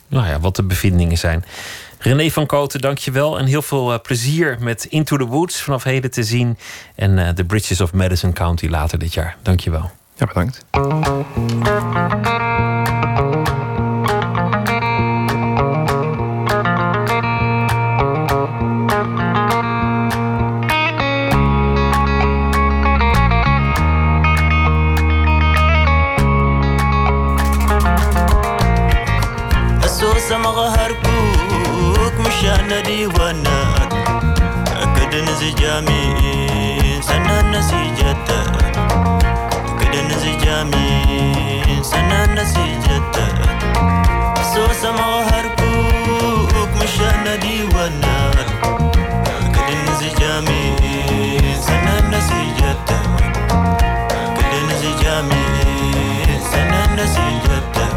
Nou ja, wat de bevindingen zijn. René van Kooten, dank je wel. En heel veel plezier met Into the Woods vanaf heden te zien. En The Bridges of Madison County later dit jaar. Dank je wel. Ja, bedankt. مشان ديوانك أكد نزجامي سنة نسيجتا أكد نزجامي سنة نسيجتا سوسة مغهركوك مشان ديوانك أكد نزجامي سنة نسيجتا أكد نزجامي سنة نسيجتا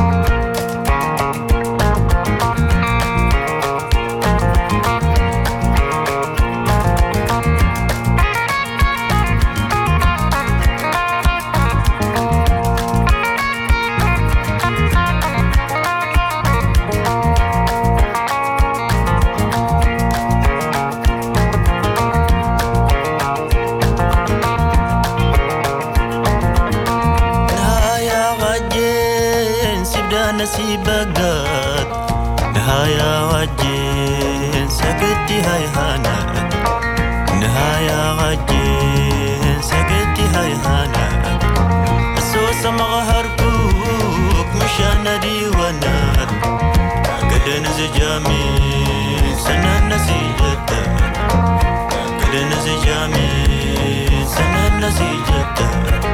نسيبقات نهاية وجين سكتي هاي هانات نهاية وجين سكتي هاي هانات السوسة مغهركوك مشان ديوانات قد نزجامي سنة نسيجتا قد نزجامي سنة نسيجتا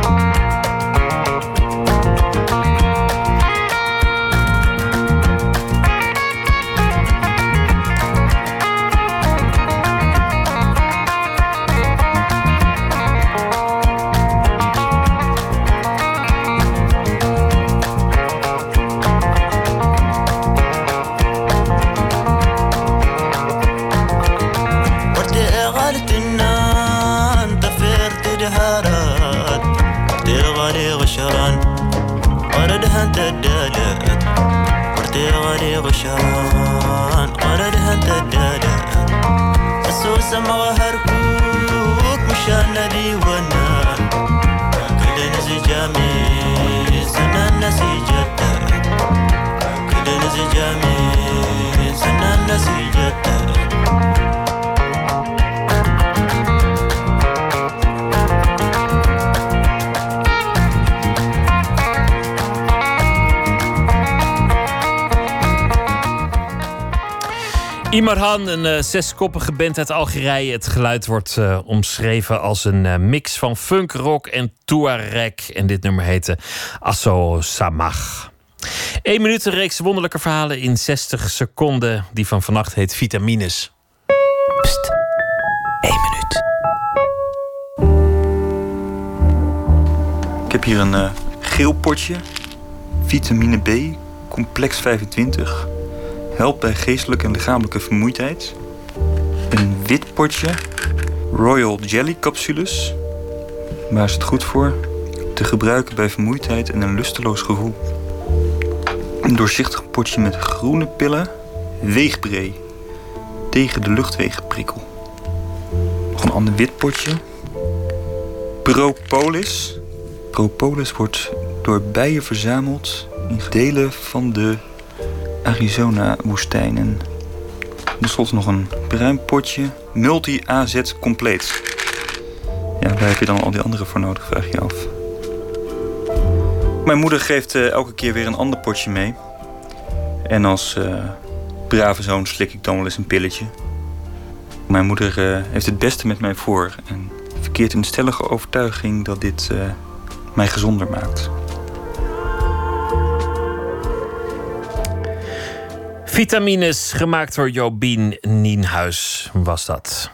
تدالت ورتي غري غشان قردها تدالت السوسة مغهركوك مشان ديوانا كل نزجامي سنة نسيجتا كل نزجامي سنة نسيجتا Imarhan, een zeskoppige band uit Algerije. Het geluid wordt omschreven als een mix van funk, rock en Touareg. En dit nummer heette Asso Samach. 1 minuut, een reeks wonderlijke verhalen in 60 seconden. Die van vannacht heet Vitamines. Pst, 1 minuut. Ik heb hier een geel potje. Vitamine B, complex 25... helpt bij geestelijke en lichamelijke vermoeidheid. Een wit potje Royal Jelly capsules. Waar is het goed voor? Te gebruiken bij vermoeidheid en een lusteloos gevoel. Een doorzichtig potje met groene pillen Weegbree tegen de luchtwegenprikkel. Nog een ander wit potje Propolis. Propolis wordt door bijen verzameld in delen van de Arizona-woestijnen. Ten slotte nog een bruin potje Multi-AZ Compleet. Ja, waar heb je dan al die andere voor nodig, vraag je je af. Mijn moeder geeft elke keer weer een ander potje mee. En als brave zoon slik ik dan wel eens een pilletje. Mijn moeder heeft het beste met mij voor. En verkeert in de stellige overtuiging dat dit mij gezonder maakt. Vitamines, gemaakt door Jobien Nienhuis, was dat.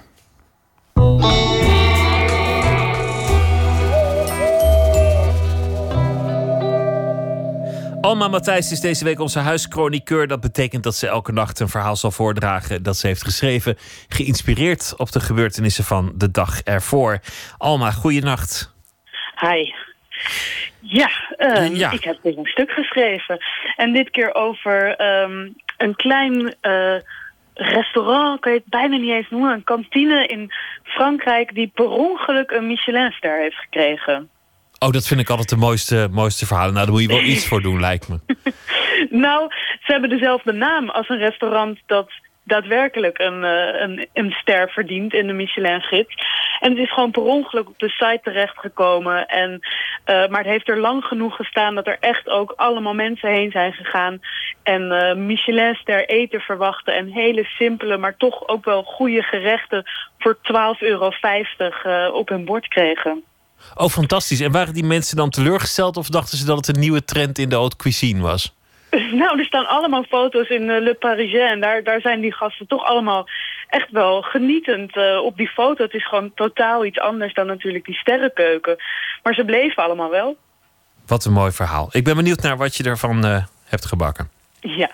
Alma Matthijs is deze week onze huischroniqueur. Dat betekent dat ze elke nacht een verhaal zal voordragen dat ze heeft geschreven, geïnspireerd op de gebeurtenissen van de dag ervoor. Alma, goeienacht. Hi. Ja, ik heb weer een stuk geschreven. En dit keer over een klein restaurant, kan je het bijna niet eens noemen. Een kantine in Frankrijk die per ongeluk een Michelinster heeft gekregen. Oh, dat vind ik altijd de mooiste verhalen. Nou, daar moet je wel iets voor doen, lijkt me. Nou, ze hebben dezelfde naam als een restaurant dat daadwerkelijk een ster verdient in de Michelin-gids. En het is gewoon per ongeluk op de site terechtgekomen. Maar het heeft er lang genoeg gestaan dat er echt ook allemaal mensen heen zijn gegaan. En Michelin-ster eten verwachten. En hele simpele, maar toch ook wel goede gerechten voor €12,50 op hun bord kregen. Oh, fantastisch. En waren die mensen dan teleurgesteld of dachten ze dat het een nieuwe trend in de haute cuisine was? Nou, er staan allemaal foto's in Le Parisien. En daar zijn die gasten toch allemaal echt wel genietend op die foto. Het is gewoon totaal iets anders dan natuurlijk die sterrenkeuken. Maar ze bleven allemaal wel. Wat een mooi verhaal. Ik ben benieuwd naar wat je ervan hebt gebakken. Ja.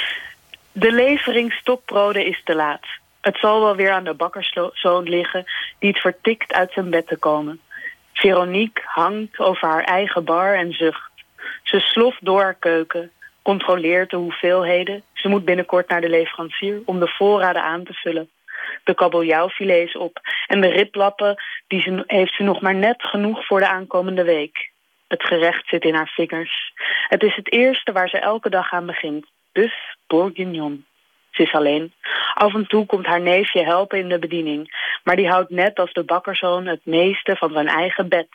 De levering stokbroden is te laat. Het zal wel weer aan de bakkerszoon liggen die het vertikt uit zijn bed te komen. Veronique hangt over haar eigen bar en zucht. Ze sloft door haar keuken, controleert de hoeveelheden. Ze moet binnenkort naar de leverancier om de voorraden aan te vullen. De kabeljauwfilets op en de riblappen heeft ze nog maar net genoeg voor de aankomende week. Het gerecht zit in haar vingers. Het is het eerste waar ze elke dag aan begint. Bœuf bourguignon. Ze is alleen. Af en toe komt haar neefje helpen in de bediening. Maar die houdt net als de bakkerszoon het meeste van zijn eigen bed.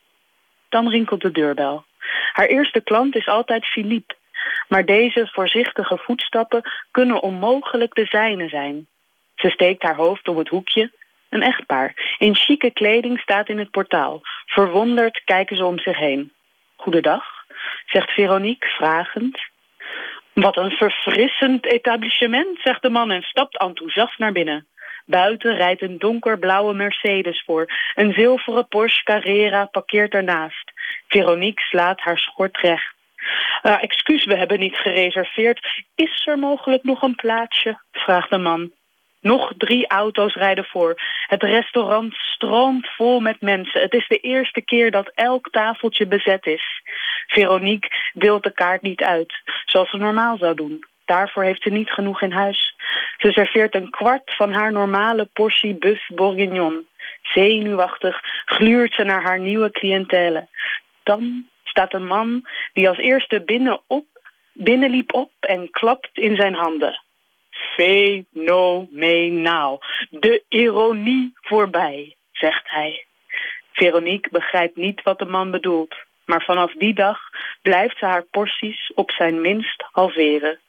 Dan rinkelt de deurbel. Haar eerste klant is altijd Philippe. Maar deze voorzichtige voetstappen kunnen onmogelijk de zijne zijn. Ze steekt haar hoofd om het hoekje. Een echtpaar in chique kleding staat in het portaal. Verwonderd kijken ze om zich heen. Goedendag, zegt Veronique vragend. Wat een verfrissend etablissement, zegt de man en stapt enthousiast naar binnen. Buiten rijdt een donkerblauwe Mercedes voor. Een zilveren Porsche Carrera parkeert ernaast. Veronique slaat haar schort recht. Excuus, we hebben niet gereserveerd. Is er mogelijk nog een plaatsje? Vraagt de man. Nog 3 auto's rijden voor. Het restaurant stroomt vol met mensen. Het is de eerste keer dat elk tafeltje bezet is. Veronique deelt de kaart niet uit, zoals ze normaal zou doen. Daarvoor heeft ze niet genoeg in huis. Ze serveert een kwart van haar normale portie bœuf bourguignon. Zenuwachtig gluurt ze naar haar nieuwe cliëntele. Dan staat een man die als eerste binnenliep op en klapt in zijn handen. Fenomenaal. De ironie voorbij, zegt hij. Veronique begrijpt niet wat de man bedoelt. Maar vanaf die dag blijft ze haar porties op zijn minst halveren.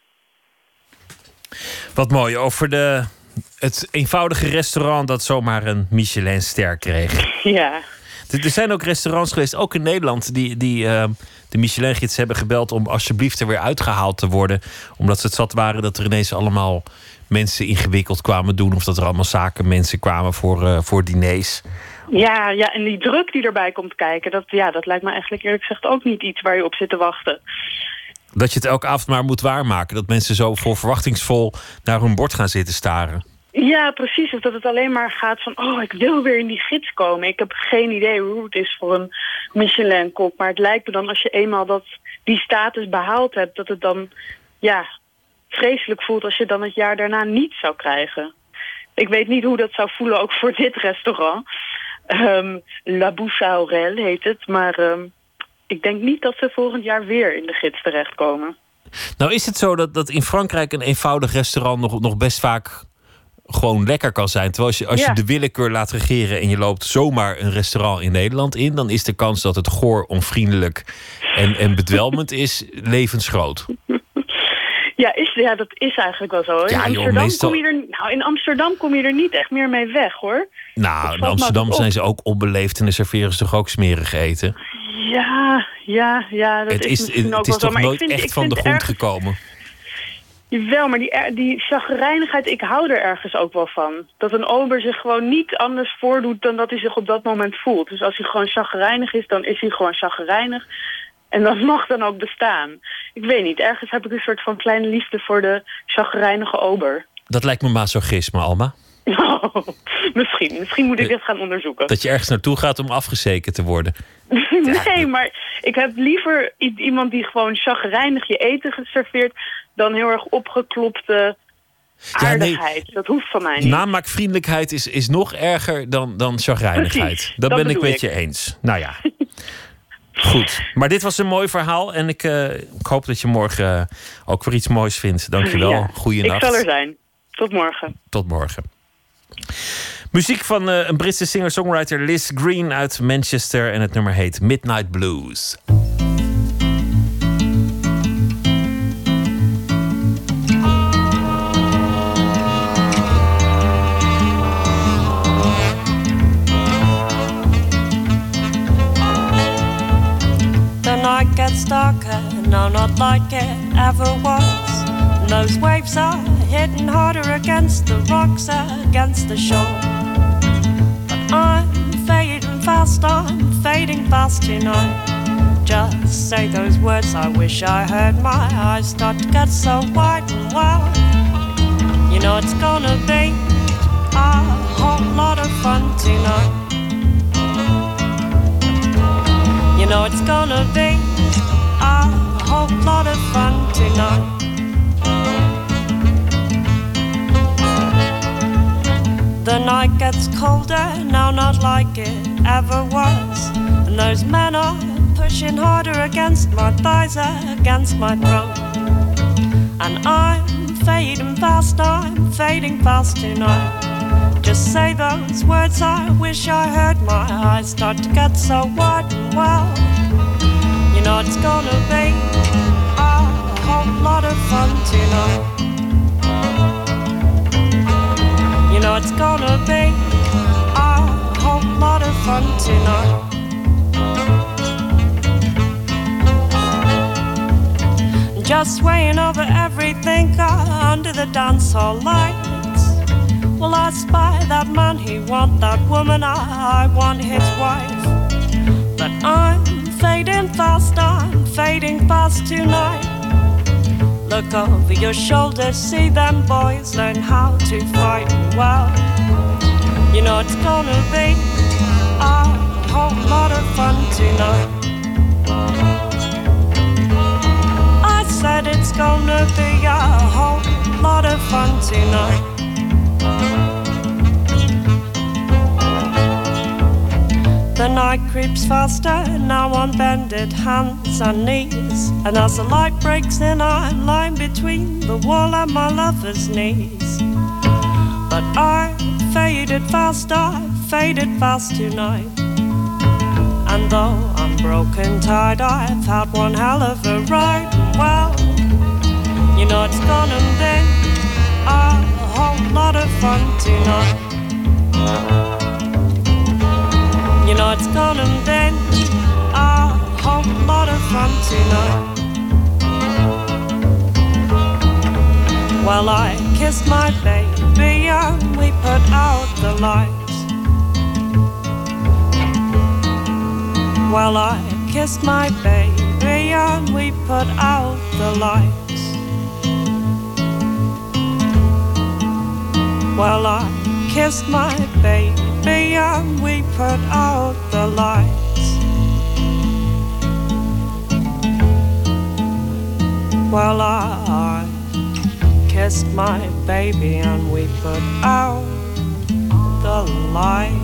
Wat mooi over het eenvoudige restaurant dat zomaar een Michelinster kreeg. Ja. Er zijn ook restaurants geweest, ook in Nederland, die de Michelin-gids hebben gebeld om alsjeblieft er weer uitgehaald te worden. Omdat ze het zat waren dat er ineens allemaal mensen ingewikkeld kwamen doen. Of dat er allemaal zakenmensen kwamen voor diners. Ja, en die druk die erbij komt kijken, dat lijkt me eigenlijk eerlijk gezegd ook niet iets waar je op zit te wachten. Dat je het elke avond maar moet waarmaken. Dat mensen zo vol verwachtingsvol naar hun bord gaan zitten staren. Ja, precies. Of dat het alleen maar gaat van, ik wil weer in die gids komen. Ik heb geen idee hoe het is voor een Michelin-kok. Maar het lijkt me dan, als je eenmaal die status behaald hebt, dat het dan vreselijk voelt als je dan het jaar daarna niet zou krijgen. Ik weet niet hoe dat zou voelen, ook voor dit restaurant. La Bouche à Aurel heet het. Maar ik denk niet dat ze volgend jaar weer in de gids terechtkomen. Nou, is het zo dat in Frankrijk een eenvoudig restaurant nog best vaak gewoon lekker kan zijn? Terwijl als je de willekeur laat regeren en je loopt zomaar een restaurant in Nederland in, dan is de kans dat het goor, onvriendelijk en bedwelmend is levensgroot. Ja, dat is eigenlijk wel zo. In Amsterdam kom je er niet echt meer mee weg, hoor. Nou, in Amsterdam zijn ze ook onbeleefd en dan serveren ze toch ook smerig eten? Ja, dat het is misschien ook wel zo. Het is toch nooit echt van de grond gekomen? Jawel, maar die chagrijnigheid, ik hou er ergens ook wel van. Dat een ober zich gewoon niet anders voordoet dan dat hij zich op dat moment voelt. Dus als hij gewoon chagrijnig is, dan is hij gewoon chagrijnig. En dat mag dan ook bestaan. Ik weet niet, ergens heb ik een soort van kleine liefde voor de chagrijnige ober. Dat lijkt me masochisme, Alma. Nou, misschien moet ik dit gaan onderzoeken. Dat je ergens naartoe gaat om afgezekerd te worden. Nee, maar ik heb liever iemand die gewoon chagrijnig je eten serveert dan heel erg opgeklopte aardigheid. Dat hoeft van mij niet. Namaakvriendelijkheid is nog erger dan chagrijnigheid. Precies, dat ben ik met bedoel je eens. Nou ja. Goed. Maar dit was een mooi verhaal. En ik hoop dat je morgen ook weer iets moois vindt. Dank je wel. Ja, Goeienacht. ik zal er zijn. Tot morgen. Tot morgen. Muziek van een Britse singer-songwriter Liz Green uit Manchester. En het nummer heet Midnight Blues. The night gets darker, no, not like it ever was. And those waves are hitting harder against the rocks, against the shore. But I'm fading fast tonight. Just say those words I wish I heard. My eyes start to get so wide and wild. You know it's gonna be a whole lot of fun tonight. You know it's gonna be a whole lot of fun tonight. The night gets colder, now not like it ever was. And those men are pushing harder against my thighs, against my throat. And I'm fading fast tonight. Just say those words I wish I heard. My eyes start to get so wide and wild. You know it's gonna be a whole lot of fun tonight. You know it's gonna be a whole lot of fun tonight. Just swaying over everything under the dance hall lights. Well, I spy that man, he want that woman, I want his wife. But I'm fading fast tonight. Look over your shoulder, see them boys learn how to fight well. You know it's gonna be a whole lot of fun tonight. I said it's gonna be a whole lot of fun tonight. The night creeps faster, now on bended hands and knees. And as the light breaks in, I'm lying between the wall and my lover's knees. But I faded fast tonight. And though I'm broken tired, I've had one hell of a ride. Well, you know it's gonna be a whole lot of fun tonight. You know it's gonna be a whole lot of fun tonight. Well, I kissed my baby and we put out the lights. Well, I kissed my baby and we put out the lights. Well, I kissed my baby and we put out the lights. Well, I kissed my baby and we put out the lights.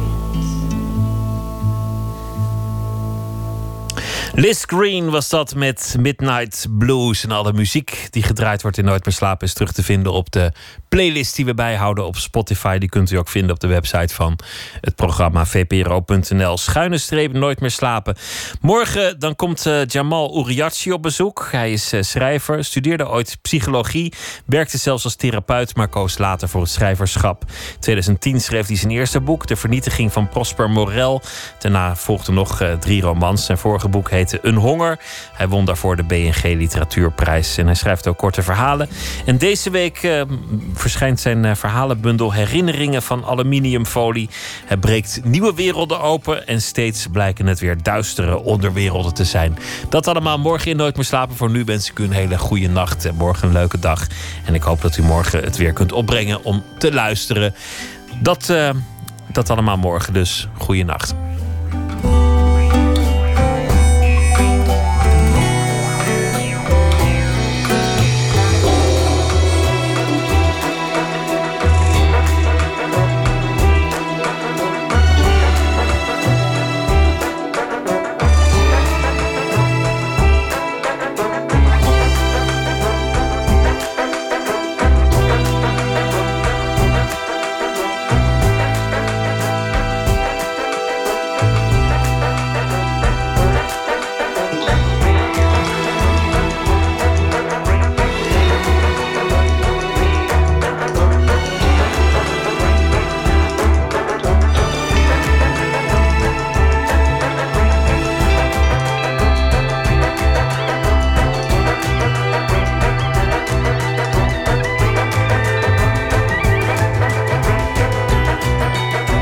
Liz Green was dat met Midnight Blues. En alle muziek die gedraaid wordt in Nooit meer slapen is terug te vinden op de playlist die we bijhouden op Spotify. Die kunt u ook vinden op de website van het programma vpro.nl/Nooit meer slapen. Morgen dan komt Jamal Ouriachi op bezoek. Hij is schrijver, studeerde ooit psychologie, werkte zelfs als therapeut, maar koos later voor het schrijverschap. In 2010 schreef hij zijn eerste boek, De Vernietiging van Prosper Morel. Daarna volgden nog 3 romans. Zijn vorige boek heette Een Honger. Hij won daarvoor de BNG Literatuurprijs. En hij schrijft ook korte verhalen. En deze week verschijnt zijn verhalenbundel Herinneringen van Aluminiumfolie. Hij breekt nieuwe werelden open en steeds blijken het weer duistere onderwerelden te zijn. Dat allemaal morgen in Nooit meer slapen. Voor nu wens ik u een hele goede nacht en morgen een leuke dag. En ik hoop dat u morgen het weer kunt opbrengen om te luisteren. Dat allemaal morgen dus. Goeienacht.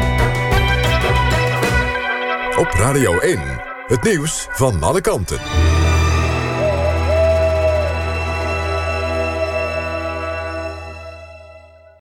Radio 1, het nieuws van alle kanten.